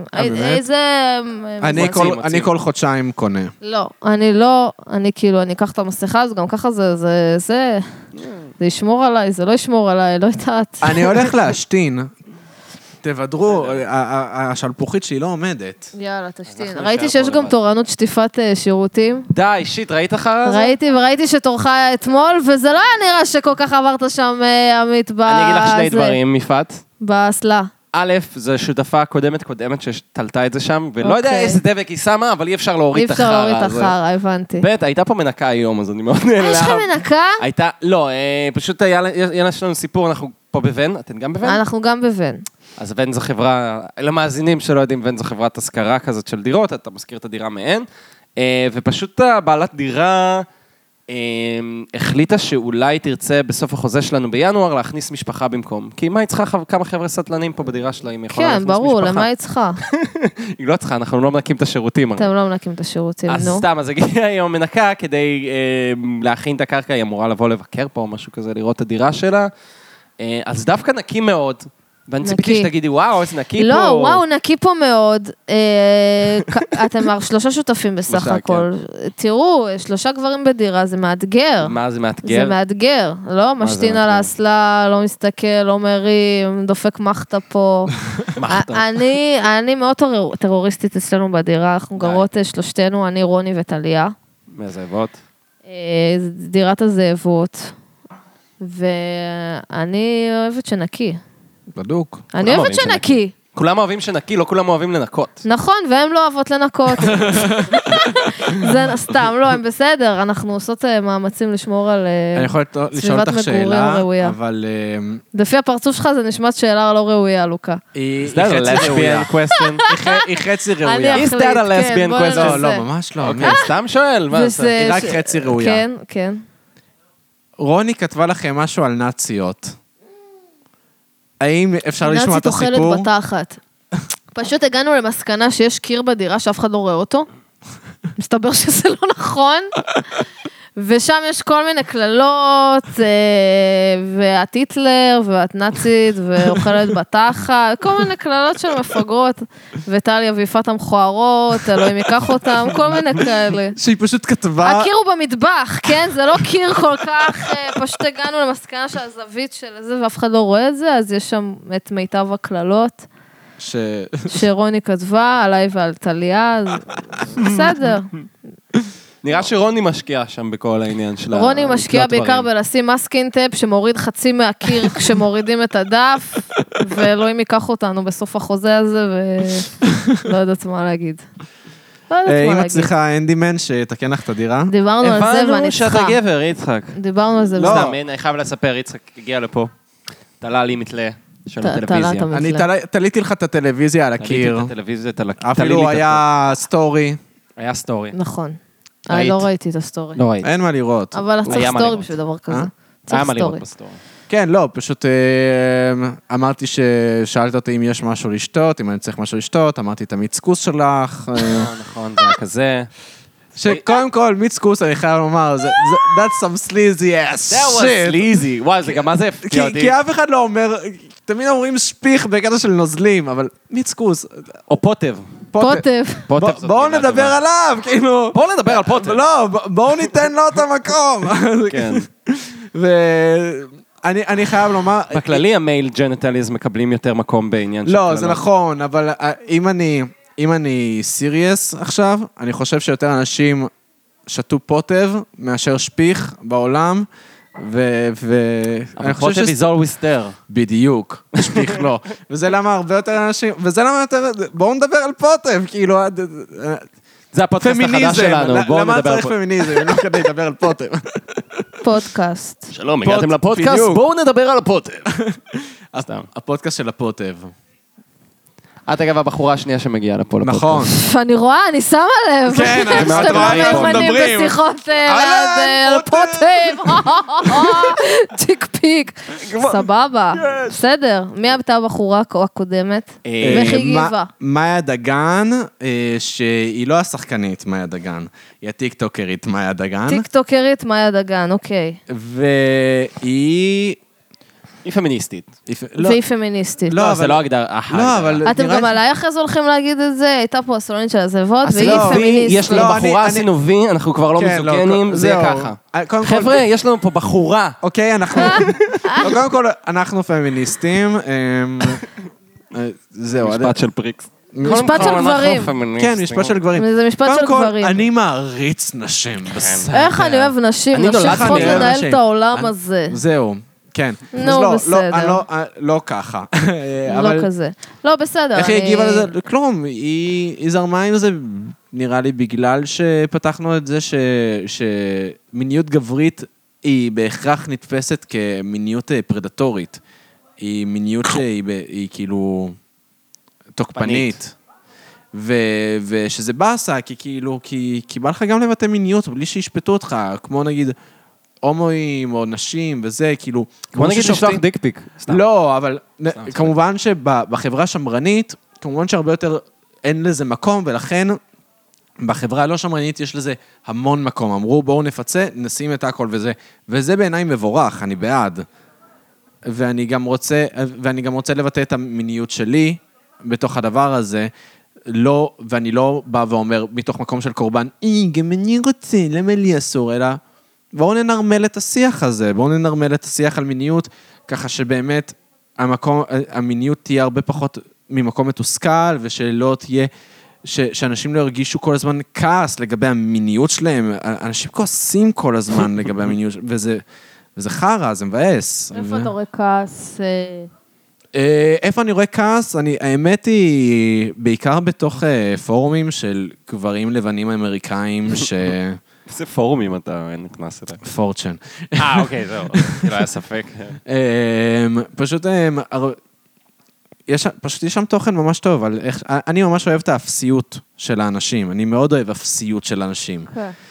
אני כל חודשיים קונה. לא, אני כאילו, אני אקח את המסכה, אז גם ככה זה ישמור עליי, זה לא ישמור עליי, לא יודעת. אני הולך להשתין. תוודרו, השלפוחית שלי לא עומדת. יאללה, תשתין. ראיתי שיש גם תורנות שטיפת שירותים. די, שיט, ראית אחר הזה? ראיתי שתורך היה אתמול, וזה לא היה נראה שכל כך עברת שם, עמית, אני אגיד לך שני דברים, מפת. באסלה. א', זו שותפה קודמת שתלתה את זה שם, ולא יודע איזה דבק היא שמה, אבל אי אפשר להוריד את החרא. אי אפשר להוריד את החרא, הבנתי. ב', הייתה פה מנקה היום, אז אני מאוד נעלב. יש לך מנקה? הייתה, לא, פשוט היה לנו סיפור, אנחנו פה בבן, אתן גם בבן? אנחנו גם בבן. אז בן זו חברה, אלה מאזינים שלא יודעים, בן זו חברת השכרה כזאת של דירות, אתה מזכיר את הדירה מהן, ופשוט בעלת דירה החליטה שאולי תרצה בסוף החוזה שלנו בינואר להכניס משפחה במקום. כי מה היא צריכה כמה חבר'ה סטלנים פה בדירה שלה, אם יכולה להכניס משפחה? כן, ברור, למה היא צריכה? היא לא צריכה, אנחנו לא מנקים את השירותים. אתם לא מנקים את השירותים, נו. אז סתם, אז הגיעה היום מנקה כדי להכין את הקרקע, היא אמורה לבוא לבקר פה או משהו כזה, לראות את הדירה שלה. אז דווקא נקי מאוד. ואני ציפיתי שתגידי, וואו, איזה נקי פה. לא, וואו, נקי פה מאוד. אתם 3 שותפים בסך הכל. תראו, 3 גברים בדירה, זה מאתגר. מה זה מאתגר? זה מאתגר. לא משתין על האסלה, לא מסתכל, לא מרים, דופק מחטה פה. אני מאוד טרוריסטית אצלנו בדירה, אנחנו גרות 3, אני, רוני וטליה. מהזאבות? דירת הזאבות. ואני אוהבת שנקי. בדוק. אני אוהבת שנקי. כולם אוהבים שנקי, לא כולם אוהבים לנקות. נכון, והם לא אוהבות לנקות. זה סתם, לא, הם בסדר. אנחנו עושות מאמצים לשמור על סביבת מגורים ראויה. אבל... לפי הפרצוף שלך זה נשמעת שאלה לא ראויה, לוקה. היא חצי ראויה. Is that a lesbian question? לא, ממש לא. סתם שואל. היא רק חצי ראויה. כן, כן. רוני כתבה לכם משהו על נאציות. האם אפשר לשמוע את הסיפור? נאצית אוכלת בתחת. פשוט הגענו למסקנה שיש קיר בדירה שאף אחד לא רואה אותו. מסתבר שזה לא נכון. ושם יש כל מיני כללות, ואת היטלר, ואת נאצית, ואוכלת בתחת, כל מיני כללות של מפגרות, וטליה ויפת המכוערות, אלוהים ייקח אותם, כל מיני כאלה. שהיא פשוט כתבה... הקיר הוא במטבח, כן? זה לא קיר כל כך, פשוט הגענו למסקנה שהזווית של זה, ואף אחד לא רואה את זה, אז יש שם את מיטב הכללות, שרוני כתבה, עליי ועל טליה, בסדר. נראה שרוני משקיע שם בכל העניין שלה. רוני משקיע בעיקר בלשים מסקין טאפ שמוריד חצי מהקיר כשמורידים את הדף, ואלוהים ייקח אותנו בסוף החוזה הזה, ולא יודעת מה להגיד. אם את צריכה אנדימן שתקן לך את הדירה. דיברנו על זה ואני צריכה. הבנו שאתה גבר, יצחק. דיברנו על זה. סתם, אני חייב לספר, יצחק הגיע לפה. תלה לי מתלה של הטלוויזיה. אני תליתי לך את הטלוויזיה על הקיר. תליתי את הטלוויזיה, אפילו היה סטורי. היה סטורי. נכון. לא ראיתי את הסטורי. לא ראיתי. אין מה לראות. אבל צריך סטורי בשביל דבר כזה. היה מה לראות בסטורי. כן, לא, פשוט אמרתי ששאלת אותי אם יש משהו לשתות, אם אני צריך משהו לשתות, אמרתי את המצקוס שלך. נכון, זה היה כזה. שקודם כל, מיץ כוס, אני חייב לומר, that's some sleazy ass That was shit. sleazy. וואי, זה גם מה זה הפתיע אותי. כי אף אחד לא אומר, תמיד אומרים שפיך בקטע של נוזלים, אבל מיץ כוס. או פוטב. פוטב. בואו נדבר עליו, כאילו. בואו נדבר על פוטב. לא, בואו ניתן לו את המקום. כן. ואני חייב לומר... בכללי המייל ג'נטליז מקבלים יותר מקום בעניין של... לא, זה נכון, אבל אם אני סיריוס עכשיו, אני חושב שיותר אנשים שתו פוטב מאשר שפיך בעולם, אבל פוטב is always there. בדיוק, שפיך לא. וזה למה הרבה יותר אנשים, וזה למה יותר, בואו נדבר על פוטב, כאילו... זה הפודקאסט החדש שלנו, בואו נדבר על למה צריך פמיניזם, אני לא כדי לדבר על פוטב. פודקאסט. שלום, הגעתם לפודקאסט, בואו נדבר על הפוטב. הפודקאסט של הפוטב. את אגב הבחורה השנייה שמגיעה לפה לפודקאסט. נכון. אני רואה, אני שמה לב. כן, שאתם לא מיומנים בשיחות על פוטב. טיק פיק. סבבה. בסדר. מי הייתה הבחורה הקודמת? ואיך היא הגיבה? מאיה דגן, שהיא לא השחקנית מאיה דגן, היא הטיקטוקרית מאיה דגן. טיקטוקרית מאיה דגן, אוקיי. והיא... היא פמיניסטית. והיא פמיניסטית. לא, זה לא הגדרה. לא, אבל... אתם גם עליי אחרי זה הולכים להגיד את זה? הייתה פה הסולנית של הזאבות, והיא פמיניסטית. יש לנו בחורה, עשינו וי, אנחנו כבר לא מסוכנים, זה ככה. חבר'ה, יש לנו פה בחורה. אוקיי, אנחנו... קודם כל, אנחנו פמיניסטים. זהו. משפט של פריקס. משפט של גברים. כן, משפט של גברים. זה משפט של גברים. קודם כל, אני מעריץ נשים. איך אני אוהב נשים? נשים צריכות לנהל את העולם הזה. זהו. כן. נו, בסדר. לא ככה. לא כזה. לא, בסדר. איך היא הגיבה לזה? כלום, היא זרמה עם זה, נראה לי, בגלל שפתחנו את זה שמיניות גברית היא בהכרח נתפסת כמיניות פרדטורית. היא מיניות שהיא כאילו תוקפנית. ושזה באסה, כי בא לך גם לבטא מיניות בלי שישפטו אותך, כמו נגיד... הומואים או נשים וזה, כאילו... בוא נגיד לשלוח דיק פיק. לא, אבל כמובן שבחברה שמרנית, כמובן שהרבה יותר אין לזה מקום, ולכן בחברה הלא שמרנית יש לזה המון מקום. אמרו, בואו נפצה, נשים את הכל וזה. וזה בעיניי מבורך, אני בעד. ואני גם רוצה לבטא את המיניות שלי בתוך הדבר הזה, ואני לא בא ואומר מתוך מקום של קורבן, גם אני רוצה, למה לי אסור, אלא... בואו ננרמל את השיח הזה, בואו ננרמל את השיח על מיניות, ככה שבאמת המיניות תהיה הרבה פחות ממקום מתוסכל, ושלא תהיה, שאנשים לא ירגישו כל הזמן כעס לגבי המיניות שלהם, אנשים כועסים כל הזמן לגבי המיניות, וזה חרא, זה מבאס. איפה אתה רואה כעס? איפה אני רואה כעס? האמת היא בעיקר בתוך פורומים של גברים לבנים אמריקאים, איזה פורומים אתה נכנס אליי? פורצ'ן. אוקיי, זהו. לא היה ספק. פשוט יש שם תוכן ממש טוב, אבל אני ממש אוהב את האפסיות של האנשים. אני מאוד אוהב אפסיות של האנשים.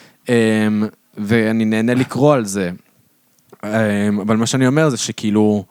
ואני נהנה לקרוא על זה. אבל מה שאני אומר זה שכאילו...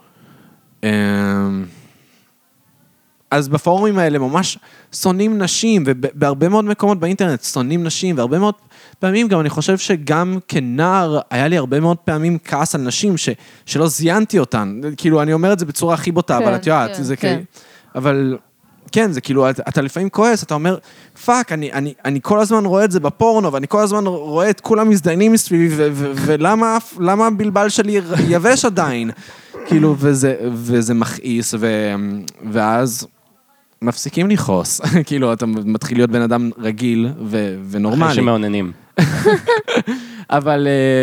אז בפורומים האלה ממש שונאים נשים, ובהרבה מאוד מקומות באינטרנט שונאים נשים, והרבה מאוד פעמים גם אני חושב שגם כנער היה לי הרבה מאוד פעמים כעס על נשים שלא זיינתי אותן. כאילו אני אומר את זה בצורה הכי בוטה, אבל את יודעת, זה כאילו... אבל כן, זה כאילו, אתה לפעמים כועס, אתה אומר, פאק, אני כל הזמן רואה את זה בפורנו, ואני כל הזמן רואה את כולם מזדיינים מסביבי, ולמה הבלבל שלי יבש עדיין? כאילו, וזה מכעיס, ואז מפסיקים לכעוס. כאילו, אתה מתחיל להיות בן אדם רגיל ונורמלי. אחרי שמעוננים. אבל...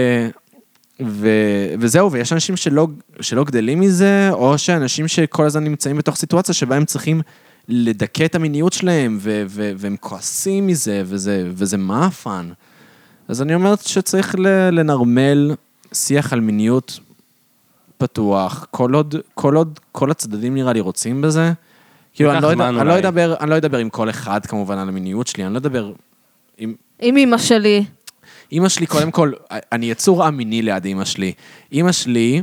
וזהו, ויש אנשים שלא גדלים מזה, או שאנשים שכל הזמן נמצאים בתוך סיטואציה שבה הם צריכים לדכא את המיניות שלהם, והם כועסים מזה, וזה מאפן. אז אני אומרת שצריך לנרמל שיח על מיניות פתוח, כל עוד כל הצדדים נראה לי רוצים בזה. כאילו, אני לא אדבר עם כל אחד כמובן על המיניות שלי, אני לא אדבר עם אמא שלי. אמא שלי, קודם כל, אני יצור אמיני ליד אמא שלי. אמא שלי,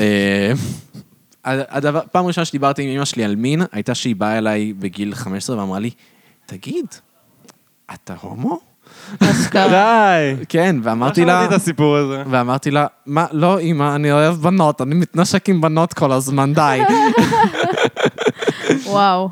פעם ראשונה שדיברתי עם אמא שלי על מין, הייתה שהיא באה אליי בגיל 15 ואמרה לי, תגיד, אתה הומו? די. כן, ואמרתי לה... שמעתי את הסיפור הזה. ואמרתי לה, מה, לא, אמא, אני אוהב בנות, אני מתנשק עם בנות כל הזמן, די. וואו.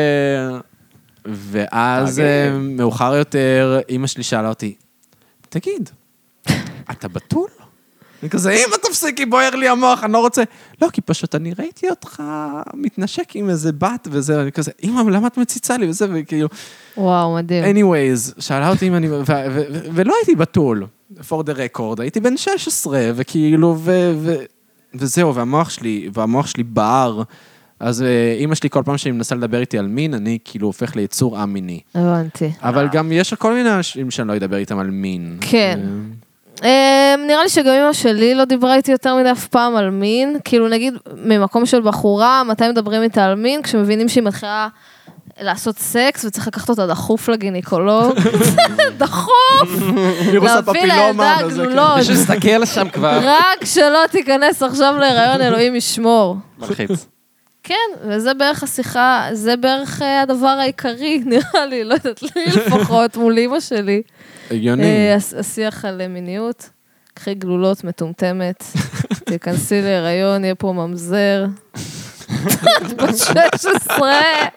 ואז מאוחר יותר, אמא שלי שאלה אותי, תגיד, אתה בתול? אני כזה, אמא תפסיקי, בוער לי המוח, אני לא רוצה. לא, כי פשוט אני ראיתי אותך מתנשק עם איזה בת וזה, אני כזה, אמא, למה את מציצה לי וזה, וכאילו... וואו, מדהים. anyways, שאלה אותי אם אני... ולא הייתי בתול, for the record, הייתי בן 16, וכאילו, וזהו, והמוח שלי בער. אז אמא שלי כל פעם שהיא מנסה לדבר איתי על מין, אני כאילו הופך ליצור א-מיני. הבנתי. אבל גם יש כל מיני אנשים שאני לא אדבר איתם על מין. כן. נראה לי שגם אמא שלי לא דיברה איתי יותר מדי אף פעם על מין, כאילו נגיד ממקום של בחורה, מתי מדברים איתה על מין, כשמבינים שהיא מתחילה לעשות סקס, וצריך לקחת אותה דחוף לגינקולוג, דחוף, להביא לילדה גלולות, שתסתכל שם כבר. רק שלא תיכנס עכשיו להיריון, אלוהים ישמור. מלחיץ. כן, וזה בערך השיחה, זה בערך הדבר העיקרי, נראה לי, לא יודעת לי לפחות, מול אמא שלי. הגיוני. השיח על מיניות, קחי גלולות מטומטמת, תיכנסי להיריון, יהיה פה ממזר. בת 16.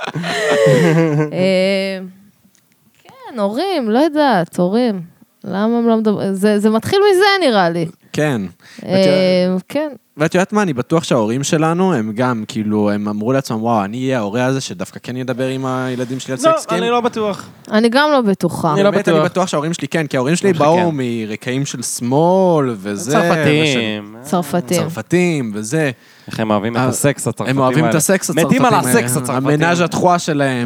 כן, הורים, לא יודעת, הורים. למה הם לא מדברים? זה מתחיל מזה נראה לי. כן. כן. ואת יודעת מה, אני בטוח שההורים שלנו, הם גם, כאילו, הם אמרו לעצמם, וואו, אני אהיה ההורה הזה שדווקא כן ידבר עם הילדים שלי על סקס. לא, אני לא בטוח. אני גם לא בטוחה. אני לא בטוח. אני בטוח שההורים שלי כן, כי ההורים שלי באו מרקעים של שמאל, וזה. צרפתים, וזה. איך הם אוהבים את הסקס הצרפתים האלה. הם אוהבים את הסקס הצרפתים. מתים על הסקס הצרפתים. המנאז' התחואה שלהם.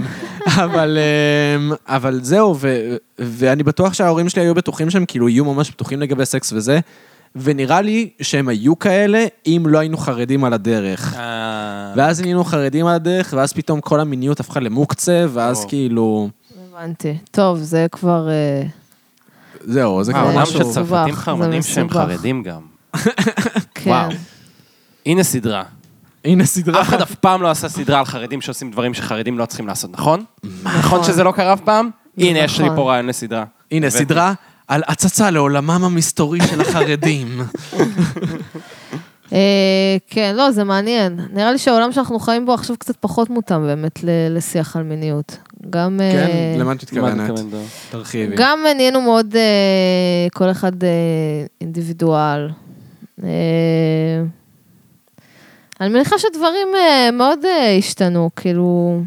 אבל זהו, ואני בטוח שההורים שלי היו בטוחים שהם כאילו יהיו ממש בטוחים לגבי סקס וזה. ונראה לי שהם היו כאלה, אם לא היינו חרדים על הדרך. ואז היינו חרדים על הדרך, ואז פתאום כל המיניות הפכה למוקצה, ואז כאילו... הבנתי. טוב, זה כבר... זהו, זה כבר משהו... העולם של צרפתים חרמנים שהם חרדים גם. כן. הנה סדרה. הנה סדרה. אף אחד אף פעם לא עשה סדרה על חרדים שעושים דברים שחרדים לא צריכים לעשות, נכון? נכון שזה לא קרה אף פעם? הנה, יש לי פה רעיון לסדרה. הנה, סדרה על הצצה לעולמם המסתורי של החרדים. כן, לא, זה מעניין. נראה לי שהעולם שאנחנו חיים בו עכשיו קצת פחות מותאם באמת לשיח על מיניות. גם... כן, למה את מתכוונת? תרחיבי. גם נהיינו מאוד, כל אחד אינדיבידואל. אני מניחה שדברים מאוד השתנו, כאילו...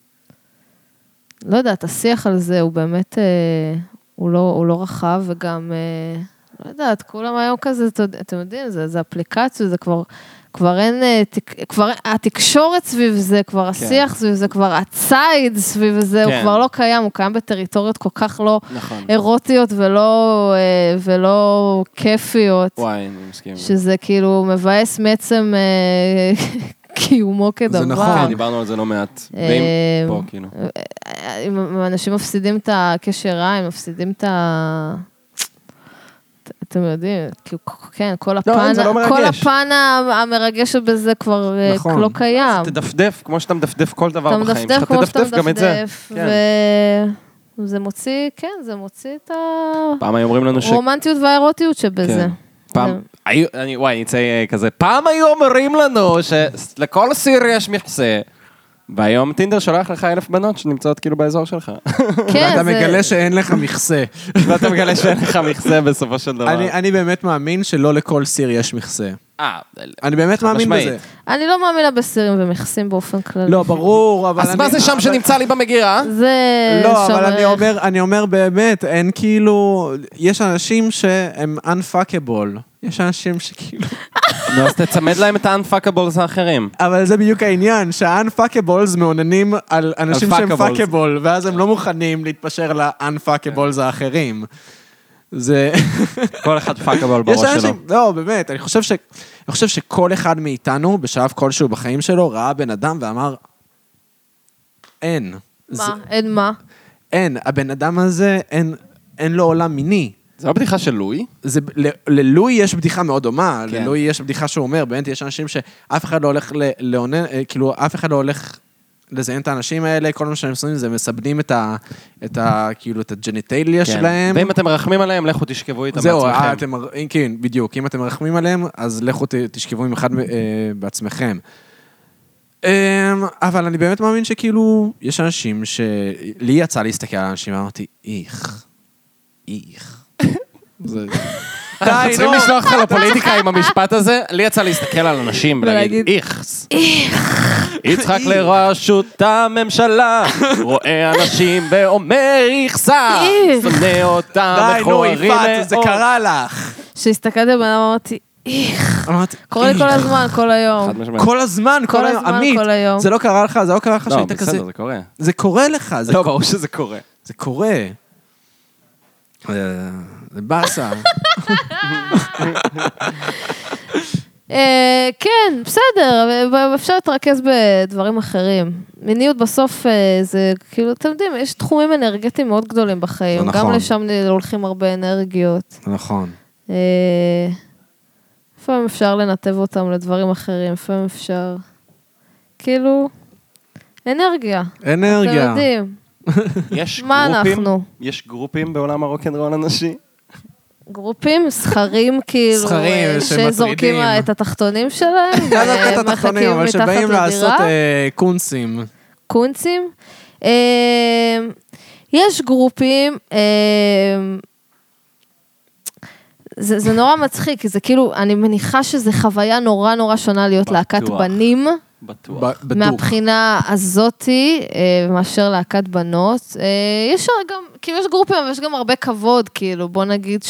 לא יודעת, השיח על זה הוא באמת... הוא לא רחב, וגם, לא יודעת, כולם היום כזה, אתם יודעים, זה אפליקציה, זה כבר אין, כבר התקשורת סביב זה, כבר השיח סביב זה, כבר הצייד סביב זה, הוא כבר לא קיים, הוא קיים בטריטוריות כל כך לא אירוטיות ולא כיפיות. וואי, אני מסכים. שזה כאילו מבאס מעצם... קיומו כדבר. זה נכון. דיברנו על זה לא מעט. ואם פה, כאילו. אם אנשים מפסידים את הקשר רע, הם מפסידים את ה... אתם יודעים, כן, כל הפן המרגש בזה כבר לא קיים. תדפדף, כמו שאתה מדפדף כל דבר בחיים. אתה מדפדף כמו שאתה מדפדף, וזה מוציא, כן, זה מוציא את פעם היו אומרים לנו הרומנטיות והאירוטיות שבזה. פעם, וואי, אני אצא כזה, פעם היו אומרים לנו שלכל סיר יש מכסה, והיום טינדר שולח לך 1,000 בנות שנמצאות כאילו באזור שלך. ואתה מגלה שאין לך מכסה. ואתה מגלה שאין לך מכסה בסופו של דבר. אני באמת מאמין שלא לכל סיר יש מכסה. אני באמת מאמין בזה. אני לא מאמינה בסירים ומכסים באופן כללי. לא, ברור, אבל... אז מה זה שם שנמצא לי במגירה? זה... לא, אבל אני אומר באמת, אין כאילו... יש אנשים שהם unfuckable. יש אנשים שכאילו... נו, אז תצמד להם את ה-unfuckables האחרים. אבל זה בדיוק העניין, שה-unfuckables מעוננים על אנשים שהם fuckable, ואז הם לא מוכנים להתפשר ל-unfuckables האחרים. זה... כל אחד fuckable בראש שלו. לא, באמת, אני חושב שכל אחד מאיתנו, בשלב כלשהו בחיים שלו, ראה בן אדם ואמר, אין. מה? אין מה? אין, הבן אדם הזה, אין לו עולם מיני. זה לא בדיחה של לואי? ללואי יש בדיחה מאוד דומה, ללואי יש בדיחה שהוא אומר, באמת יש אנשים שאף אחד לא הולך לעונן, כאילו אף אחד לא הולך לזיין את האנשים האלה, כל מה שהם עושים זה מסבנים כאילו, את הג'ניטליה שלהם. ואם אתם מרחמים עליהם, לכו תשכבו איתם בעצמכם. זהו, כן, בדיוק. אם אתם מרחמים עליהם, אז לכו תשכבו עם אחד בעצמכם. אבל אני באמת מאמין שכאילו, יש אנשים לי יצא להסתכל על אנשים, ואמרתי, איך. אנחנו צריכים לשלוח לך לפוליטיקה עם המשפט הזה, לי יצא להסתכל על אנשים ולהגיד, איכס. יצחק לראשות הממשלה, רואה אנשים ואומר איכסה, שונא אותם, מכוערים מאוד. די, נו, יפעת, זה קרה לך. שהסתכלתי בן אמרתי, איך. קורה לי כל הזמן, כל היום. כל הזמן, כל היום. עמית, זה לא קרה לך, זה לא קרה לך שהיית כזה. לא, בסדר, זה קורה. זה קורה לך. לא, ברור שזה קורה. זה קורה. זה באסה. כן, בסדר, אפשר להתרכז בדברים אחרים. מיניות בסוף זה, כאילו, אתם יודעים, יש תחומים אנרגטיים מאוד גדולים בחיים. גם לשם הולכים הרבה אנרגיות. נכון. לפעמים אפשר לנתב אותם לדברים אחרים, לפעמים אפשר, כאילו, אנרגיה. אתם יודעים. יש גרופים בעולם הרוק'נ'רול הנשי? גרופים, סחרים כאילו, שזורקים את התחתונים שלהם, לא את התחתונים, אבל שבאים לעשות קונסים. קונסים? יש גרופים, זה נורא מצחיק, כי זה כאילו, אני מניחה שזה חוויה נורא נורא שונה להיות להקת בנים, מהבחינה הזאתי, מאשר להקת בנות. יש גם, כאילו יש גרופים, אבל יש גם הרבה כבוד, כאילו, בוא נגיד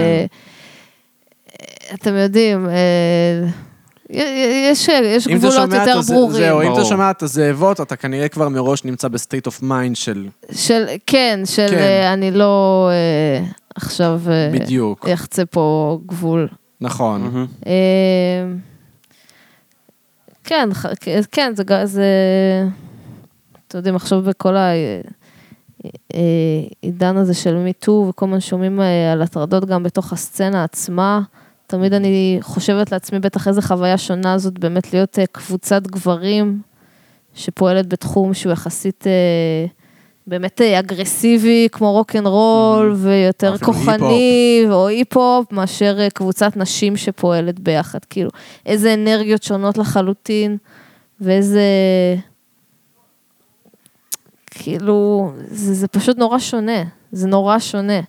אתם יודעים, יש גבולות יותר ברורים. זהו, אם אתה שומע את הזאבות, אתה כנראה כבר מראש נמצא בסטייט אוף מיינד של... כן, אני לא עכשיו... בדיוק. יחצה פה גבול. נכון. כן, זה... אתם יודעים, עכשיו בכל העידן הזה של מיטו, וכל מה שומעים על הטרדות גם בתוך הסצנה עצמה, תמיד אני חושבת לעצמי, בטח איזה חוויה שונה זאת, באמת להיות קבוצת גברים, שפועלת בתחום שהוא יחסית באמת אגרסיבי, כמו רוק'נ'רול, ויותר כוחני, או היפ-הופ, מאשר קבוצת נשים שפועלת ביחד, כאילו, איזה אנרגיות שונות לחלוטין, ואיזה, כאילו, זה פשוט נורא שונה, זה נורא שונה.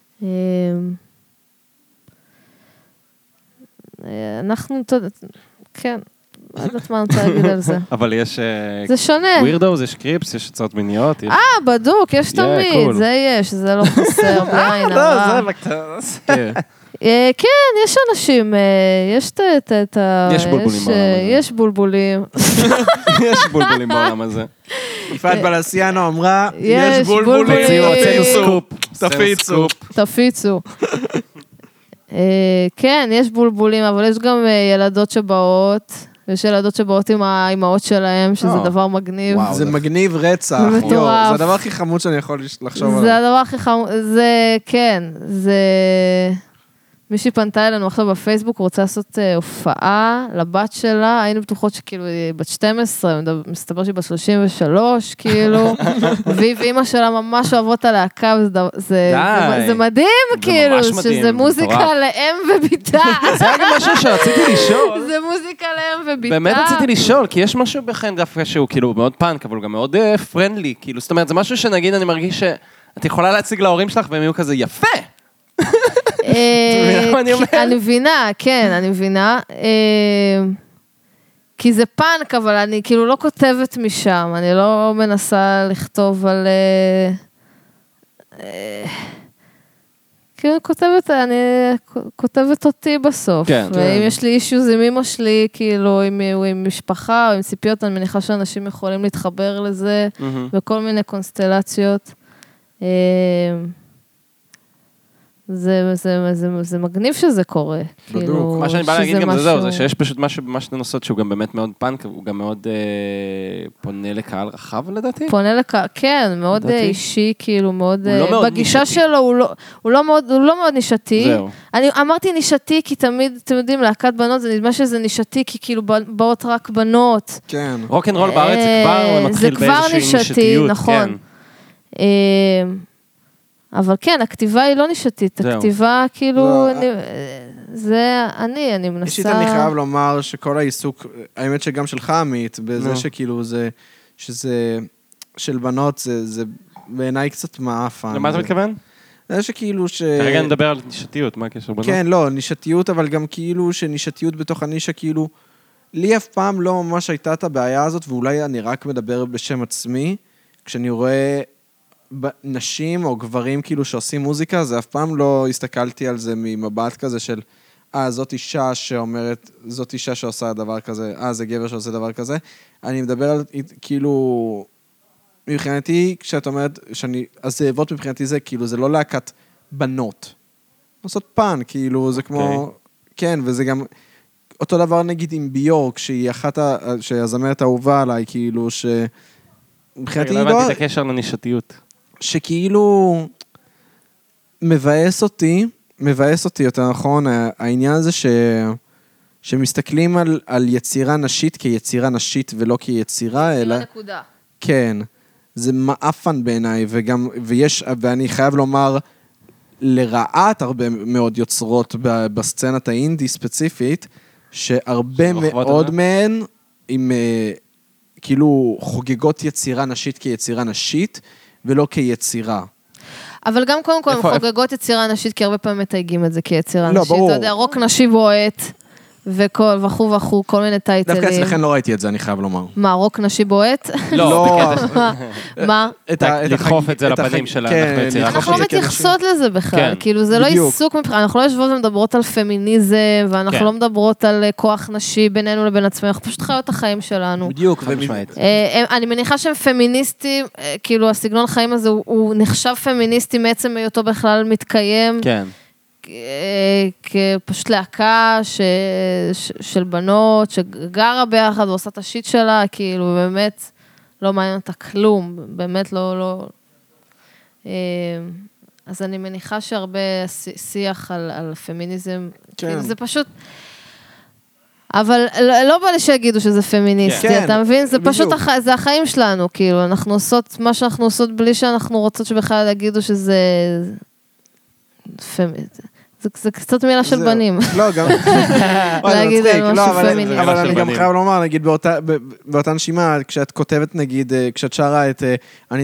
אנחנו, כן, לא יודעת מה אני רוצה להגיד על זה. אבל יש... זה שונה. ווירדוז, יש קריפס, יש הצעות מיניות. בדוק, יש תמיד, זה יש, זה לא חסר, בעין הרע. זה בקטנה. כן, יש אנשים, יש את ה... יש בולבולים בעולם הזה. יש בולבולים. יש בולבולים בעולם הזה. יפעת בלסיאנו אמרה, יש בולבולים. תפיצו. כן, יש בולבולים, אבל יש גם ילדות שבאות, יש ילדות שבאות עם האימהות שלהם, שזה דבר מגניב. זה מגניב רצח. זה מטורף. זה הדבר הכי חמוד שאני יכול לחשוב עליו. זה הדבר הכי חמוד, זה, כן, זה... מישהי פנתה אלינו עכשיו בפייסבוק, רוצה לעשות הופעה לבת שלה, היינו בטוחות שכאילו היא בת 12, מסתבר שהיא בת 33, כאילו, והיא ואמא שלה ממש אוהבות הלהקה, זה מדהים, כאילו, שזה מוזיקה לאם וביתה. זה היה גם משהו שרציתי לשאול. זה מוזיקה לאם וביתה. באמת רציתי לשאול, כי יש משהו בכן דווקא שהוא כאילו מאוד פאנק, אבל הוא גם מאוד פרנדלי, כאילו, זאת אומרת, זה משהו שנגיד אני מרגיש שאת יכולה להציג להורים שלך, והם יהיו כזה יפה. אני מבינה, כן, אני מבינה. כי זה פאנק, אבל אני כאילו לא כותבת משם, אני לא מנסה לכתוב על... כאילו אני כותבת אותי בסוף. ואם יש לי אישוז עם אמא שלי, כאילו עם משפחה או עם ציפיות, אני מניחה שאנשים יכולים להתחבר לזה, בכל מיני קונסטלציות. זה מגניב שזה קורה. בדיוק. מה שאני בא להגיד גם זה זהו, זה שיש פשוט משהו במה שאתן עושות שהוא גם באמת מאוד פאנק, הוא גם מאוד פונה לקהל רחב לדעתי. פונה לקהל, כן, מאוד אישי, כאילו מאוד, בגישה נישתי. שלו הוא לא מאוד נישתי. זהו. אני אמרתי נישתי כי תמיד, אתם יודעים, להקת בנות, זה נדמה שזה נישתי כי כאילו באות רק בנות. כן. רוק'נ'רול בארץ זה כבר מתחיל באיזושהי נישתיות. נכון. כן. אבל כן, הכתיבה היא לא נישתית, הכתיבה כאילו, זה אני מנסה... אישית אני חייב לומר שכל העיסוק, האמת שגם שלך עמית, בזה שכאילו שזה של בנות, זה בעיניי קצת מעפן. למה אתה מתכוון? זה שכאילו כרגע אני מדבר על נישתיות, מה הקשר בנות? כן, לא, נישתיות, אבל גם כאילו שנישתיות בתוך הנישה, כאילו, לי אף פעם לא ממש הייתה את הבעיה הזאת, ואולי אני רק מדבר בשם עצמי, כשאני רואה נשים או גברים כאילו שעושים מוזיקה, זה אף פעם לא הסתכלתי על זה ממבט כזה של, זאת אישה שאומרת, זאת אישה שעושה דבר כזה, זה גבר שעושה דבר כזה. אני מדבר על, כאילו, מבחינתי, כשאת אומרת, הזאבות מבחינתי זה, כאילו, זה לא להקת בנות. לעשות פן, כאילו, זה כמו, כן, וזה גם, אותו דבר נגיד עם ביורק, שהיא אחת, שהזמרת האהובה עליי, כאילו, מבחינתי לא הבנתי את הקשר לנישתיות. שכאילו מבאס אותי יותר נכון, העניין הזה שמסתכלים על יצירה נשית כיצירה נשית ולא כיצירה, אלא... נקודה. כן, זה מאפן בעיניי, ואני חייב לומר, לרעת הרבה מאוד יוצרות בסצנת האינדי ספציפית, שהרבה מאוד מהן עם... כאילו חוגגות יצירה נשית כיצירה נשית, ולא כיצירה. אבל גם קודם כל, חוגגות יצירה נשית, כי הרבה פעמים מתייגים את זה כיצירה נשית. ברור. אתה יודע, רוק נשי בועט, וכו, כל מיני טייטלים. דווקא אצלכם לא ראיתי את זה, אני חייב לומר. מה, רוק נשי בועט? לא, מה? לדחוף את זה לפנים שלה, אנחנו יצירה. אנחנו לא מתייחסות לזה בכלל, כאילו זה לא עיסוק מבחינת, אנחנו לא יושבות ומדברות על פמיניזם, ואנחנו לא מדברות על כוח נשי בינינו לבין עצמנו, אנחנו פשוט חיות את החיים שלנו. בדיוק. אני מניחה שהם פמיניסטים, כאילו הסגנון חיים הזה הוא נחשב פמיניסטי מעצם היותו בכלל מתקיים. כן. כפשוט להקה של בנות שגרה ביחד ועושה את השיט שלה, כאילו באמת לא מעניין אותה כלום, באמת לא. אז אני מניחה שהרבה שיח על פמיניזם, כאילו זה פשוט, אבל לא בא לי שיגידו שזה פמיניסטי, אתה מבין? זה פשוט, זה החיים שלנו, כאילו, אנחנו עושות מה שאנחנו עושות בלי שאנחנו רוצות שבכלל יגידו שזה פמיניסטי. זה קצת מילה של בנים. לא, גם... להגיד על משהו פמיניסטי. אבל אני גם חייב לומר, נגיד, באותה נשימה, כשאת כותבת, נגיד, כשאת שרה את, אני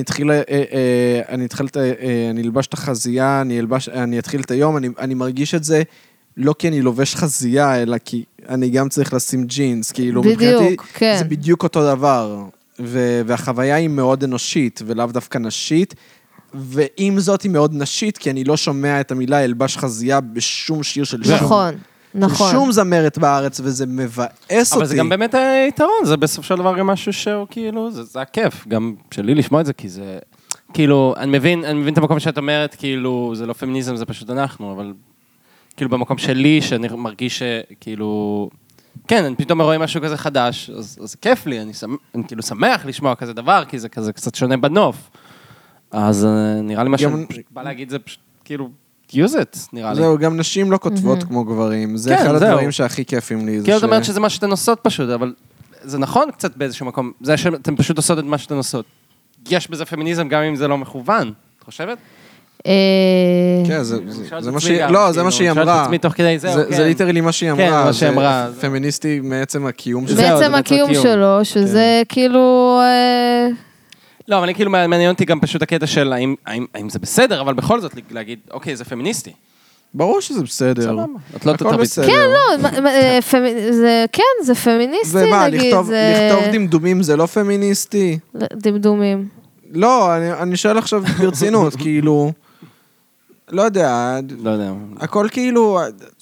אלבש את החזייה, אני אתחיל את היום, אני מרגיש את זה, לא כי אני לובש חזייה, אלא כי אני גם צריך לשים ג'ינס, כאילו, מבחינתי, זה בדיוק אותו דבר, והחוויה היא מאוד אנושית, ולאו דווקא נשית, ועם זאת היא מאוד נשית, כי אני לא שומע את המילה אלבש חזייה בשום שיר של שום. נכון, נכון. שום זמרת בארץ, וזה מבאס אותי. אבל זה גם באמת היתרון, זה בסוף של דבר גם משהו שהוא כאילו, זה הכיף, גם שלי לשמוע את זה, כי זה, כאילו, אני מבין את המקום שאת אומרת, כאילו, זה לא פמיניזם, זה פשוט אנחנו, אבל, כאילו, במקום שלי, שאני מרגיש שכאילו, כן, אני פתאום רואה משהו כזה חדש, אז זה כיף לי, אני כאילו שמח לשמוע כזה דבר, כי זה כזה קצת שונה בנוף. אז נראה לי מה שאני בא להגיד זה פשוט, כאילו, use it, נראה לי. זהו, גם נשים לא כותבות כמו גברים, זה אחד הדברים שהכי כיפים לי. כאילו, את אומרת שזה מה שאתן עושות פשוט, אבל זה נכון קצת באיזשהו מקום, זה שאתן פשוט עושות את מה שאתן עושות. יש בזה פמיניזם גם אם זה לא מכוון, את חושבת? כן, זה מה שהיא אמרה. זה ליטרלי מה שהיא אמרה. זה פמיניסטי מעצם הקיום שלו. בעצם הקיום שלו, שזה כאילו... לא, אבל אני כאילו מעניין אותי גם פשוט הקטע של האם זה בסדר, אבל בכל זאת להגיד, אוקיי, זה פמיניסטי. ברור שזה בסדר. את לא תתרביץ. כן, לא, כן, זה פמיניסטי, נגיד. לכתוב דמדומים זה לא פמיניסטי? דמדומים. לא, אני שואל עכשיו ברצינות, כאילו, לא יודע. לא יודע. הכל כאילו...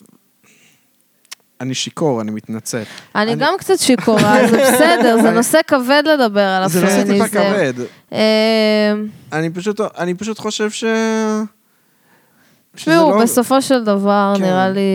אני שיקור, אני מתנצל. אני גם קצת שיקורה, זה בסדר, זה נושא כבד לדבר על הפמיניזם. זה נושא טיפה כבד. אני פשוט חושב ש... תשמעו, בסופו של דבר נראה לי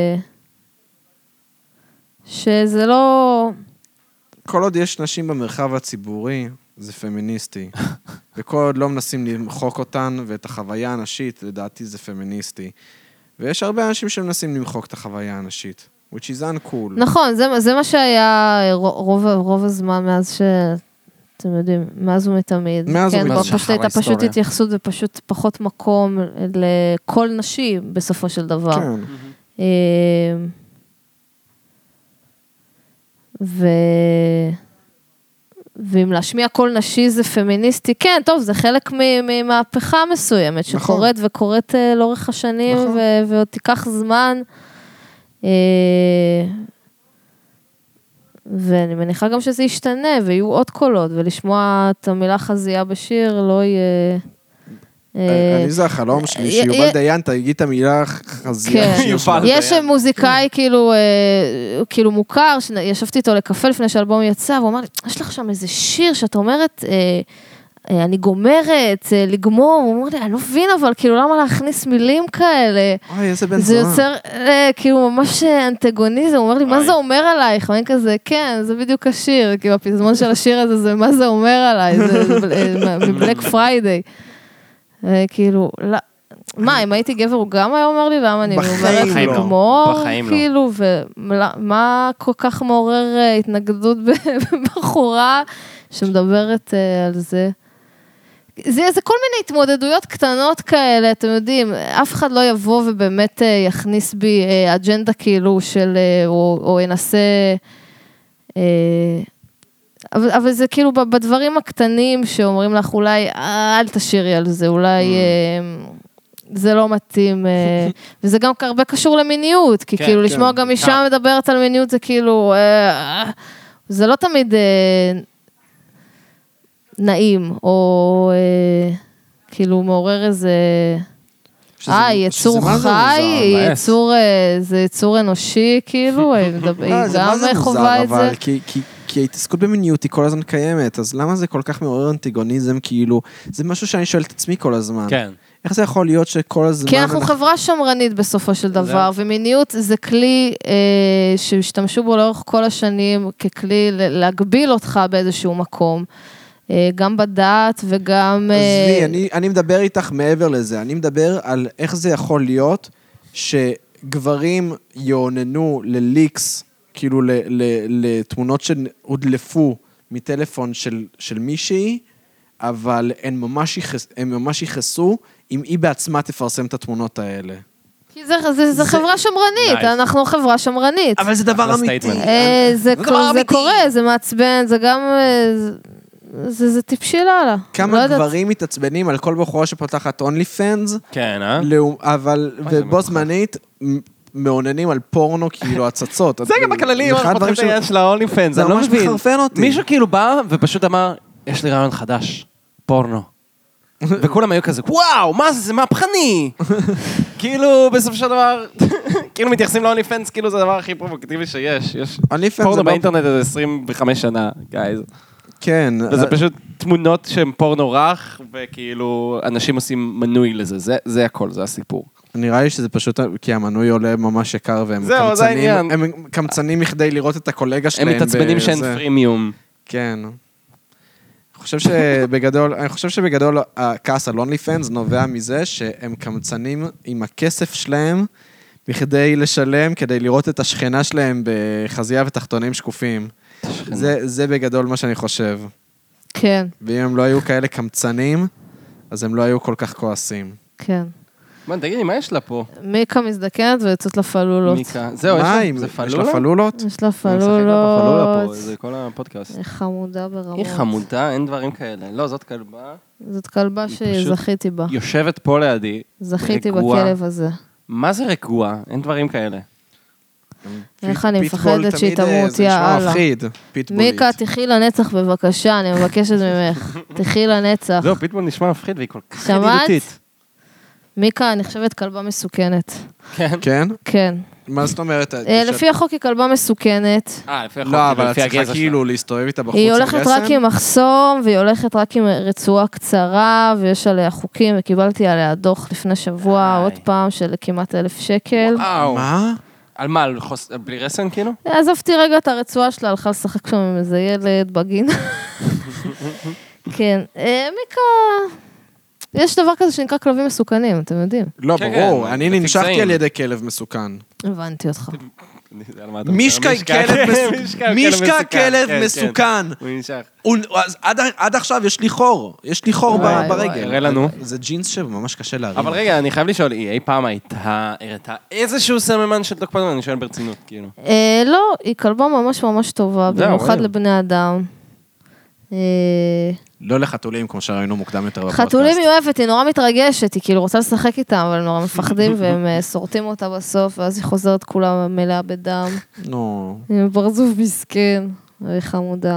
שזה לא... כל עוד יש נשים במרחב הציבורי, זה פמיניסטי. וכל עוד לא מנסים למחוק אותן, ואת החוויה הנשית, לדעתי זה פמיניסטי. ויש הרבה אנשים שמנסים למחוק את החוויה הנשית. which is uncool. נכון, זה מה שהיה רוב הזמן מאז אתם יודעים, מאז ומתמיד. מאז ומתמיד. כן, הייתה פשוט התייחסות ופשוט פחות מקום לכל נשים בסופו של דבר. כן. ואם להשמיע קול נשי זה פמיניסטי, כן, טוב, זה חלק ממהפכה מסוימת, שקורית וקורית לאורך השנים, ועוד תיקח זמן. ואני מניחה גם שזה ישתנה, ויהיו עוד קולות, ולשמוע את המילה חזייה בשיר לא יהיה... אני זה החלום שלי, שיובל דיין תגיד את המילה חזייה. יש מוזיקאי כאילו מוכר, ישבתי איתו לקפה לפני שאלבום יצא, והוא אמר לי, יש לך שם איזה שיר שאת אומרת, אני גומרת, לגמור, הוא אומר לי, אני לא מבין, אבל כאילו למה להכניס מילים כאלה? אוי, איזה בן זה זונה. יוצר כאילו ממש אנטגוניזם, הוא אומר לי, מה זה אומר עלייך? ואני כזה, כן, זה בדיוק השיר, כאילו הפזמון של השיר הזה, זה מה זה אומר עליי, זה מבלק פריידיי. כאילו, מה, אם הייתי גבר, הוא גם היה אומר לי, למה אני אומרת לגמור, כאילו, ומה כל כך מעורר התנגדות בחורה שמדברת על זה? זה כל מיני התמודדויות קטנות כאלה, אתם יודעים, אף אחד לא יבוא ובאמת יכניס בי אג'נדה כאילו של, או ינסה, אבל זה כאילו בדברים הקטנים שאומרים לך, אולי אל תשירי על זה, אולי זה לא מתאים, וזה גם הרבה קשור למיניות, כי כאילו לשמוע גם אישה מדברת על מיניות, זה כאילו, זה לא תמיד נעים, או כאילו מעורר איזה, יצור חי, זה יצור אנושי, כאילו, היא גם חובה את זה. כי ההתעסקות במיניות היא כל הזמן קיימת, אז למה זה כל כך מעורר אנטיגוניזם, כאילו, זה משהו שאני שואל את עצמי כל הזמן. כן. איך זה יכול להיות שכל הזמן... כי אנחנו חברה שמרנית בסופו של דבר, ומיניות זה כלי שהשתמשו בו לאורך כל השנים, ככלי להגביל אותך באיזשהו מקום, גם בדעת וגם... עזבי, אני מדבר איתך מעבר לזה, אני מדבר על איך זה יכול להיות שגברים יעוננו לליקס, כאילו לתמונות שהודלפו מטלפון של מישהי, אבל הם ממש יכעסו אם היא בעצמה תפרסם את התמונות האלה. כי זה חברה שמרנית, אנחנו חברה שמרנית. אבל זה דבר אמיתי. זה קורה, זה מעצבן, זה גם... זה טיפשי לאללה. כמה גברים מתעצבנים על כל בחורה שפותחת אונלי פנס. כן, אבל ובו זמנית... מעוננים על פורנו כאילו הצצות. זה גם הכללים, אנחנו פותחים את היד של האונלי פנס, אני לא מבין. זה ממש מחרפן אותי. מישהו כאילו בא ופשוט אמר, יש לי רעיון חדש, פורנו. וכולם היו כזה, וואו, מה זה, זה מהפכני. כאילו, בסופו של דבר, כאילו מתייחסים לאונלי פנס, כאילו זה הדבר הכי פרובוקטיבי שיש. יש פורנו באינטרנט איזה 25 שנה, גייז. כן. וזה פשוט תמונות שהן פורנו רך, וכאילו, אנשים עושים מנוי לזה, זה הכל, זה הסיפור. נראה לי שזה פשוט, כי המנוי עולה ממש יקר, והם קמצנים מכדי לראות את הקולגה שלהם. הם מתעצבנים שאין פרימיום. כן. אני חושב שבגדול הכעס על אונלי פנס נובע מזה שהם קמצנים עם הכסף שלהם, בכדי לשלם, כדי לראות את השכנה שלהם בחזייה ותחתונים שקופים. זה בגדול מה שאני חושב. כן. ואם הם לא היו כאלה קמצנים, אז הם לא היו כל כך כועסים. כן. תגידי, מה יש לה פה? מיקה מזדקנת ויוצאת לה פלולות. מיקה, זהו, יש לה פלולות? יש לה פלולות. זה כל הפודקאסט. היא חמודה ברמות. היא חמודה, אין דברים כאלה. לא, זאת כלבה. זאת כלבה שזכיתי בה. יושבת פה לידי. זכיתי בכלב הזה. מה זה רגוע? אין דברים כאלה. איך אני מפחדת שהיא תמות, יאללה. מיקה, תחי לנצח בבקשה, אני מבקשת ממך. תחי לנצח. זהו, פיטבול נשמע מפחיד והיא כל כך ידידותית. מיקה, אני חושבת כלבה מסוכנת. כן? כן? כן. מה זאת אומרת? לפי החוק היא כלבה מסוכנת. לפי החוק, לא, אבל את לפי צריכה הגזע שלה. כאילו להסתובב איתה בחוץ היא עם הולכת רק עם מחסום, והיא הולכת רק עם רצועה קצרה, ויש עליה חוקים, וקיבלתי עליה דוח לפני שבוע, עוד פעם, של כמעט 1,000 שקל. וואו. מה? על מה? בלי רסן כאילו? עזבתי רגע את הרצועה שלה, הלכה לשחק שם עם איזה ילד בגינה. כן, מיקה... יש דבר כזה שנקרא כלבים מסוכנים, אתם יודעים. לא, כן, ברור, כן, אני זה ננשכתי פיקסאים. על ידי כלב מסוכן. הבנתי אותך. מישקה כלב מסוכן. הוא ננשך. אז עד עכשיו יש לי חור. יש לי חור וואי, ברגל. הראה לנו. זה ג'ינס שממש קשה להרים. אבל רגע, אני חייב לשאול, היא אי פעם הראתה איזשהו סממן של תוקפנות? אני שואל ברצינות, כאילו. לא, היא כלבה ממש ממש טובה, במיוחד לבני אדם. לא לחתולים, כמו שראינו מוקדם יותר בפודקאסט. חתולים היא אוהבת, היא נורא מתרגשת, היא כאילו רוצה לשחק איתם, אבל הם נורא מפחדים, והם שורטים אותה בסוף, ואז היא חוזרת כולה מלאה בדם. נו. עם ברזוף מסכן, היא חמודה.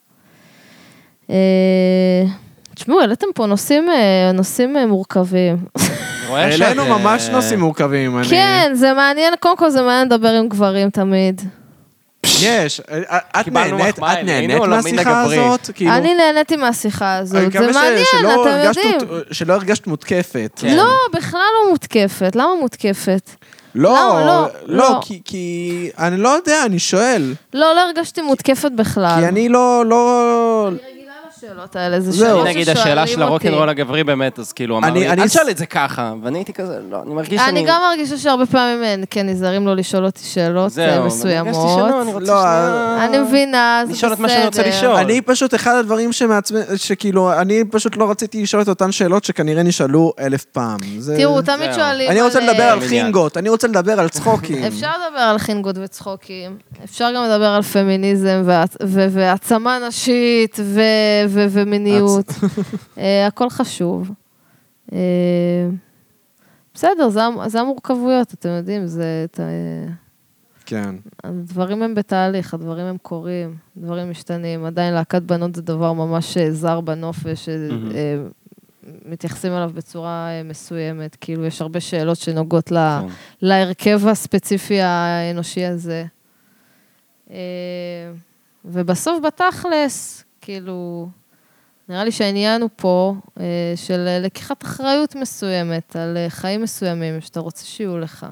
תשמעו, העליתם פה נושאים מורכבים. העלינו ממש נושאים מורכבים. כן, זה מעניין, קודם כל זה מעניין לדבר עם גברים תמיד. יש, את נהנית מהשיחה הזאת? אני נהניתי מהשיחה הזאת, זה מעניין, אתם יודעים. שלא הרגשת מותקפת. לא, בכלל לא מותקפת, למה מותקפת? לא, כי אני לא יודע, אני שואל. לא הרגשתי מותקפת בכלל. כי אני לא... אני רגילה לשאלות האלה, זה שאלות ששואלים אותי. נגיד, השאלה של הרוקנרול הגברי באמת, אז כאילו אמר לי, אל תשאל את זה ככה, ואני הייתי כזה, לא, אני מרגיש שאני... אני גם מרגישה שהרבה פעמים, כן, נזהרים לו לשאול אותי שאלות מסוימות. אני מבינה, זה בסדר. לשאול את מה שאני רוצה לשאול. אני פשוט, אחד הדברים שכאילו, אני פשוט לא רציתי לשאול את אותן שאלות שכנראה נשאלו 1,000 פעם. תראו, תמיד שואלים... אני רוצה לדבר על חינגות, אני רוצה לדבר על צחוקים. אפשר לדבר על חינגות וצחוקים, אפשר גם לדבר על פמיניזם והעצמה נשית ומיניות. הכל חשוב. בסדר, זה המורכבויות, אתם יודעים, זה... כן. הדברים הם בתהליך, הדברים הם קורים, דברים משתנים. עדיין להקת בנות זה דבר ממש זר בנופש, מתייחסים אליו בצורה מסוימת. כאילו, יש הרבה שאלות שנוגעות להרכב הספציפי האנושי הזה. ובסוף בתכלס, כאילו, נראה לי שהעניין הוא פה של לקיחת אחריות מסוימת על חיים מסוימים שאתה רוצה שיהיו לך.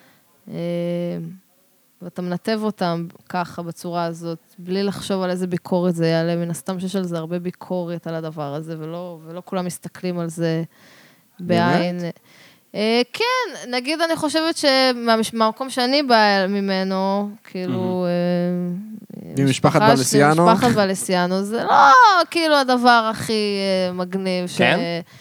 ואתה מנתב אותם ככה, בצורה הזאת, בלי לחשוב על איזה ביקורת זה יעלה, מן הסתם שיש על זה הרבה ביקורת על הדבר הזה, ולא כולם מסתכלים על זה בעין. כן, נגיד אני חושבת שמהמקום שאני באה ממנו, כאילו... ממשפחת ולסיאנו? משפחת ולסיאנו, זה לא כאילו הדבר הכי מגניב. כן?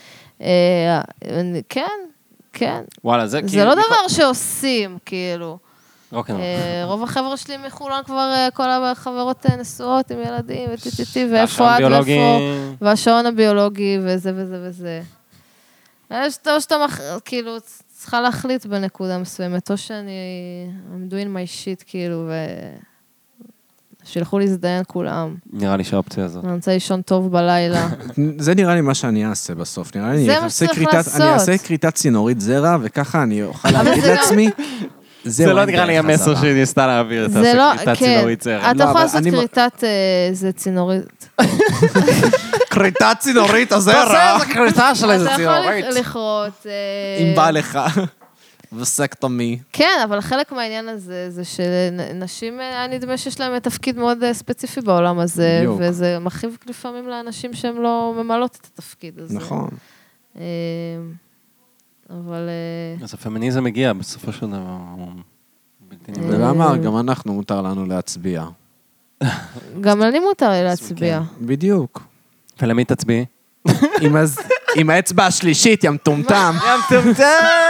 כן, כן. וואלה, זה זה לא דבר שעושים, כאילו. רוקנרול. רוב החבר'ה שלי מחולן כבר, כל החברות נשואות עם ילדים, ואיפה את ואיפה, והשעון הביולוגי, וזה וזה וזה. או שאתה כאילו צריכה להחליט בנקודה מסוימת, או שאני I'm doing my shit, כאילו, שילכו להזדיין כולם. נראה לי שהאופציה הזאת. אני רוצה לישון טוב בלילה. זה נראה לי מה שאני אעשה בסוף. נראה לי זה מה שצריך לעשות. אני אעשה קריטת צינורית זרע, וככה אני אוכל להגיד לעצמי, זה לא נראה לי המסר שהיא ניסתה להעביר, את הקריטת צינורית זרע. אתה יכול לעשות קריטת צינורית. קריטת צינורית הזרע. תעשה איזה קריטה של איזה צינורית. אתה יכול לכרות. אם בא לך. וסקטומי. כן, אבל חלק מהעניין הזה, זה שנשים, אני נדמה שיש להם תפקיד מאוד ספציפי בעולם הזה, וזה מכאיב לפעמים לאנשים שהם לא ממלאות את התפקיד הזה. נכון. אבל... אז הפמיניזם מגיע בסופו של דבר. ולמה? גם אנחנו מותר לנו להצביע. גם אני מותר לי להצביע. בדיוק. ולמי תצביעי? עם האצבע השלישית, ים טומטם. ים טומטם!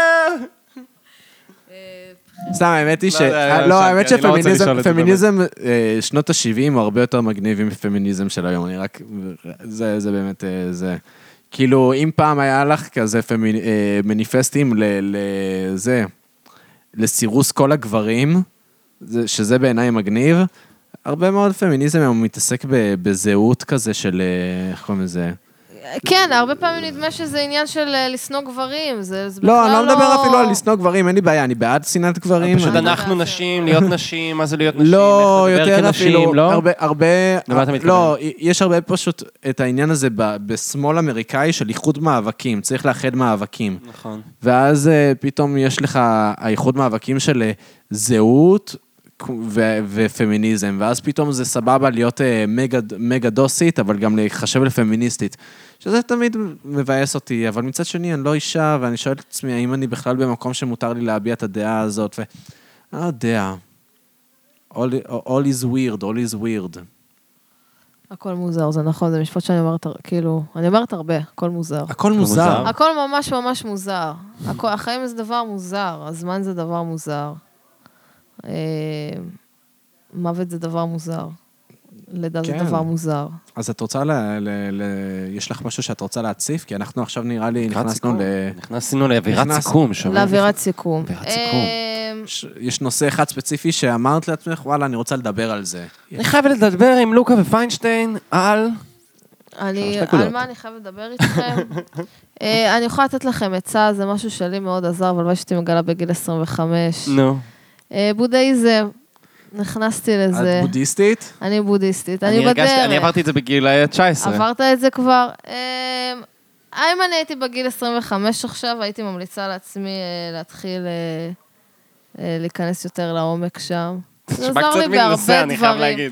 סתם, האמת היא האמת שפמיניזם שנות ה-70 הוא הרבה יותר מגניב מפמיניזם של היום, אני רק, זה באמת, זה, כאילו, אם פעם היה לך כזה מניפסטים לזה, לסירוס כל הגברים, שזה בעיניי מגניב, הרבה מאוד פמיניזם הוא מתעסק בזהות כזה של, איך קוראים לזה? כן, הרבה פעמים נדמה שזה עניין של לשנוא גברים, זה בכלל לא, אני לא מדבר אפילו על לשנוא גברים, אין לי בעיה, אני בעד שנאת גברים. פשוט אנחנו נשים, להיות נשים, מה זה להיות נשים? לא, איך לדבר יותר כנשים, אפילו, לא? הרבה, למה אתה מתכוון? לא, יש הרבה פשוט את העניין הזה בשמאל אמריקאי של איחוד מאבקים, צריך לאחד מאבקים. נכון. ואז פתאום יש לך האיחוד מאבקים של זהות ופמיניזם, ואז פתאום זה סבבה להיות מגה דוסית, אבל גם להיחשב לפמיניסטית. שזה תמיד מבאס אותי, אבל מצד שני אני לא אישה, ואני שואל את עצמי, האם אני בכלל במקום שמותר לי להביע את הדעה הזאת, אני לא יודע. All is weird, all is weird. הכל מוזר, זה נכון, זה משפט שאני אומרת, כאילו, אני אומרת הרבה, הכל מוזר. הכל מוזר. הכל ממש ממש מוזר. החיים זה דבר מוזר, הזמן זה דבר מוזר. מוות זה דבר מוזר. לידה זה דבר מוזר. אז את רוצה, יש לך משהו שאת רוצה להציף? כי אנחנו עכשיו נראה לי נכנסנו לאווירת סיכום. לאווירת סיכום. יש נושא אחד ספציפי שאמרת לעצמך, וואלה, אני רוצה לדבר על זה. אני חייבת לדבר עם לוקה ופיינשטיין על... על מה אני חייבת לדבר איתכם? אני יכולה לתת לכם עצה, זה משהו שלי מאוד עזר, אבל מה שאתי מגלה בגיל 25. נו. בודהיזם. נכנסתי לזה. את בודהיסטית? אני בודהיסטית. אני בדרך. אני עברתי את זה בגיל 19. עברת את זה כבר. אם אני הייתי בגיל 25 עכשיו, הייתי ממליצה לעצמי להתחיל להיכנס יותר לעומק שם. זה עזר לי בהרבה דברים.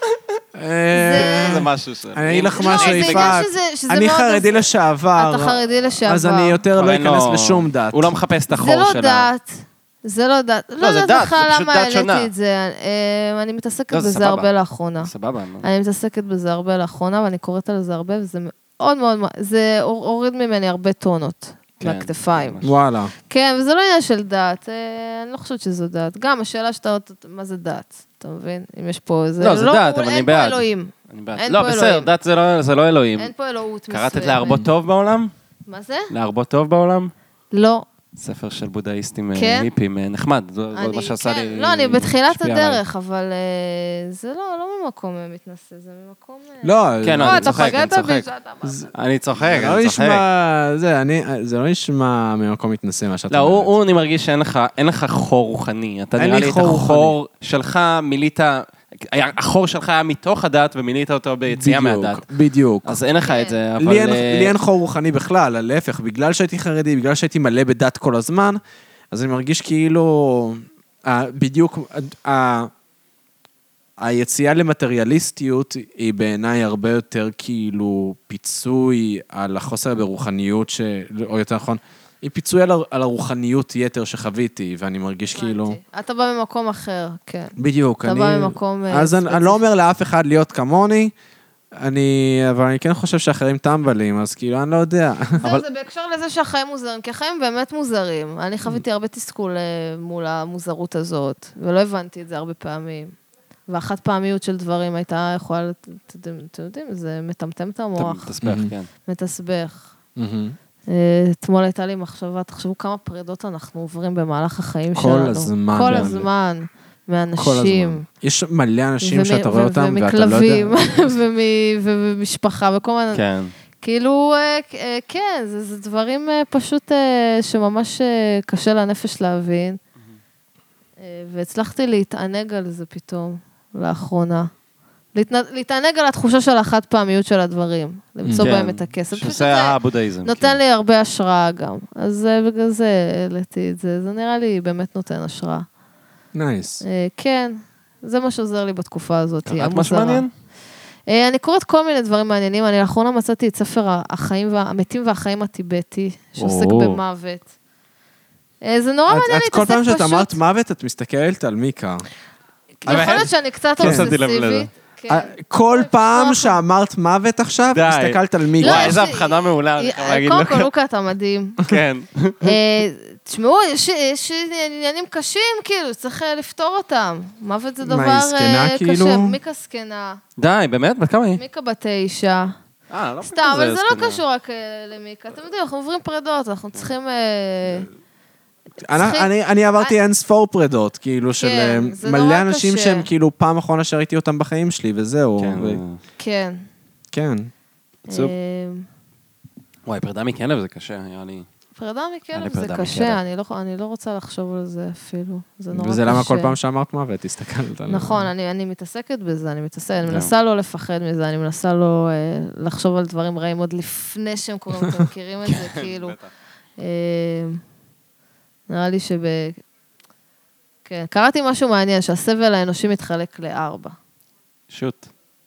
זה משהו ש... אני אגיד לך משהו, יפעת. אני חרדי לשעבר. אתה חרדי לשעבר. אז אני יותר לא אכנס לשום דת. הוא לא מחפש את החור שלה. זה לא דת. זה לא דת. לא יודעת בכלל למה העליתי את זה. אני מתעסקת בזה הרבה לאחרונה. סבבה. אני מתעסקת בזה הרבה לאחרונה, ואני קוראת על זה הרבה, וזה מאוד מאוד... זה הוריד ממני הרבה טונות מהכתפיים. וואלה. כן, וזה לא עניין של דת. אני לא חושבת שזו דת. גם השאלה שאתה אומרת, מה זה דת? אתה מבין? אם יש פה איזה... לא, זה דת, אבל אני בעד. אין פה אלוהים. לא, בסדר, דת זה לא אלוהים. אין פה אלוהות מסוימת. קראת להרבות טוב בעולם? מה זה? להרבות טוב בעולם? לא. ספר של בודהיסטים היפים, נחמד, זה מה שעשה לי... לא, אני בתחילת הדרך, אבל זה לא ממקום מתנשא, זה ממקום... לא, כן, אני צוחק, אני צוחק. אני צוחק, אני צוחק. זה לא נשמע ממקום מתנשא מה שאתה אומרת. אומרת. לא, אני מרגיש שאין לך חור רוחני. אתה נראה לי את החור שלך מילית... החור שלך היה מתוך הדת, ומילית אותו ביציאה מהדת. בדיוק. אז אין לך את זה, אבל... לי אין חור רוחני בכלל, להפך, בגלל שהייתי חרדי, בגלל שהייתי מלא בדת כל הזמן, אז אני מרגיש כאילו, בדיוק, היציאה למטריאליסטיות היא בעיניי הרבה יותר כאילו פיצוי על החוסר ברוחניות, או יותר נכון, היא פיצוי על הרוחניות יתר שחוויתי, ואני מרגיש כאילו... אתה בא ממקום אחר, כן. בדיוק. אתה בא ממקום... אז אני לא אומר לאף אחד להיות כמוני, אבל אני כן חושב שאחרים טמבלים, אז כאילו, אני לא יודע. זה בהקשר לזה שהחיים מוזרים, כי החיים באמת מוזרים. אני חוויתי הרבה תסכול מול המוזרות הזאת, ולא הבנתי את זה הרבה פעמים. והחד פעמיות של דברים הייתה יכולה... אתם יודעים, זה מטמטם את המוח. מתסבך, כן. מתסבך. אתמול הייתה לי מחשבה, תחשבו כמה פרידות אנחנו עוברים במהלך החיים שלנו. כל הזמן. כל הזמן, מאנשים. יש מלא אנשים שאתה רואה אותם ואתה לא יודע. ומכלבים, ומשפחה, וכל מיני... כן. כאילו, כן, זה דברים פשוט שממש קשה לנפש להבין. והצלחתי להתענג על זה פתאום, לאחרונה. להתענג על התחושה של החד פעמיות של הדברים, למצוא בהם את הכסף. שזה הבודהיזם. נותן לי הרבה השראה גם. אז בגלל זה העליתי את זה. זה נראה לי באמת נותן השראה. נייס. כן, זה מה שעוזר לי בתקופה הזאת. קראת משהו מעניין? אני קוראת כל מיני דברים מעניינים. אני לאחרונה מצאתי את ספר המתים והחיים הטיבטי, שעוסק במוות. זה נורא מעניין להתעסק פשוט. כל פעם שאת אמרת מוות, את מסתכלת על מיקה. יכול להיות שאני קצת אובססיבית. כל פעם שאמרת מוות עכשיו, הסתכלת על מיקה. וואי, איזו הבחנה מעולה, אני יכול להגיד לך. קודם כל, לוקה, אתה מדהים. כן. תשמעו, יש עניינים קשים, כאילו, צריך לפתור אותם. מוות זה דבר קשה. מיקה סקנה. די, באמת? בת כמה היא? מיקה בת 9. סתם, אבל זה לא קשור רק למיקה. אתם יודעים, אנחנו עוברים פרדות, אנחנו צריכים... אני עברתי אין ספור פרדות, כאילו של מלא אנשים שהם כאילו פעם אחרונה שראיתי אותם בחיים שלי, וזהו. כן. כן. וואי, פרידה מכלב זה קשה, היה לי... פרידה מכלב זה פרידה קשה, אני לא רוצה לחשוב על זה אפילו. זה נורא קשה. וזה למה כל פעם שאמרת מוות, הסתכלת עליו. נכון, אני מתעסקת בזה, אני מנסה לא לפחד מזה, אני מנסה לא לחשוב על דברים רעים עוד לפני שהם קוראים, אתם מכירים את זה, כאילו. נראה לי כן, קראתי משהו מעניין, שהסבל האנושי מתחלק ל4. שוט.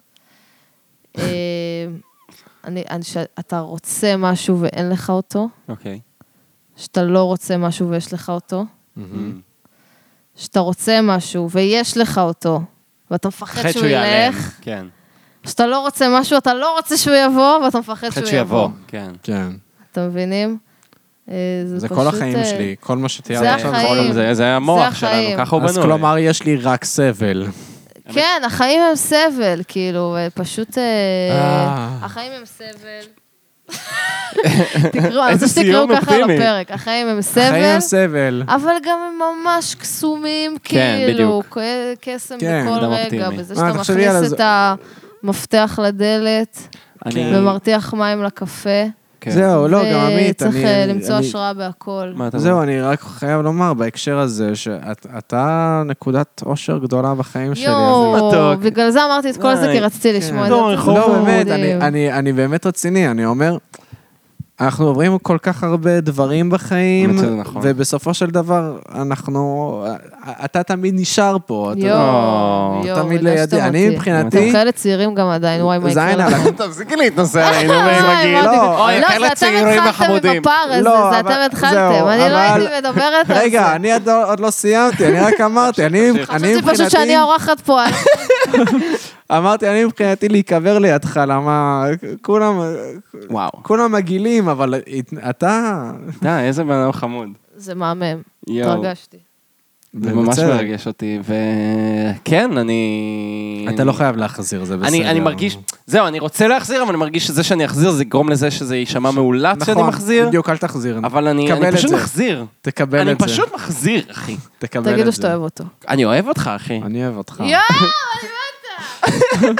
אתה רוצה משהו ואין לך אותו. אוקיי. שאתה לא רוצה משהו ויש לך אותו. שאתה רוצה משהו ויש לך אותו, ואתה מפחד שהוא ילך. כן. שאתה לא רוצה משהו, אתה לא רוצה שהוא יבוא, ואתה מפחד שהוא יבוא. כן. כן. אתם מבינים? זה כל החיים שלי, כל מה שתיארת. זה החיים. זה המוח שלנו, ככה הוא בנוי. אז כלומר, יש לי רק סבל. כן, החיים הם סבל, כאילו, פשוט... החיים הם סבל. תקראו, אני רוצה שתקראו ככה על הפרק. החיים הם סבל. החיים הם סבל. אבל גם הם ממש קסומים, כאילו, קסם בכל רגע, בזה שאתה מכניס את המפתח לדלת, ומרתיח מים לקפה. זהו, לא, גם עמית. וצריך למצוא השראה בהכל. זהו, אני רק חייב לומר בהקשר הזה, שאתה נקודת אושר גדולה בחיים שלי. יואו, בגלל זה אמרתי את כל זה, כי רציתי לשמוע את זה. לא, באמת, אני באמת רציני, אני אומר, אנחנו עוברים כל כך הרבה דברים בחיים, ובסופו של דבר, אתה תמיד נשאר פה. יואו, תמיד לידי. אני מבחינתי... אתם כאלה צעירים גם עדיין, וואי, מה יקרה לכם? תפסיקי להתנוסע עלינו, מגיל. לא, זה אתם התחלתם בפער הזה, זה אתם התחלתם. אני לא הייתי מדברת על זה. רגע, אני עוד לא סיימתי, אני רק אמרתי, אני מבחינתי... חשבתי פשוט שאני האורחת פה. אמרתי, אני מבחינתי להיקבר לידך, למה כולם מגעילים, אבל אתה... איזה בן אדם חמוד. זה מהמם, התרגשתי. זה ממש מרגש אותי, וכן, אתה לא חייב להחזיר, זה בסדר. אני מרגיש, זהו, אני רוצה להחזיר, אבל אני מרגיש שזה שאני אחזיר, זה יגרום לזה שזה יישמע מאולץ שאני מחזיר. נכון, בדיוק, אל תחזיר. אבל אני פשוט מחזיר. תקבל את זה. אני פשוט מחזיר, אחי. תקבל את זה. תגידו שאתה אוהב אותו. אני אוהב אותך, אחי. אני אוהב אותך. יואו, אני אוהבת.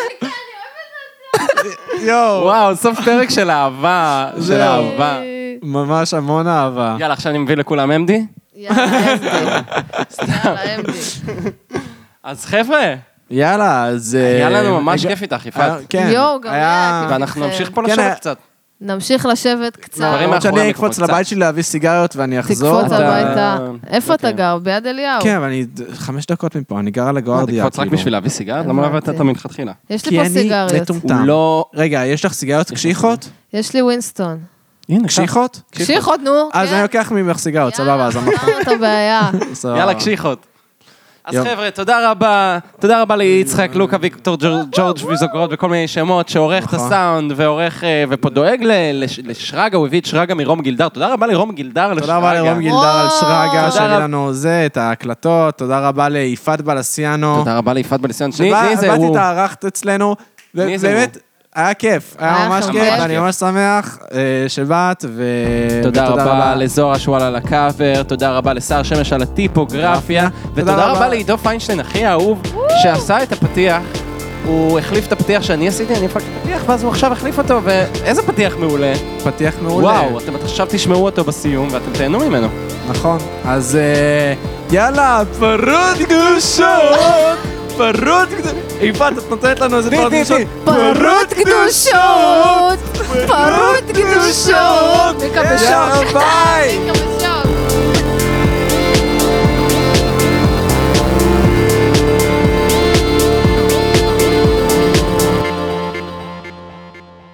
יואו. וואו, סוף פרק של אהבה. של אהבה. ממש המון אהבה. יאללה, עכשיו אני מביא לכולם MD? יאללה, MD. אז חבר'ה. יאללה, אז... היה לנו ממש כיף איתך, יפעת. כן. יואו, גם היה. ואנחנו נמשיך פה לשבת קצת. נמשיך לשבת קצת. למרות שאני אקפוץ לבית שלי להביא סיגריות ואני אחזור. תקפוץ הביתה. איפה אתה גר? ביד אליהו. כן, אבל אני 5 דקות מפה, אני גר על הגוארדיה. תקפוץ רק בשביל להביא סיגריות? למה לא הבאת את מלכתחילה? יש לי פה סיגריות. כי אני מטומטם. רגע, יש לך סיגריות קשיחות? יש לי ווינסטון. קשיחות? קשיחות, נו. אז אני לוקח ממך סיגריות, סבבה, אז יאללה, אתה בעיה. יאללה, קשיחות. אז חבר'ה, תודה רבה ליצחק, לוקה, ויקטור, ג'ורג' ויזוגרוד וכל מיני שמות, שעורך את הסאונד ועורך, ופה דואג לשרגה, הוא הביא את שרגה מרום גילדר, תודה רבה לרום גילדר. תודה רבה לרום גילדר על שרגה, שהביא לנו את ההקלטות, תודה רבה ליפעת בלסיאנו. תודה רבה ליפעת בלסיאנו. באתי את הערכת אצלנו, ובאמת... היה כיף, היה ממש כיף, ואני ממש שמח שבאת, תודה רבה לזוהר השואל על הקאבר, תודה רבה לשר שמש על הטיפוגרפיה, ותודה רבה לעידו פיינשטיין, אחי האהוב, שעשה את הפתיח, הוא החליף את הפתיח שאני עשיתי, אני הפקתי פתיח, ואז הוא עכשיו החליף אותו, ואיזה פתיח מעולה. פתיח מעולה. וואו, אתם עכשיו תשמעו אותו בסיום, ואתם תהנו ממנו. נכון, אז יאללה, פרות קדושות! פרות קדושות! יפעת, את נותנת לנו איזה פרות קדושות? פרות קדושות! פרות קדושות! יאללה, ביי!